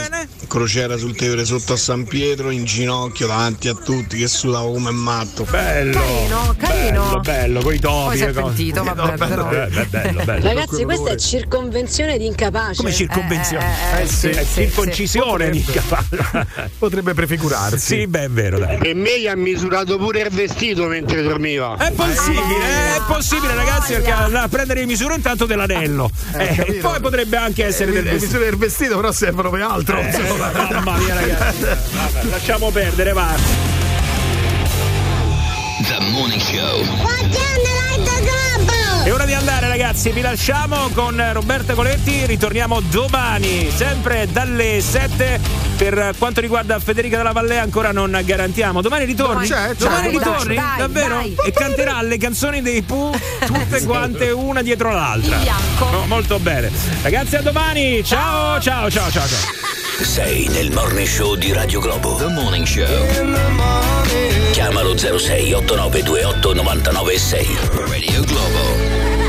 crociera sul Tevere sotto a San Pietro, in ginocchio davanti a tutti, che sudavo come matto. Bello, carino. bello, coi topi. Poi si è pentito, vabbè, però. Bello. Ragazzi, questa è circonvenzione di incapace. Come circonvenzione? Circoncisione di incapace. Potrebbe prefigurarsi. Sì, beh, è vero, dai. E me gli ha misurato pure il vestito mentre dormiva. È possibile, ragazzi, perché andrà a prendere le misure intanto dell'anello. E poi potrebbe anche essere del vestito. Le misure del vestito però servono per altro. Mamma mia, ragazzi. Vabbè, lasciamo perdere, va. The Morning Show. È ora di andare, ragazzi, vi lasciamo con Roberta Coletti, ritorniamo domani sempre dalle 7. Per quanto riguarda Federica Della Vallea ancora non garantiamo. Domani ritorni? Domani ritorni? Dai, davvero? dai. E canterà le canzoni dei Pooh tutte quante una dietro l'altra. In bianco. No, molto bene. Ragazzi, a domani. Ciao. Sei nel Morning Show di Radio Globo. The Morning Show. Chiamalo 06 89 28 99 6. Radio Globo.